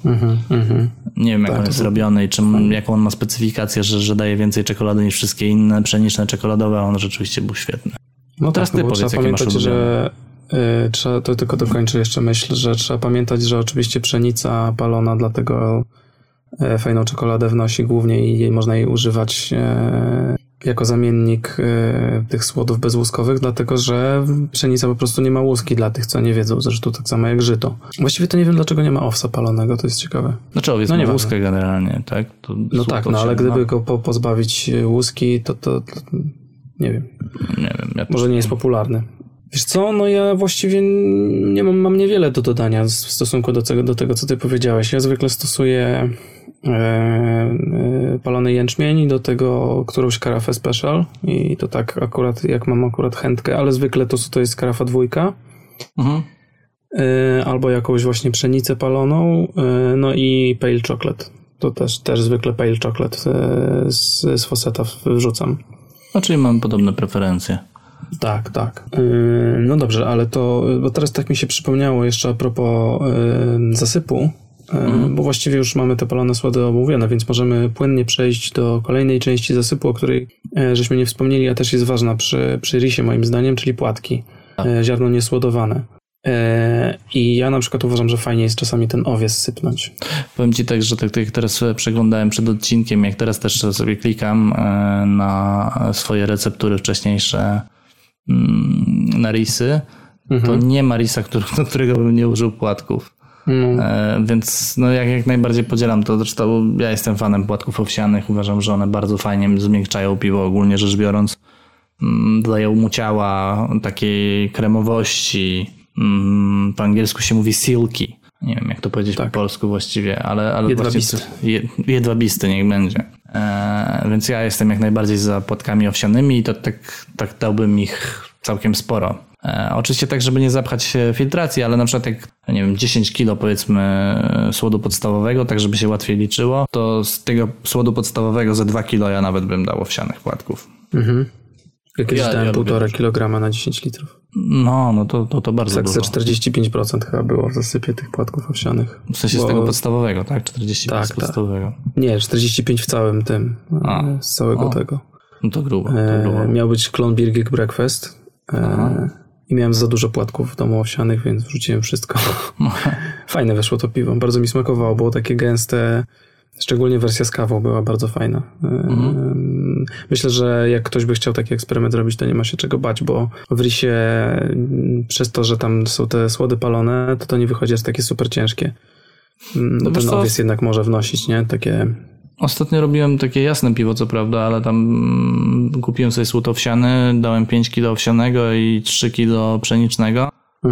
Nie wiem, jak on jest robiony i jaką on ma specyfikację, że daje więcej czekolady niż wszystkie inne pszeniczne czekoladowe, a on rzeczywiście był świetny. No teraz ty powiedz, jakie masz ulubione. Że trzeba, to tylko dokończę jeszcze myśl, że trzeba pamiętać, że oczywiście pszenica palona, dlatego fajną czekoladę wnosi głównie i można jej używać jako zamiennik tych słodów bezłuskowych, dlatego że pszenica po prostu nie ma łuski dla tych, co nie wiedzą. Zresztą tak samo jak żyto. Właściwie to nie wiem, dlaczego nie ma owsa palonego, to jest ciekawe. Znaczy owiec ma łuskę generalnie, tak? Ale gdyby go pozbawić łuski, to nie wiem. Nie wiem. Ja może nie jest popularny. Wiesz co, no ja właściwie mam niewiele do dodania w stosunku do tego, co ty powiedziałeś. Ja zwykle stosuję palony jęczmień i do tego którąś karafę special i to tak akurat, jak mam akurat chętkę, ale zwykle to jest karafa 2. Albo jakąś właśnie pszenicę paloną, no i pale chocolate. To też zwykle pale chocolate z Fossetta wrzucam. Czyli mamy podobne preferencje. Tak. No dobrze, ale bo teraz tak mi się przypomniało jeszcze a propos zasypu, bo właściwie już mamy te palone słody omówione, więc możemy płynnie przejść do kolejnej części zasypu, o której żeśmy nie wspomnieli, a też jest ważna przy risie moim zdaniem, czyli płatki, ziarno niesłodowane. I ja na przykład uważam, że fajnie jest czasami ten owies sypnąć. Powiem ci tak, że tak jak teraz przeglądałem przed odcinkiem, jak teraz też sobie klikam na swoje receptury wcześniejsze na risy, to nie ma risa, do którego bym nie użył płatków. Więc jak najbardziej podzielam to. Zresztą ja jestem fanem płatków owsianych. Uważam, że one bardzo fajnie zmiękczają piwo, ogólnie rzecz biorąc. Dodają mu ciała, takiej kremowości. Po angielsku się mówi silky. Nie wiem, jak to powiedzieć po polsku właściwie, ale jedwabisty. Jedwabisty niech będzie. Więc ja jestem jak najbardziej za płatkami owsianymi i to tak dałbym ich całkiem sporo. Oczywiście tak, żeby nie zapchać filtracji, ale na przykład jak, 10 kilo powiedzmy słodu podstawowego, tak żeby się łatwiej liczyło, to z tego słodu podstawowego za 2 kilo ja nawet bym dał owsianych płatków. Jakieś dałem 1,5 kg na 10 litrów. No to bardzo tak, dużo. 45% chyba było w zasypie tych płatków owsianych. W sensie z tego podstawowego, tak? 45 z podstawowego. Nie, 45 w całym tym. Z całego tego. No to grubo. Miał być Klonbirgig Breakfast. I miałem za dużo płatków w domu owsianych, więc wrzuciłem wszystko. Fajne wyszło to piwo. Bardzo mi smakowało. Było takie gęste, Szczególnie wersja z kawą była bardzo fajna. Myślę, że jak ktoś by chciał taki eksperyment robić, to nie ma się czego bać, bo w risie przez to, że tam są te słody palone, to nie wychodzi aż takie super ciężkie. Ten owiec jednak może wnosić, nie? Takie... Ostatnio robiłem takie jasne piwo, co prawda, ale tam kupiłem sobie słód owsiany, dałem 5 kg owsianego i 3 kg pszenicznego.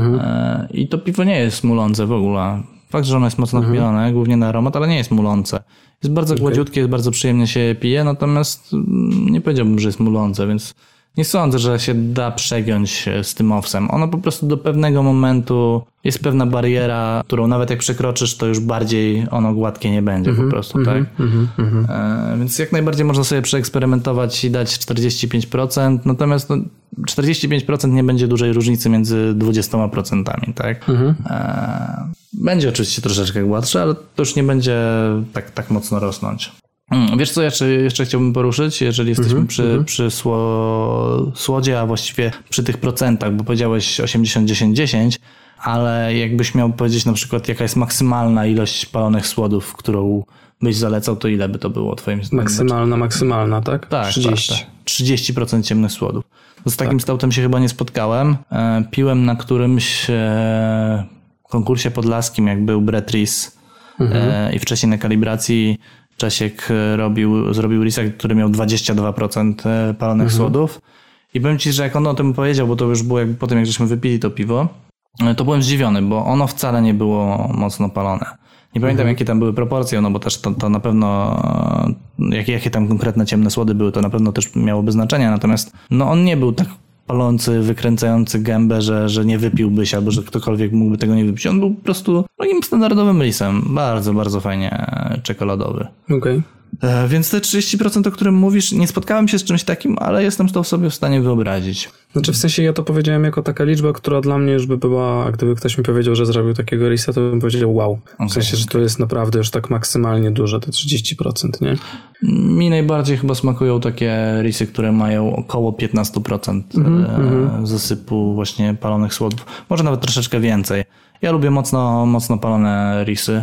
I to piwo nie jest mulące w ogóle. Fakt, że ono jest mocno chmielone, głównie na aromat, ale nie jest mulące. Jest bardzo gładziutkie, jest bardzo przyjemnie się pije, natomiast nie powiedziałbym, że jest mulące, więc nie sądzę, że się da przegiąć z tym owsem. Ono po prostu do pewnego momentu jest pewna bariera, którą nawet jak przekroczysz, to już bardziej ono gładkie nie będzie po prostu, tak? Więc jak najbardziej można sobie przeeksperymentować i dać 45%, natomiast 45% nie będzie dużej różnicy między 20%, tak? Będzie oczywiście troszeczkę gładsze, ale to już nie będzie tak mocno rosnąć. Wiesz co jeszcze chciałbym poruszyć, jeżeli jesteśmy przy słodzie, a właściwie przy tych procentach, bo powiedziałeś 80-10-10, ale jakbyś miał powiedzieć na przykład jaka jest maksymalna ilość palonych słodów, którą byś zalecał, to ile by to było twoim zdaniem? Maksymalna, tak? Tak, 30. Tak. 30% ciemnych słodów. Z takim stoutem się chyba nie spotkałem. Piłem na którymś konkursie podlaskim, jak był Brett Rees i wcześniej na kalibracji Czesiek zrobił risa, który miał 22% palonych słodów. I powiem ci, że jak on o tym powiedział, bo to już było po tym, jak żeśmy wypili to piwo, to byłem zdziwiony, bo ono wcale nie było mocno palone. Nie pamiętam, jakie tam były proporcje, no bo też to na pewno, jakie tam konkretne ciemne słody były, to na pewno też miałoby znaczenie. Natomiast on nie był tak palący, wykręcający gębę, że nie wypiłbyś, albo że ktokolwiek mógłby tego nie wypić. On był po prostu takim standardowym risem. Bardzo, bardzo fajnie czekoladowy. Okej. Więc te 30%, o którym mówisz, nie spotkałem się z czymś takim, ale jestem to sobie w stanie wyobrazić. Znaczy w sensie ja to powiedziałem jako taka liczba, która dla mnie już by była, gdyby ktoś mi powiedział, że zrobił takiego risa, to bym powiedział wow. W sensie, że to jest naprawdę już tak maksymalnie dużo, te 30%, nie? Mi najbardziej chyba smakują takie risy, które mają około 15% zasypu właśnie palonych słodów. Może nawet troszeczkę więcej. Ja lubię mocno palone risy.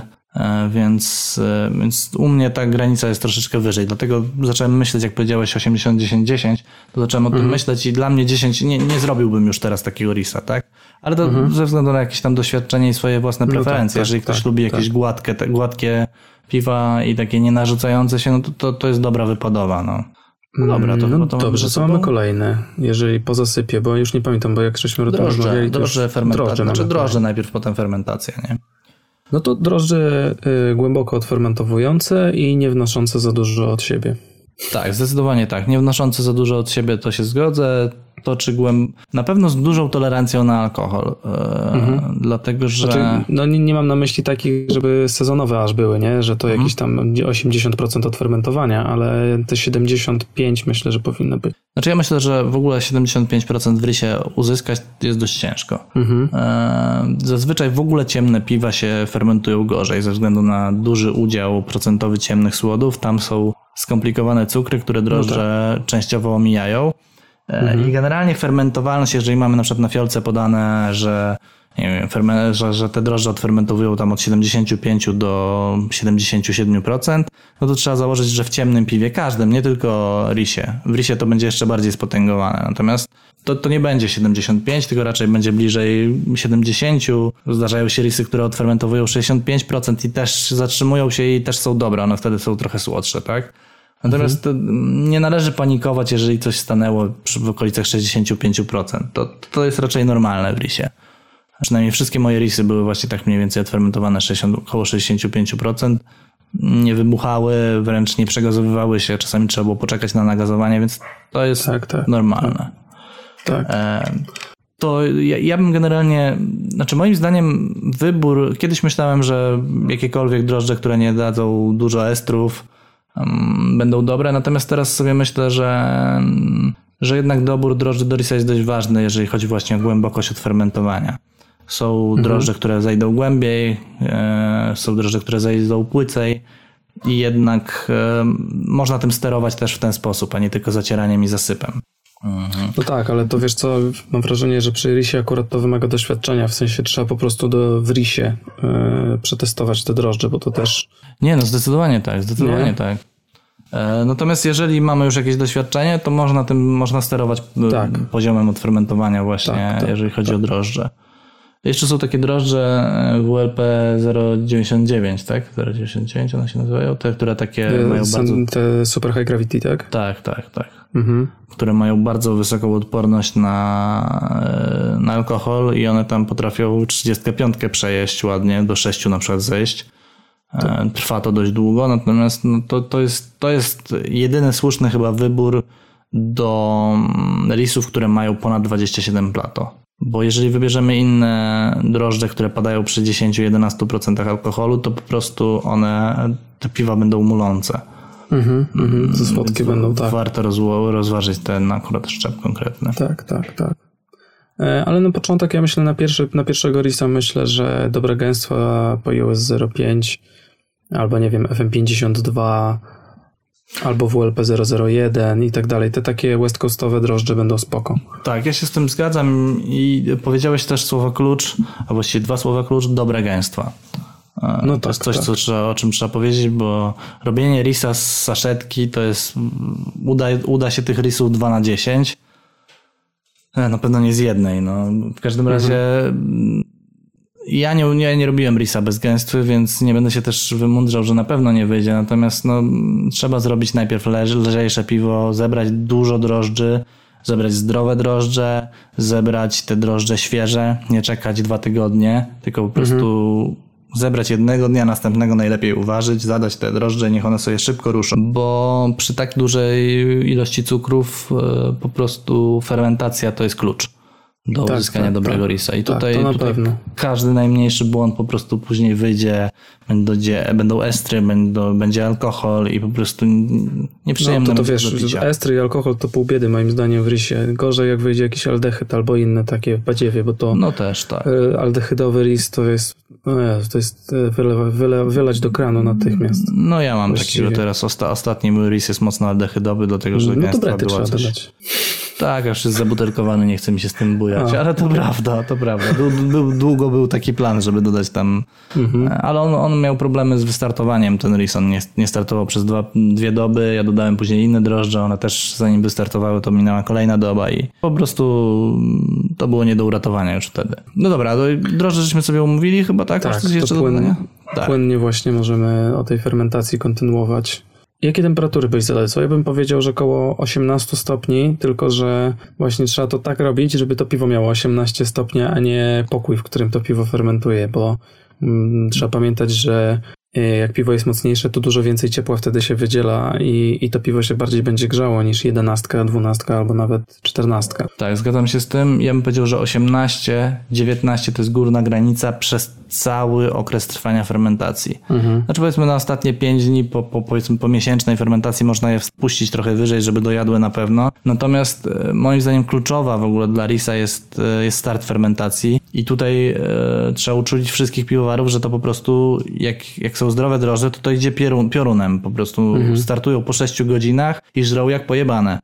Więc u mnie ta granica jest troszeczkę wyżej. Dlatego zacząłem myśleć, jak powiedziałeś 80-10-10, to zacząłem o tym myśleć i dla mnie 10 nie zrobiłbym już teraz takiego risa, tak? Ale to ze względu na jakieś tam doświadczenie i swoje własne preferencje. Jeżeli ktoś lubi jakieś gładkie piwa i takie nienarzucające się, to jest dobra wypadowa, no. Dobra, to dobrze, co mamy kolejne? Jeżeli po zasypie, bo już nie pamiętam, bo jak żeśmy rozmawiali... Drożdże najpierw, potem fermentacja, nie? No to drożdże głęboko odfermentowujące i nie wnoszące za dużo od siebie. Tak, zdecydowanie tak. Nie wnoszące za dużo od siebie, to się zgodzę. Na pewno z dużą tolerancją na alkohol. Dlatego, że... Znaczy, nie mam na myśli takich, żeby sezonowe aż były, nie? Że to jakieś tam 80% odfermentowania, ale te 75 myślę, że powinno być. Znaczy ja myślę, że w ogóle 75% w risie uzyskać jest dość ciężko. Zazwyczaj w ogóle ciemne piwa się fermentują gorzej ze względu na duży udział procentowy ciemnych słodów. Tam są skomplikowane cukry, które drożdże częściowo omijają. I generalnie fermentowalność, jeżeli mamy na przykład na fiolce podane, że że te drożdże odfermentowują tam od 75 do 77%, no to trzeba założyć, że w ciemnym piwie każdym, nie tylko risie. W risie to będzie jeszcze bardziej spotęgowane. Natomiast to nie będzie 75, tylko raczej będzie bliżej 70. Zdarzają się risy, które odfermentowują 65% i też zatrzymują się i też są dobre. One wtedy są trochę słodsze, tak? Natomiast nie należy panikować, jeżeli coś stanęło w okolicach 65%. To jest raczej normalne w risie. Przynajmniej wszystkie moje risy były właśnie tak mniej więcej odfermentowane około 65%. Nie wybuchały, wręcz nie przegazowywały się. Czasami trzeba było poczekać na nagazowanie, więc to jest normalne. Tak. To ja bym generalnie, moim zdaniem kiedyś myślałem, że jakiekolwiek drożdże, które nie dadzą dużo estrów, będą dobre, natomiast teraz sobie myślę, że jednak dobór drożdży do risa jest dość ważny, jeżeli chodzi właśnie o głębokość odfermentowania. Są drożdże, które zejdą głębiej, są drożdże, które zejdą płycej i jednak można tym sterować też w ten sposób, a nie tylko zacieraniem i zasypem. No tak, ale to wiesz co, mam wrażenie, że przy risie akurat to wymaga doświadczenia, w sensie trzeba po prostu w risie przetestować te drożdże, bo to też... Nie, no zdecydowanie tak. Natomiast jeżeli mamy już jakieś doświadczenie, to można sterować poziomem odfermentowania właśnie, jeżeli chodzi o drożdże. Jeszcze są takie drożdże WLP 099, tak? 099 one się nazywają? Te, które takie mają bardzo... Te super high gravity, tak? Tak. Które mają bardzo wysoką odporność na alkohol i one tam potrafią 35 przejeść ładnie, do 6 na przykład zejść. Trwa to dość długo, natomiast to jest jedyny słuszny chyba wybór do risów, które mają ponad 27 plato. Bo jeżeli wybierzemy inne drożdże, które padają przy 10-11% alkoholu, to po prostu te piwa będą mulące. Ze słodkie będą, tak. Warto rozważyć ten akurat szczep konkretny. Tak. Ale na początek ja myślę na pierwszego risa myślę, że dobre gęstwa po iOS 0.5 albo nie wiem FM52 albo WLP 001 i tak dalej. Te takie west coastowe drożdże będą spoko. Tak, ja się z tym zgadzam i powiedziałeś też słowo klucz, a właściwie 2 słowa klucz, dobre gęstwa. No to jest coś, o czym trzeba powiedzieć, bo robienie risa z saszetki to jest, uda się tych risów 2 na 10. Na pewno nie z jednej. No. W każdym razie ja nie robiłem risa bez gęstwy, więc nie będę się też wymądrzał, że na pewno nie wyjdzie. Natomiast trzeba zrobić najpierw lżejsze piwo, zebrać dużo drożdży, zebrać zdrowe drożdże, zebrać te drożdże świeże, nie czekać 2 tygodnie, tylko po prostu zebrać jednego dnia, następnego najlepiej uważać, zadać te drożdże, niech one sobie szybko ruszą. Bo przy tak dużej ilości cukrów po prostu fermentacja to jest klucz do uzyskania dobrego risa. I tutaj każdy najmniejszy błąd po prostu później wyjdzie, będą estry, będzie alkohol i po prostu nieprzyjemne. No to wiesz, estry i alkohol to pół biedy moim zdaniem w risie. Gorzej jak wyjdzie jakiś aldehyd albo inne takie w badziewie, bo to też tak. Aldehydowy ris to jest wylać do kranu natychmiast. No ja mam takiego teraz. Ostatni mój ris jest mocno aldehydowy, dlatego że gęstwa była coś... Dodać. Tak, aż jest zabutelkowany, nie chce mi się z tym bujać, ale to prawda. Długo był taki plan, żeby dodać tam, ale on miał problemy z wystartowaniem, ten ris, on nie startował przez 2 doby, ja dodałem później inne drożdże, one też zanim wystartowały, to minęła kolejna doba i po prostu to było nie do uratowania już wtedy. No dobra, drożdże żeśmy sobie umówili chyba, tak? Tak, to płynnie właśnie możemy o tej fermentacji kontynuować. Jakie temperatury byś zalecał? Ja bym powiedział, że około 18 stopni, tylko że właśnie trzeba to tak robić, żeby to piwo miało 18 stopni, a nie pokój, w którym to piwo fermentuje, bo trzeba pamiętać, że jak piwo jest mocniejsze, to dużo więcej ciepła wtedy się wydziela i to piwo się bardziej będzie grzało niż 11, 12 albo nawet 14. Tak, zgadzam się z tym. Ja bym powiedział, że 18, 19 to jest górna granica przez cały okres trwania fermentacji. Znaczy powiedzmy na ostatnie 5 dni powiedzmy po miesięcznej fermentacji można je wpuścić trochę wyżej, żeby dojadły na pewno. Natomiast moim zdaniem kluczowa w ogóle dla risa jest start fermentacji i tutaj trzeba uczulić wszystkich piwowarów, że to po prostu jak są zdrowe drożdże, to idzie piorunem. Po prostu startują po 6 godzinach i żrą jak pojebane.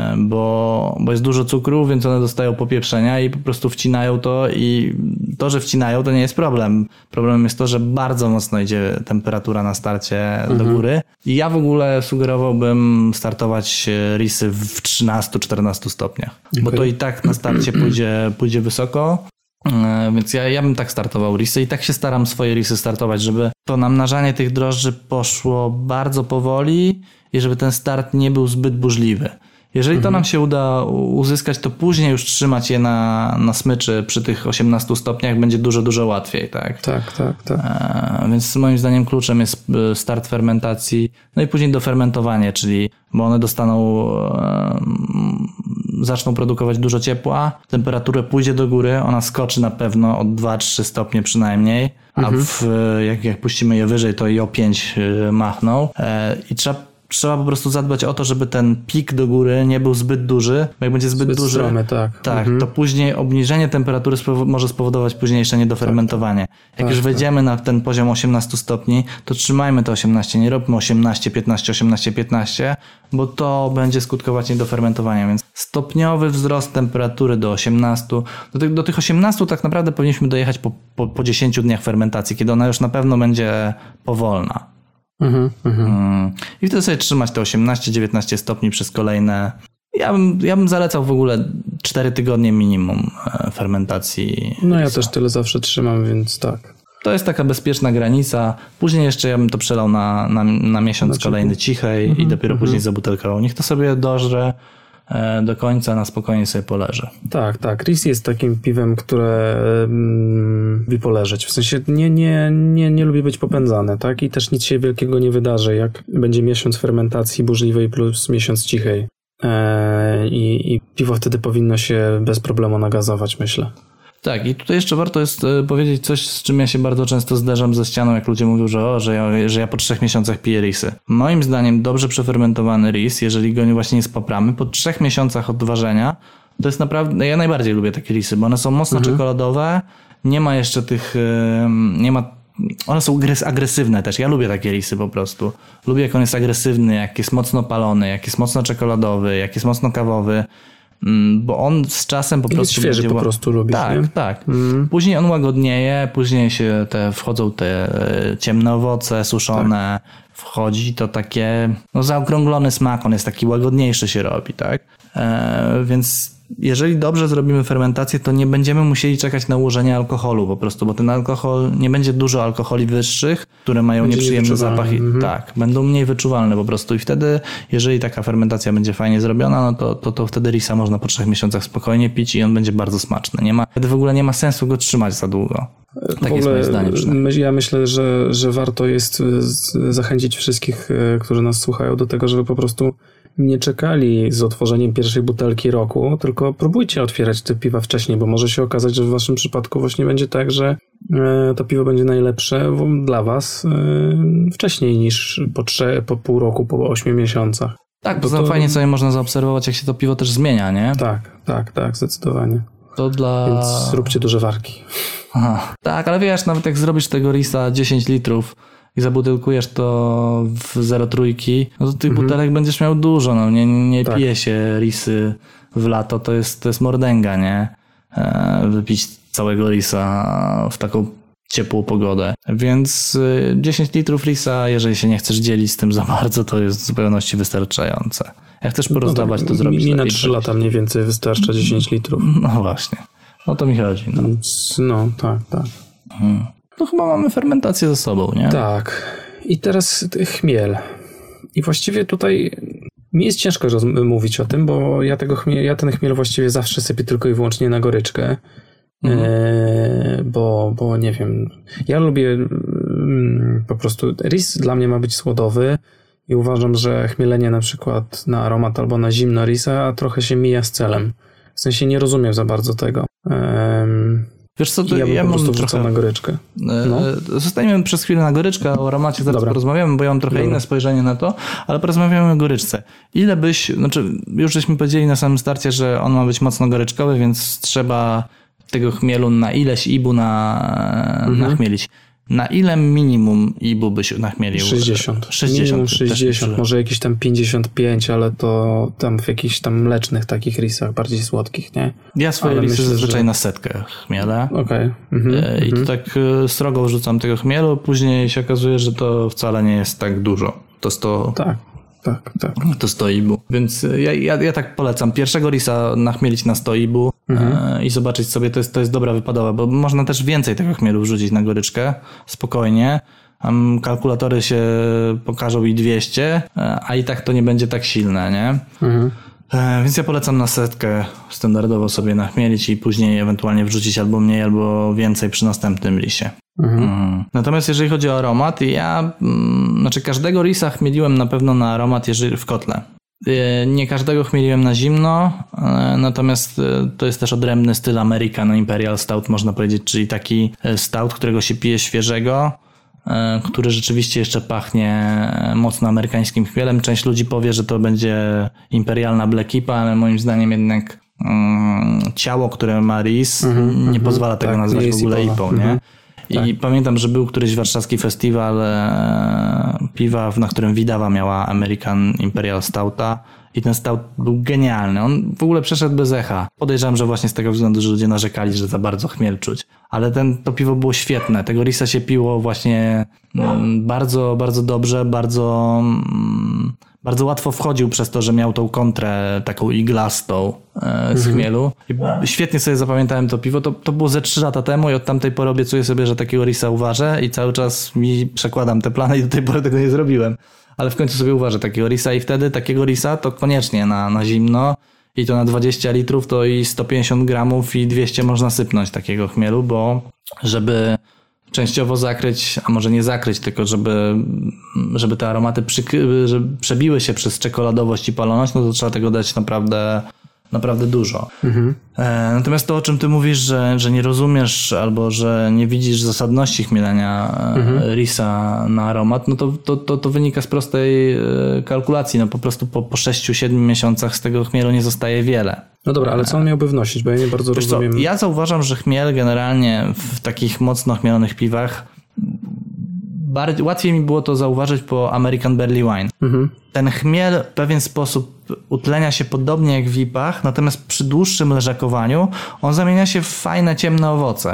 Bo jest dużo cukru, więc one dostają popieprzenia i po prostu wcinają to i to, że wcinają, to nie jest problem. Problemem jest to, że bardzo mocno idzie temperatura na starcie do góry. I ja w ogóle sugerowałbym startować risy w 13-14 stopniach. Bo to i tak na starcie pójdzie wysoko. Więc ja bym tak startował risy i tak się staram swoje risy startować, żeby to namnażanie tych drożdży poszło bardzo powoli i żeby ten start nie był zbyt burzliwy. Jeżeli to nam się uda uzyskać, to później już trzymać je na smyczy przy tych 18 stopniach będzie dużo, dużo łatwiej, tak? Tak. Więc moim zdaniem kluczem jest start fermentacji, no i później dofermentowanie, czyli bo one zaczną produkować dużo ciepła, temperatura pójdzie do góry, ona skoczy na pewno o 2-3 stopnie przynajmniej, a jak puścimy je wyżej, to i o 5 machną i trzeba trzeba po prostu zadbać o to, żeby ten pik do góry nie był zbyt duży, bo jak będzie zbyt duży, stromy, tak, to później obniżenie temperatury może spowodować późniejsze niedofermentowanie. Jak już wejdziemy na ten poziom 18 stopni, to trzymajmy te 18, nie róbmy 18, 15, 18, 15, bo to będzie skutkować niedofermentowaniem, więc stopniowy wzrost temperatury do 18. Do tych 18 tak naprawdę powinniśmy dojechać po 10 dniach fermentacji, kiedy ona już na pewno będzie powolna. I wtedy sobie trzymać te 18-19 stopni przez kolejne... Ja bym zalecał w ogóle 4 tygodnie minimum fermentacji. No ja też tyle zawsze trzymam, więc tak. To jest taka bezpieczna granica. Później jeszcze ja bym to przelał na miesiąc kolejny cichej i dopiero później zabutelkował. Niech to sobie dożre do końca, na spokojnie sobie poleży. Tak. Ris jest takim piwem, które lubi poleżeć. W sensie nie lubi być popędzane, tak? I też nic się wielkiego nie wydarzy, jak będzie miesiąc fermentacji burzliwej plus miesiąc cichej. I piwo wtedy powinno się bez problemu nagazować, myślę. Tak, i tutaj jeszcze warto jest powiedzieć coś, z czym ja się bardzo często zderzam ze ścianą, jak ludzie mówią, że ja po 3 miesiącach piję risy. Moim zdaniem dobrze przefermentowany ris, jeżeli go właśnie nie spapramy, po 3 miesiącach od ważenia, to jest naprawdę, ja najbardziej lubię takie risy, bo one są mocno czekoladowe, nie ma jeszcze tych, one są agresywne też, ja lubię takie risy po prostu. Lubię, jak on jest agresywny, jak jest mocno palony, jak jest mocno czekoladowy, jak jest mocno kawowy. Bo on z czasem po prostu świeży po prostu lubisz, nie? Tak. Później on łagodnieje, później się wchodzą te ciemne owoce suszone, wchodzi to takie zaokrąglony smak, on jest taki łagodniejszy się robi, tak? Więc jeżeli dobrze zrobimy fermentację, to nie będziemy musieli czekać na ułożenie alkoholu po prostu, bo ten alkohol, nie będzie dużo alkoholi wyższych, które mają nieprzyjemny zapach. Tak, będą mniej wyczuwalne po prostu i wtedy, jeżeli taka fermentacja będzie fajnie zrobiona, no to wtedy risa można po 3 miesiącach spokojnie pić i on będzie bardzo smaczny. Wtedy w ogóle nie ma sensu go trzymać za długo. Tak jest moje zdanie przynajmniej. Ja myślę, że warto jest zachęcić wszystkich, którzy nas słuchają, do tego, żeby po prostu nie czekali z otworzeniem pierwszej butelki roku, tylko próbujcie otwierać te piwa wcześniej, bo może się okazać, że w waszym przypadku właśnie będzie tak, że to piwo będzie najlepsze dla was wcześniej niż po pół roku, po 8 miesiącach. Tak, bo to fajnie sobie można zaobserwować, jak się to piwo też zmienia, nie? Tak, zdecydowanie. Więc zróbcie duże warki. Aha. Tak, ale wiesz, nawet jak zrobisz tego risa 10 litrów i zabutelkujesz to w 0,3, no to tych butelek będziesz miał dużo, nie pije się risy w lato, to jest mordęga, nie? Wypić całego risa w taką ciepłą pogodę. Więc 10 litrów risa, jeżeli się nie chcesz dzielić z tym za bardzo, to jest w zupełności wystarczające. Jak chcesz porozdawać, to zrobić mi na 3 lata mniej więcej wystarcza 10 litrów. No właśnie. O to mi chodzi. Tak. To chyba mamy fermentację ze sobą, nie? Tak. I teraz chmiel. I właściwie tutaj mi jest ciężko mówić o tym, bo ja ten chmiel właściwie zawsze sypię tylko i wyłącznie na goryczkę. Bo nie wiem. Ja lubię po prostu ris dla mnie ma być słodowy i uważam, że chmielenie na przykład na aromat albo na zimno risa trochę się mija z celem. W sensie nie rozumiem za bardzo tego. Wiesz co, to ja po prostu wrzucam na goryczkę. Zostaniemy przez chwilę na goryczkę, o aromacie zaraz porozmawiamy, bo ja mam trochę inne spojrzenie na to, ale porozmawiamy o goryczce. Już żeśmy powiedzieli na samym starcie, że on ma być mocno goryczkowy, więc trzeba tego chmielu na ileś ibu nachmielić. Na ile minimum ibu byś nachmielił? 60. Minimum 60, może jakieś tam 55, ale to tam w jakichś tam mlecznych takich risach, bardziej słodkich, nie? Ja swoje risy zazwyczaj na 100 chmielę. Okej. I to tak srogo wrzucam tego chmielu, później się okazuje, że to wcale nie jest tak dużo. To 100... Tak. To 100 ibu. Więc ja tak polecam pierwszego risa nachmielić na 100 ibu i zobaczyć sobie, to jest dobra wypadowa, bo można też więcej tego chmielu wrzucić na goryczkę, spokojnie. Kalkulatory się pokażą i 200, a i tak to nie będzie tak silne, nie? Więc ja polecam na 100 standardowo sobie nachmielić i później ewentualnie wrzucić albo mniej, albo więcej przy następnym risie. Natomiast jeżeli chodzi o aromat, każdego risa chmieliłem na pewno na aromat w kotle. Nie każdego chmieliłem na zimno, natomiast to jest też odrębny styl American Imperial Stout, można powiedzieć, czyli taki stout, którego się pije świeżego, który rzeczywiście jeszcze pachnie mocno amerykańskim chmielem. Część ludzi powie, że to będzie imperialna Black IPA, ale moim zdaniem jednak ciało, które ma Ris, nie pozwala tego nazwać w ogóle IPą, nie? I pamiętam, że był któryś warszawski festiwal piwa, na którym Widawa miała American Imperial Stouta i ten stout był genialny. On w ogóle przeszedł bez echa. Podejrzewam, że właśnie z tego względu, że ludzie narzekali, że za bardzo chmiel czuć. Ale to piwo było świetne. Tego Risa się piło właśnie bardzo, bardzo dobrze, bardzo łatwo wchodził przez to, że miał tą kontrę taką iglastą z chmielu. I świetnie sobie zapamiętałem to piwo. To było ze 3 lata temu i od tamtej pory obiecuję sobie, że takiego Risa uważę i cały czas przekładam te plany i do tej pory tego nie zrobiłem. Ale w końcu sobie uważę takiego Risa i wtedy takiego Risa to koniecznie na zimno i to na 20 litrów to i 150 gramów i 200 można sypnąć takiego chmielu, bo żeby częściowo zakryć, a może nie zakryć, tylko żeby te aromaty żeby przebiły się przez czekoladowość i paloność, no to trzeba tego dać naprawdę dużo. Natomiast to, o czym ty mówisz, że nie rozumiesz albo że nie widzisz zasadności chmielenia Risa na aromat, no to wynika z prostej kalkulacji. No po prostu po 6-7 miesiącach z tego chmielu nie zostaje wiele. No dobra, ale co on miałby wnosić? Bo ja nie bardzo rozumiem. Ja zauważam, że chmiel generalnie w takich mocno chmielonych piwach łatwiej mi było to zauważyć po American Barley Wine. Ten chmiel w pewien sposób utlenia się podobnie jak w IPach, natomiast przy dłuższym leżakowaniu on zamienia się w fajne, ciemne owoce.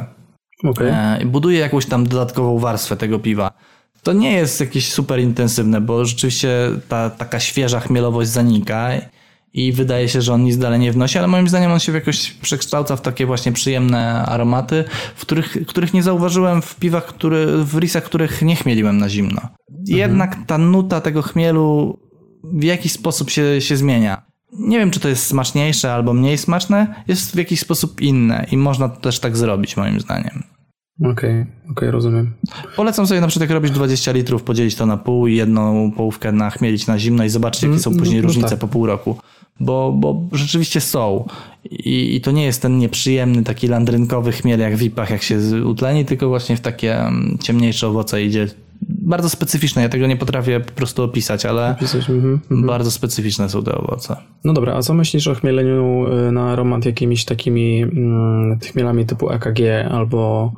Buduje jakąś tam dodatkową warstwę tego piwa. To nie jest jakieś super intensywne, bo rzeczywiście ta taka świeża chmielowość zanika i wydaje się, że on nic dalej nie wnosi, ale moim zdaniem on się jakoś przekształca w takie właśnie przyjemne aromaty, których nie zauważyłem w piwach, w risach, których nie chmieliłem na zimno. Jednak ta nuta tego chmielu w jakiś sposób się zmienia. Nie wiem, czy to jest smaczniejsze albo mniej smaczne, jest w jakiś sposób inne i można też tak zrobić moim zdaniem. Okej, rozumiem. Polecam sobie na przykład robić 20 litrów, podzielić to na pół i jedną połówkę nachmielić na zimno i zobaczyć, jakie są później różnice po pół roku. Bo rzeczywiście są. I to nie jest ten nieprzyjemny, taki landrynkowy chmiel jak w IPach, jak się utleni, tylko właśnie w takie ciemniejsze owoce idzie. Bardzo specyficzne, ja tego nie potrafię po prostu opisać, ale bardzo specyficzne są te owoce. No dobra, a co myślisz o chmieleniu na aromat jakimiś takimi chmielami typu EKG albo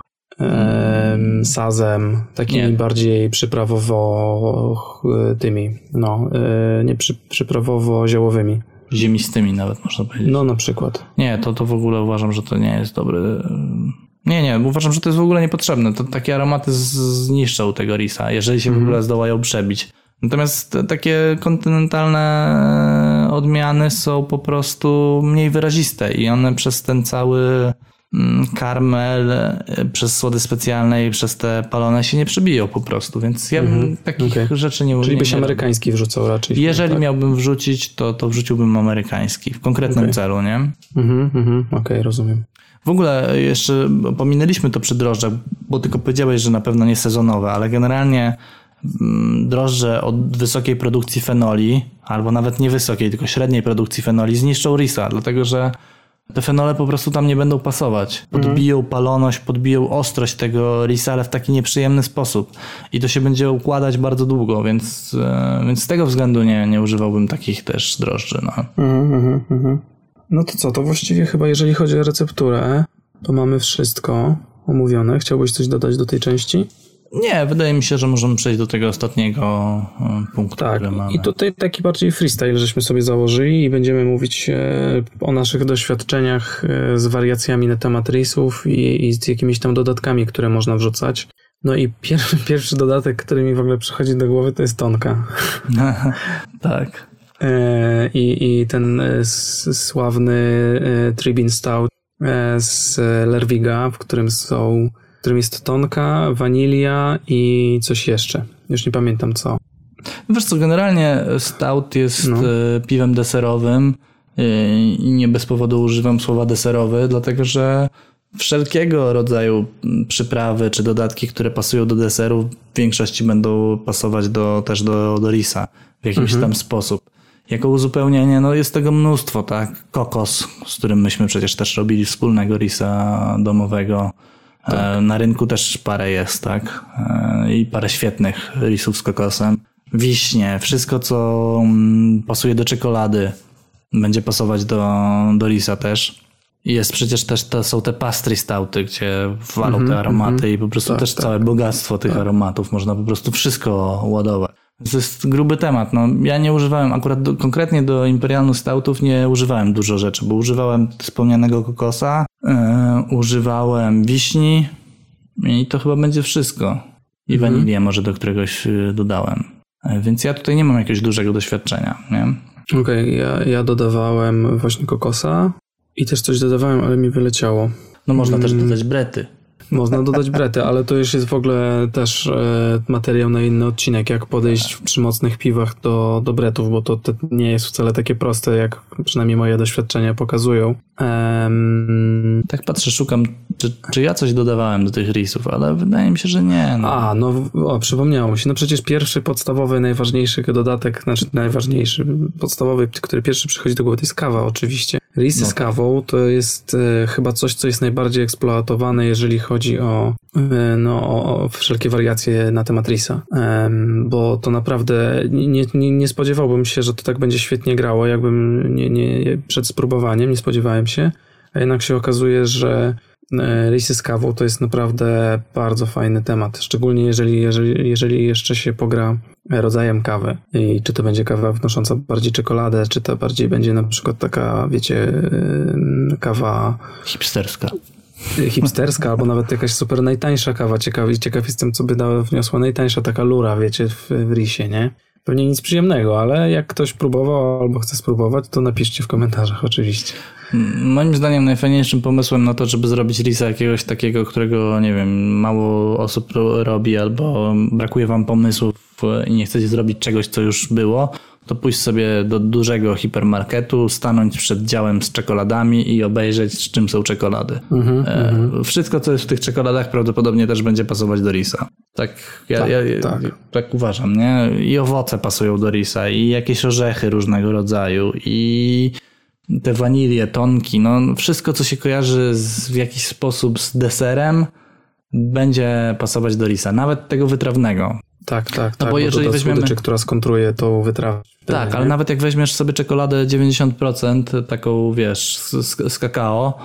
sazem, takimi bardziej przyprawowo tymi, nie przyprawowo-ziołowymi. Ziemistymi nawet można powiedzieć. No na przykład. Nie, to w ogóle uważam, że to nie jest dobry. Nie, uważam, że to jest w ogóle niepotrzebne. To takie aromaty zniszczą tego Risa, jeżeli się w ogóle zdołają przebić. Natomiast takie kontynentalne odmiany są po prostu mniej wyraziste i one przez ten cały karmel, przez słody specjalne i przez te palone się nie przebiją po prostu, więc ja bym takich rzeczy nie... Czyli byś amerykański wrzucał raczej. Jeżeli miałbym wrzucić, to wrzuciłbym amerykański w konkretnym celu, nie? Okej, rozumiem. W ogóle jeszcze pominęliśmy to przy drożdżach, bo tylko powiedziałeś, że na pewno nie sezonowe, ale generalnie drożdże od wysokiej produkcji fenoli, albo nawet nie wysokiej, tylko średniej produkcji fenoli zniszczą Risa, dlatego że te fenole po prostu tam nie będą pasować. Podbiją paloność, podbiją ostrość tego Risa, ale w taki nieprzyjemny sposób. I to się będzie układać bardzo długo, więc z tego względu nie używałbym takich też drożdży. No to co, to właściwie chyba jeżeli chodzi o recepturę, to mamy wszystko omówione. Chciałbyś coś dodać do tej części? Nie, wydaje mi się, że możemy przejść do tego ostatniego punktu, który mamy. I tutaj taki bardziej freestyle żeśmy sobie założyli i będziemy mówić o naszych doświadczeniach z wariacjami na temat risów i z jakimiś tam dodatkami, które można wrzucać. No i pierwszy dodatek, który mi w ogóle przychodzi do głowy, to jest tonka. Tak. I ten sławny Tribin Stout z Lerwiga, w którym jest tonka, wanilia i coś jeszcze. Już nie pamiętam co. Wiesz co, generalnie stout jest piwem deserowym i nie bez powodu używam słowa deserowy, dlatego że wszelkiego rodzaju przyprawy czy dodatki, które pasują do deseru, w większości będą pasować też do risa w jakiś tam sposób. Jako uzupełnienie, jest tego mnóstwo, tak? Kokos, z którym myśmy przecież też robili wspólnego risa domowego. Na rynku też parę jest, tak? I parę świetnych risów z kokosem. Wiśnie, wszystko co pasuje do czekolady będzie pasować do risa też. Jest przecież też są te pastry stouty, gdzie walą te aromaty i po prostu też całe bogactwo tych aromatów. Można po prostu wszystko ładować. To jest gruby temat. No, ja nie używałem, akurat konkretnie do imperialnych stoutów nie używałem dużo rzeczy, bo używałem wspomnianego kokosa, używałem wiśni i to chyba będzie wszystko. I wanilię może do któregoś dodałem. Więc ja tutaj nie mam jakiegoś dużego doświadczenia, nie? Okej, ja dodawałem właśnie kokosa i też coś dodawałem, ale mi wyleciało. No można też dodać brety. Można dodać brety, ale to już jest w ogóle też materiał na inny odcinek, jak podejść przy mocnych piwach do bretów, bo to nie jest wcale takie proste, jak przynajmniej moje doświadczenia pokazują. Tak patrzę, szukam, czy ja coś dodawałem do tych risów, ale wydaje mi się, że nie. No. Przypomniało mi się. No przecież pierwszy podstawowy, najważniejszy dodatek, najważniejszy, podstawowy, który pierwszy przychodzi do głowy, to jest kawa oczywiście. Risy z kawą to jest chyba coś, co jest najbardziej eksploatowane, jeżeli chodzi o wszelkie wariacje na temat risa. Bo to naprawdę nie spodziewałbym się, że to tak będzie świetnie grało, jakbym nie przed spróbowaniem, nie spodziewałem się, a jednak się okazuje, że risy z kawą to jest naprawdę bardzo fajny temat, szczególnie jeżeli jeszcze się pogra rodzajem kawy i czy to będzie kawa wnosząca bardziej czekoladę, czy to bardziej będzie na przykład taka, wiecie, kawa hipsterska, albo nawet jakaś super najtańsza kawa. Ciekaw jestem, co by wniosła najtańsza taka lura, wiecie, w risie, nie? Pewnie nic przyjemnego, ale jak ktoś próbował albo chce spróbować, to napiszcie w komentarzach oczywiście. Moim zdaniem najfajniejszym pomysłem na to, żeby zrobić risa jakiegoś takiego, którego, nie wiem, mało osób robi albo brakuje wam pomysłów i nie chcecie zrobić czegoś, co już było, to pójść sobie do dużego hipermarketu, stanąć przed działem z czekoladami i obejrzeć, z czym są czekolady. Wszystko, co jest w tych czekoladach, prawdopodobnie też będzie pasować do risa. Tak uważam, nie? I owoce pasują do risa, i jakieś orzechy różnego rodzaju, i te wanilie, tonki, no wszystko, co się kojarzy w jakiś sposób z deserem, będzie pasować do risa, nawet tego wytrawnego. Tak, no bo jeżeli weźmiemy słodyczy, która skontruje tą wytrawę. Tak, ale nawet jak weźmiesz sobie czekoladę 90%, taką wiesz, z kakao,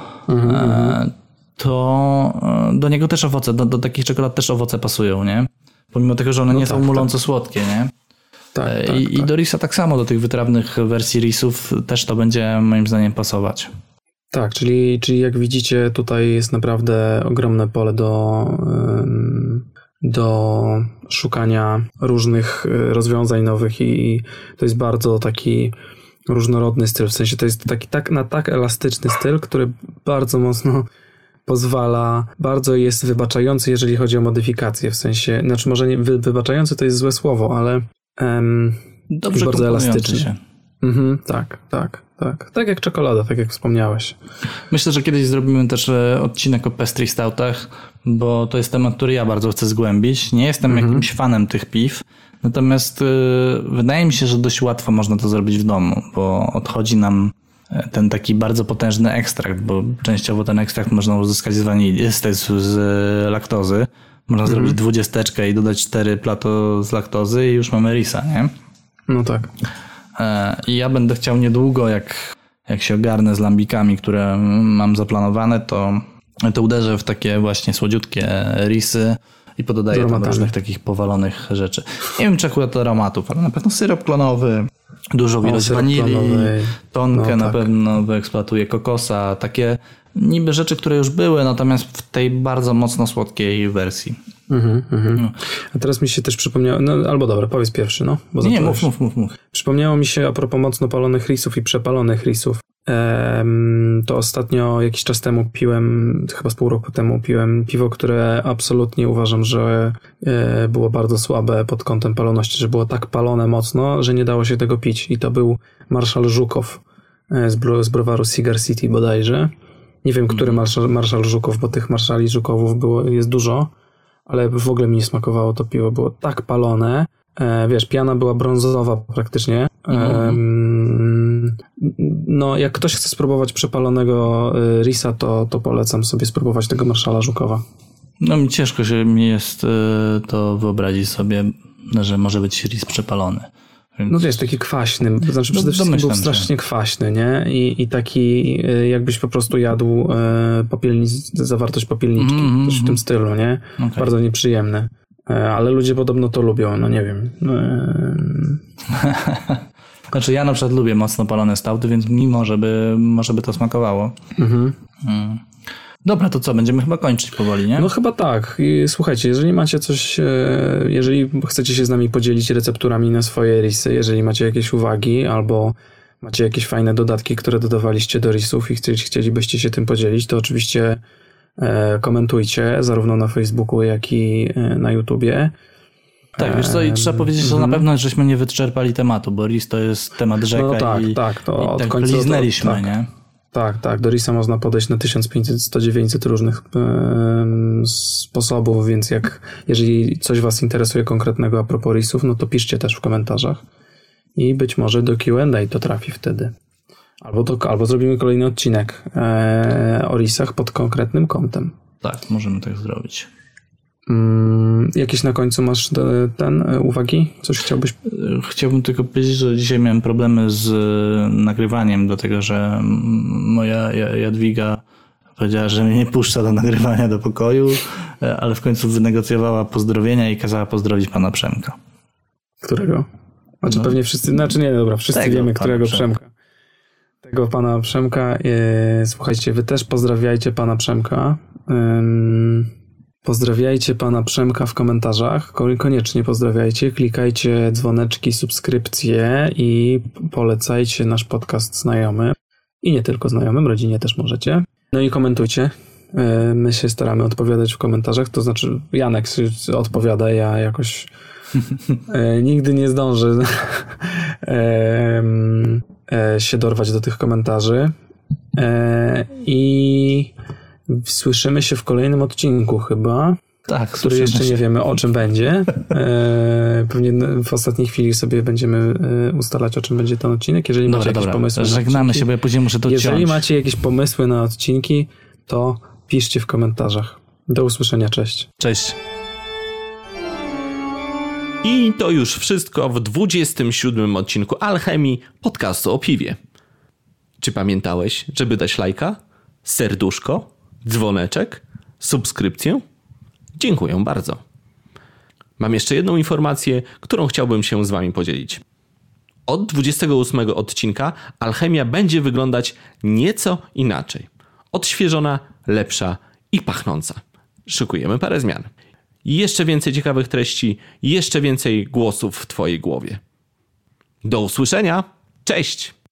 to do niego też owoce, do takich czekolad też owoce pasują, nie? Pomimo tego, że one nie są muląco słodkie, nie? I do risa tak samo, do tych wytrawnych wersji risów też to będzie moim zdaniem pasować. Tak, czyli jak widzicie, tutaj jest naprawdę ogromne pole do szukania różnych rozwiązań nowych i to jest bardzo taki różnorodny styl, w sensie to jest taki tak elastyczny styl, który bardzo mocno pozwala, bardzo jest wybaczający, jeżeli chodzi o modyfikacje, w sensie, znaczy może nie, wybaczający to jest złe słowo, ale dobrze, bardzo elastyczny. Się. Tak. Tak jak czekolada, tak jak wspomniałeś. Myślę, że kiedyś zrobimy też odcinek o pastry stoutach, bo to jest temat, który ja bardzo chcę zgłębić. Nie jestem jakimś fanem tych piw, natomiast wydaje mi się, że dość łatwo można to zrobić w domu, bo odchodzi nam ten taki bardzo potężny ekstrakt, bo częściowo ten ekstrakt można uzyskać z wanilii, z laktozy. Można zrobić 20 i dodać 4 plato z laktozy i już mamy risa, nie? No tak. I ja będę chciał niedługo, jak się ogarnę z lambikami, które mam zaplanowane, to uderzę w takie właśnie słodziutkie risy i pododaję tam różnych takich powalonych rzeczy. Nie wiem, czy akurat aromatów, ale na pewno syrop klonowy, dużą ilość wanilii, tonkę na pewno wyeksploatuję, kokosa, takie niby rzeczy, które już były, natomiast w tej bardzo mocno słodkiej wersji. A teraz mi się też przypomniało, albo dobra, powiedz pierwszy, bo nie, mów. Przypomniało mi się a propos mocno palonych risów i przepalonych risów. To ostatnio jakiś czas temu chyba z pół roku temu piłem piwo, które absolutnie uważam, że było bardzo słabe pod kątem paloności, że było tak palone mocno, że nie dało się tego pić. I to był Marszal Żukow z browaru Cigar City bodajże. Nie wiem, który Marszal Żukow, bo tych Marszali Żukowów jest dużo, ale w ogóle mi nie smakowało to piwo. Było tak palone. Wiesz, piana była brązowa praktycznie. No, jak ktoś chce spróbować przepalonego risa, to polecam sobie spróbować tego Marszala Żukowa. No mi ciężko mi jest to wyobrazić sobie, że może być ris przepalony. Więc... No to jest taki kwaśny, to znaczy przede wszystkim był strasznie kwaśny, nie? I taki jakbyś po prostu jadł zawartość popielniczki, coś w tym stylu, nie? Okay. Bardzo nieprzyjemne. Ale ludzie podobno to lubią, no nie wiem. Znaczy ja na przykład lubię mocno palone stouty, więc mi może by to smakowało. Dobra, to co? Będziemy chyba kończyć powoli, nie? No chyba tak. I słuchajcie, jeżeli macie coś, jeżeli chcecie się z nami podzielić recepturami na swoje risy, jeżeli macie jakieś uwagi albo macie jakieś fajne dodatki, które dodawaliście do risów i chcielibyście się tym podzielić, to oczywiście komentujcie zarówno na Facebooku, jak i na YouTubie. Tak, wiesz co, i trzeba powiedzieć, że na pewno żeśmy nie wyczerpali tematu, bo RIS to jest temat rzeka no tak, i tak, to od tak końca liznęliśmy, tak, nie? Tak, do RIS-a można podejść na 1500-100-900 różnych sposobów, więc jeżeli coś was interesuje konkretnego a propos RIS-ów, no to piszcie też w komentarzach i być może do Q&A to trafi wtedy. Albo zrobimy kolejny odcinek o RIS-ach pod konkretnym kątem. Tak, możemy tak zrobić. Jakieś na końcu masz uwagi? Coś chciałbyś? Chciałbym tylko powiedzieć, że dzisiaj miałem problemy z nagrywaniem, dlatego że moja Jadwiga powiedziała, że mnie nie puszcza do nagrywania do pokoju, ale w końcu wynegocjowała pozdrowienia i kazała pozdrowić pana Przemka. Którego? Znaczy pewnie wszyscy, wszyscy wiemy, którego Przemka. Tego pana Przemka. Słuchajcie, wy też pozdrawiajcie pana Przemka. Pozdrawiajcie pana Przemka w komentarzach. Koniecznie pozdrawiajcie. Klikajcie dzwoneczki, subskrypcje i polecajcie nasz podcast znajomym. I nie tylko znajomym, rodzinie też możecie. No i komentujcie. My się staramy odpowiadać w komentarzach. To znaczy Janek odpowiada, ja jakoś nigdy nie zdążę się dorwać do tych komentarzy. I słyszymy się w kolejnym odcinku chyba. Tak, który jeszcze nie wiemy o czym będzie. Pewnie w ostatniej chwili sobie będziemy ustalać o czym będzie ten odcinek. Jeżeli macie jakieś pomysły żegnamy się, bo ja później muszę to Jeżeli ciąć. macie jakieś pomysły na odcinki, to piszcie w komentarzach. Do usłyszenia, cześć. Cześć. I to już wszystko w 27. odcinku Alchemii, podcastu o piwie. Czy pamiętałeś, żeby dać lajka, serduszko, dzwoneczek, subskrypcję? Dziękuję bardzo. Mam jeszcze jedną informację, którą chciałbym się z wami podzielić. Od 28 odcinka Alchemia będzie wyglądać nieco inaczej. Odświeżona, lepsza i pachnąca. Szykujemy parę zmian. Jeszcze więcej ciekawych treści, jeszcze więcej głosów w twojej głowie. Do usłyszenia. Cześć!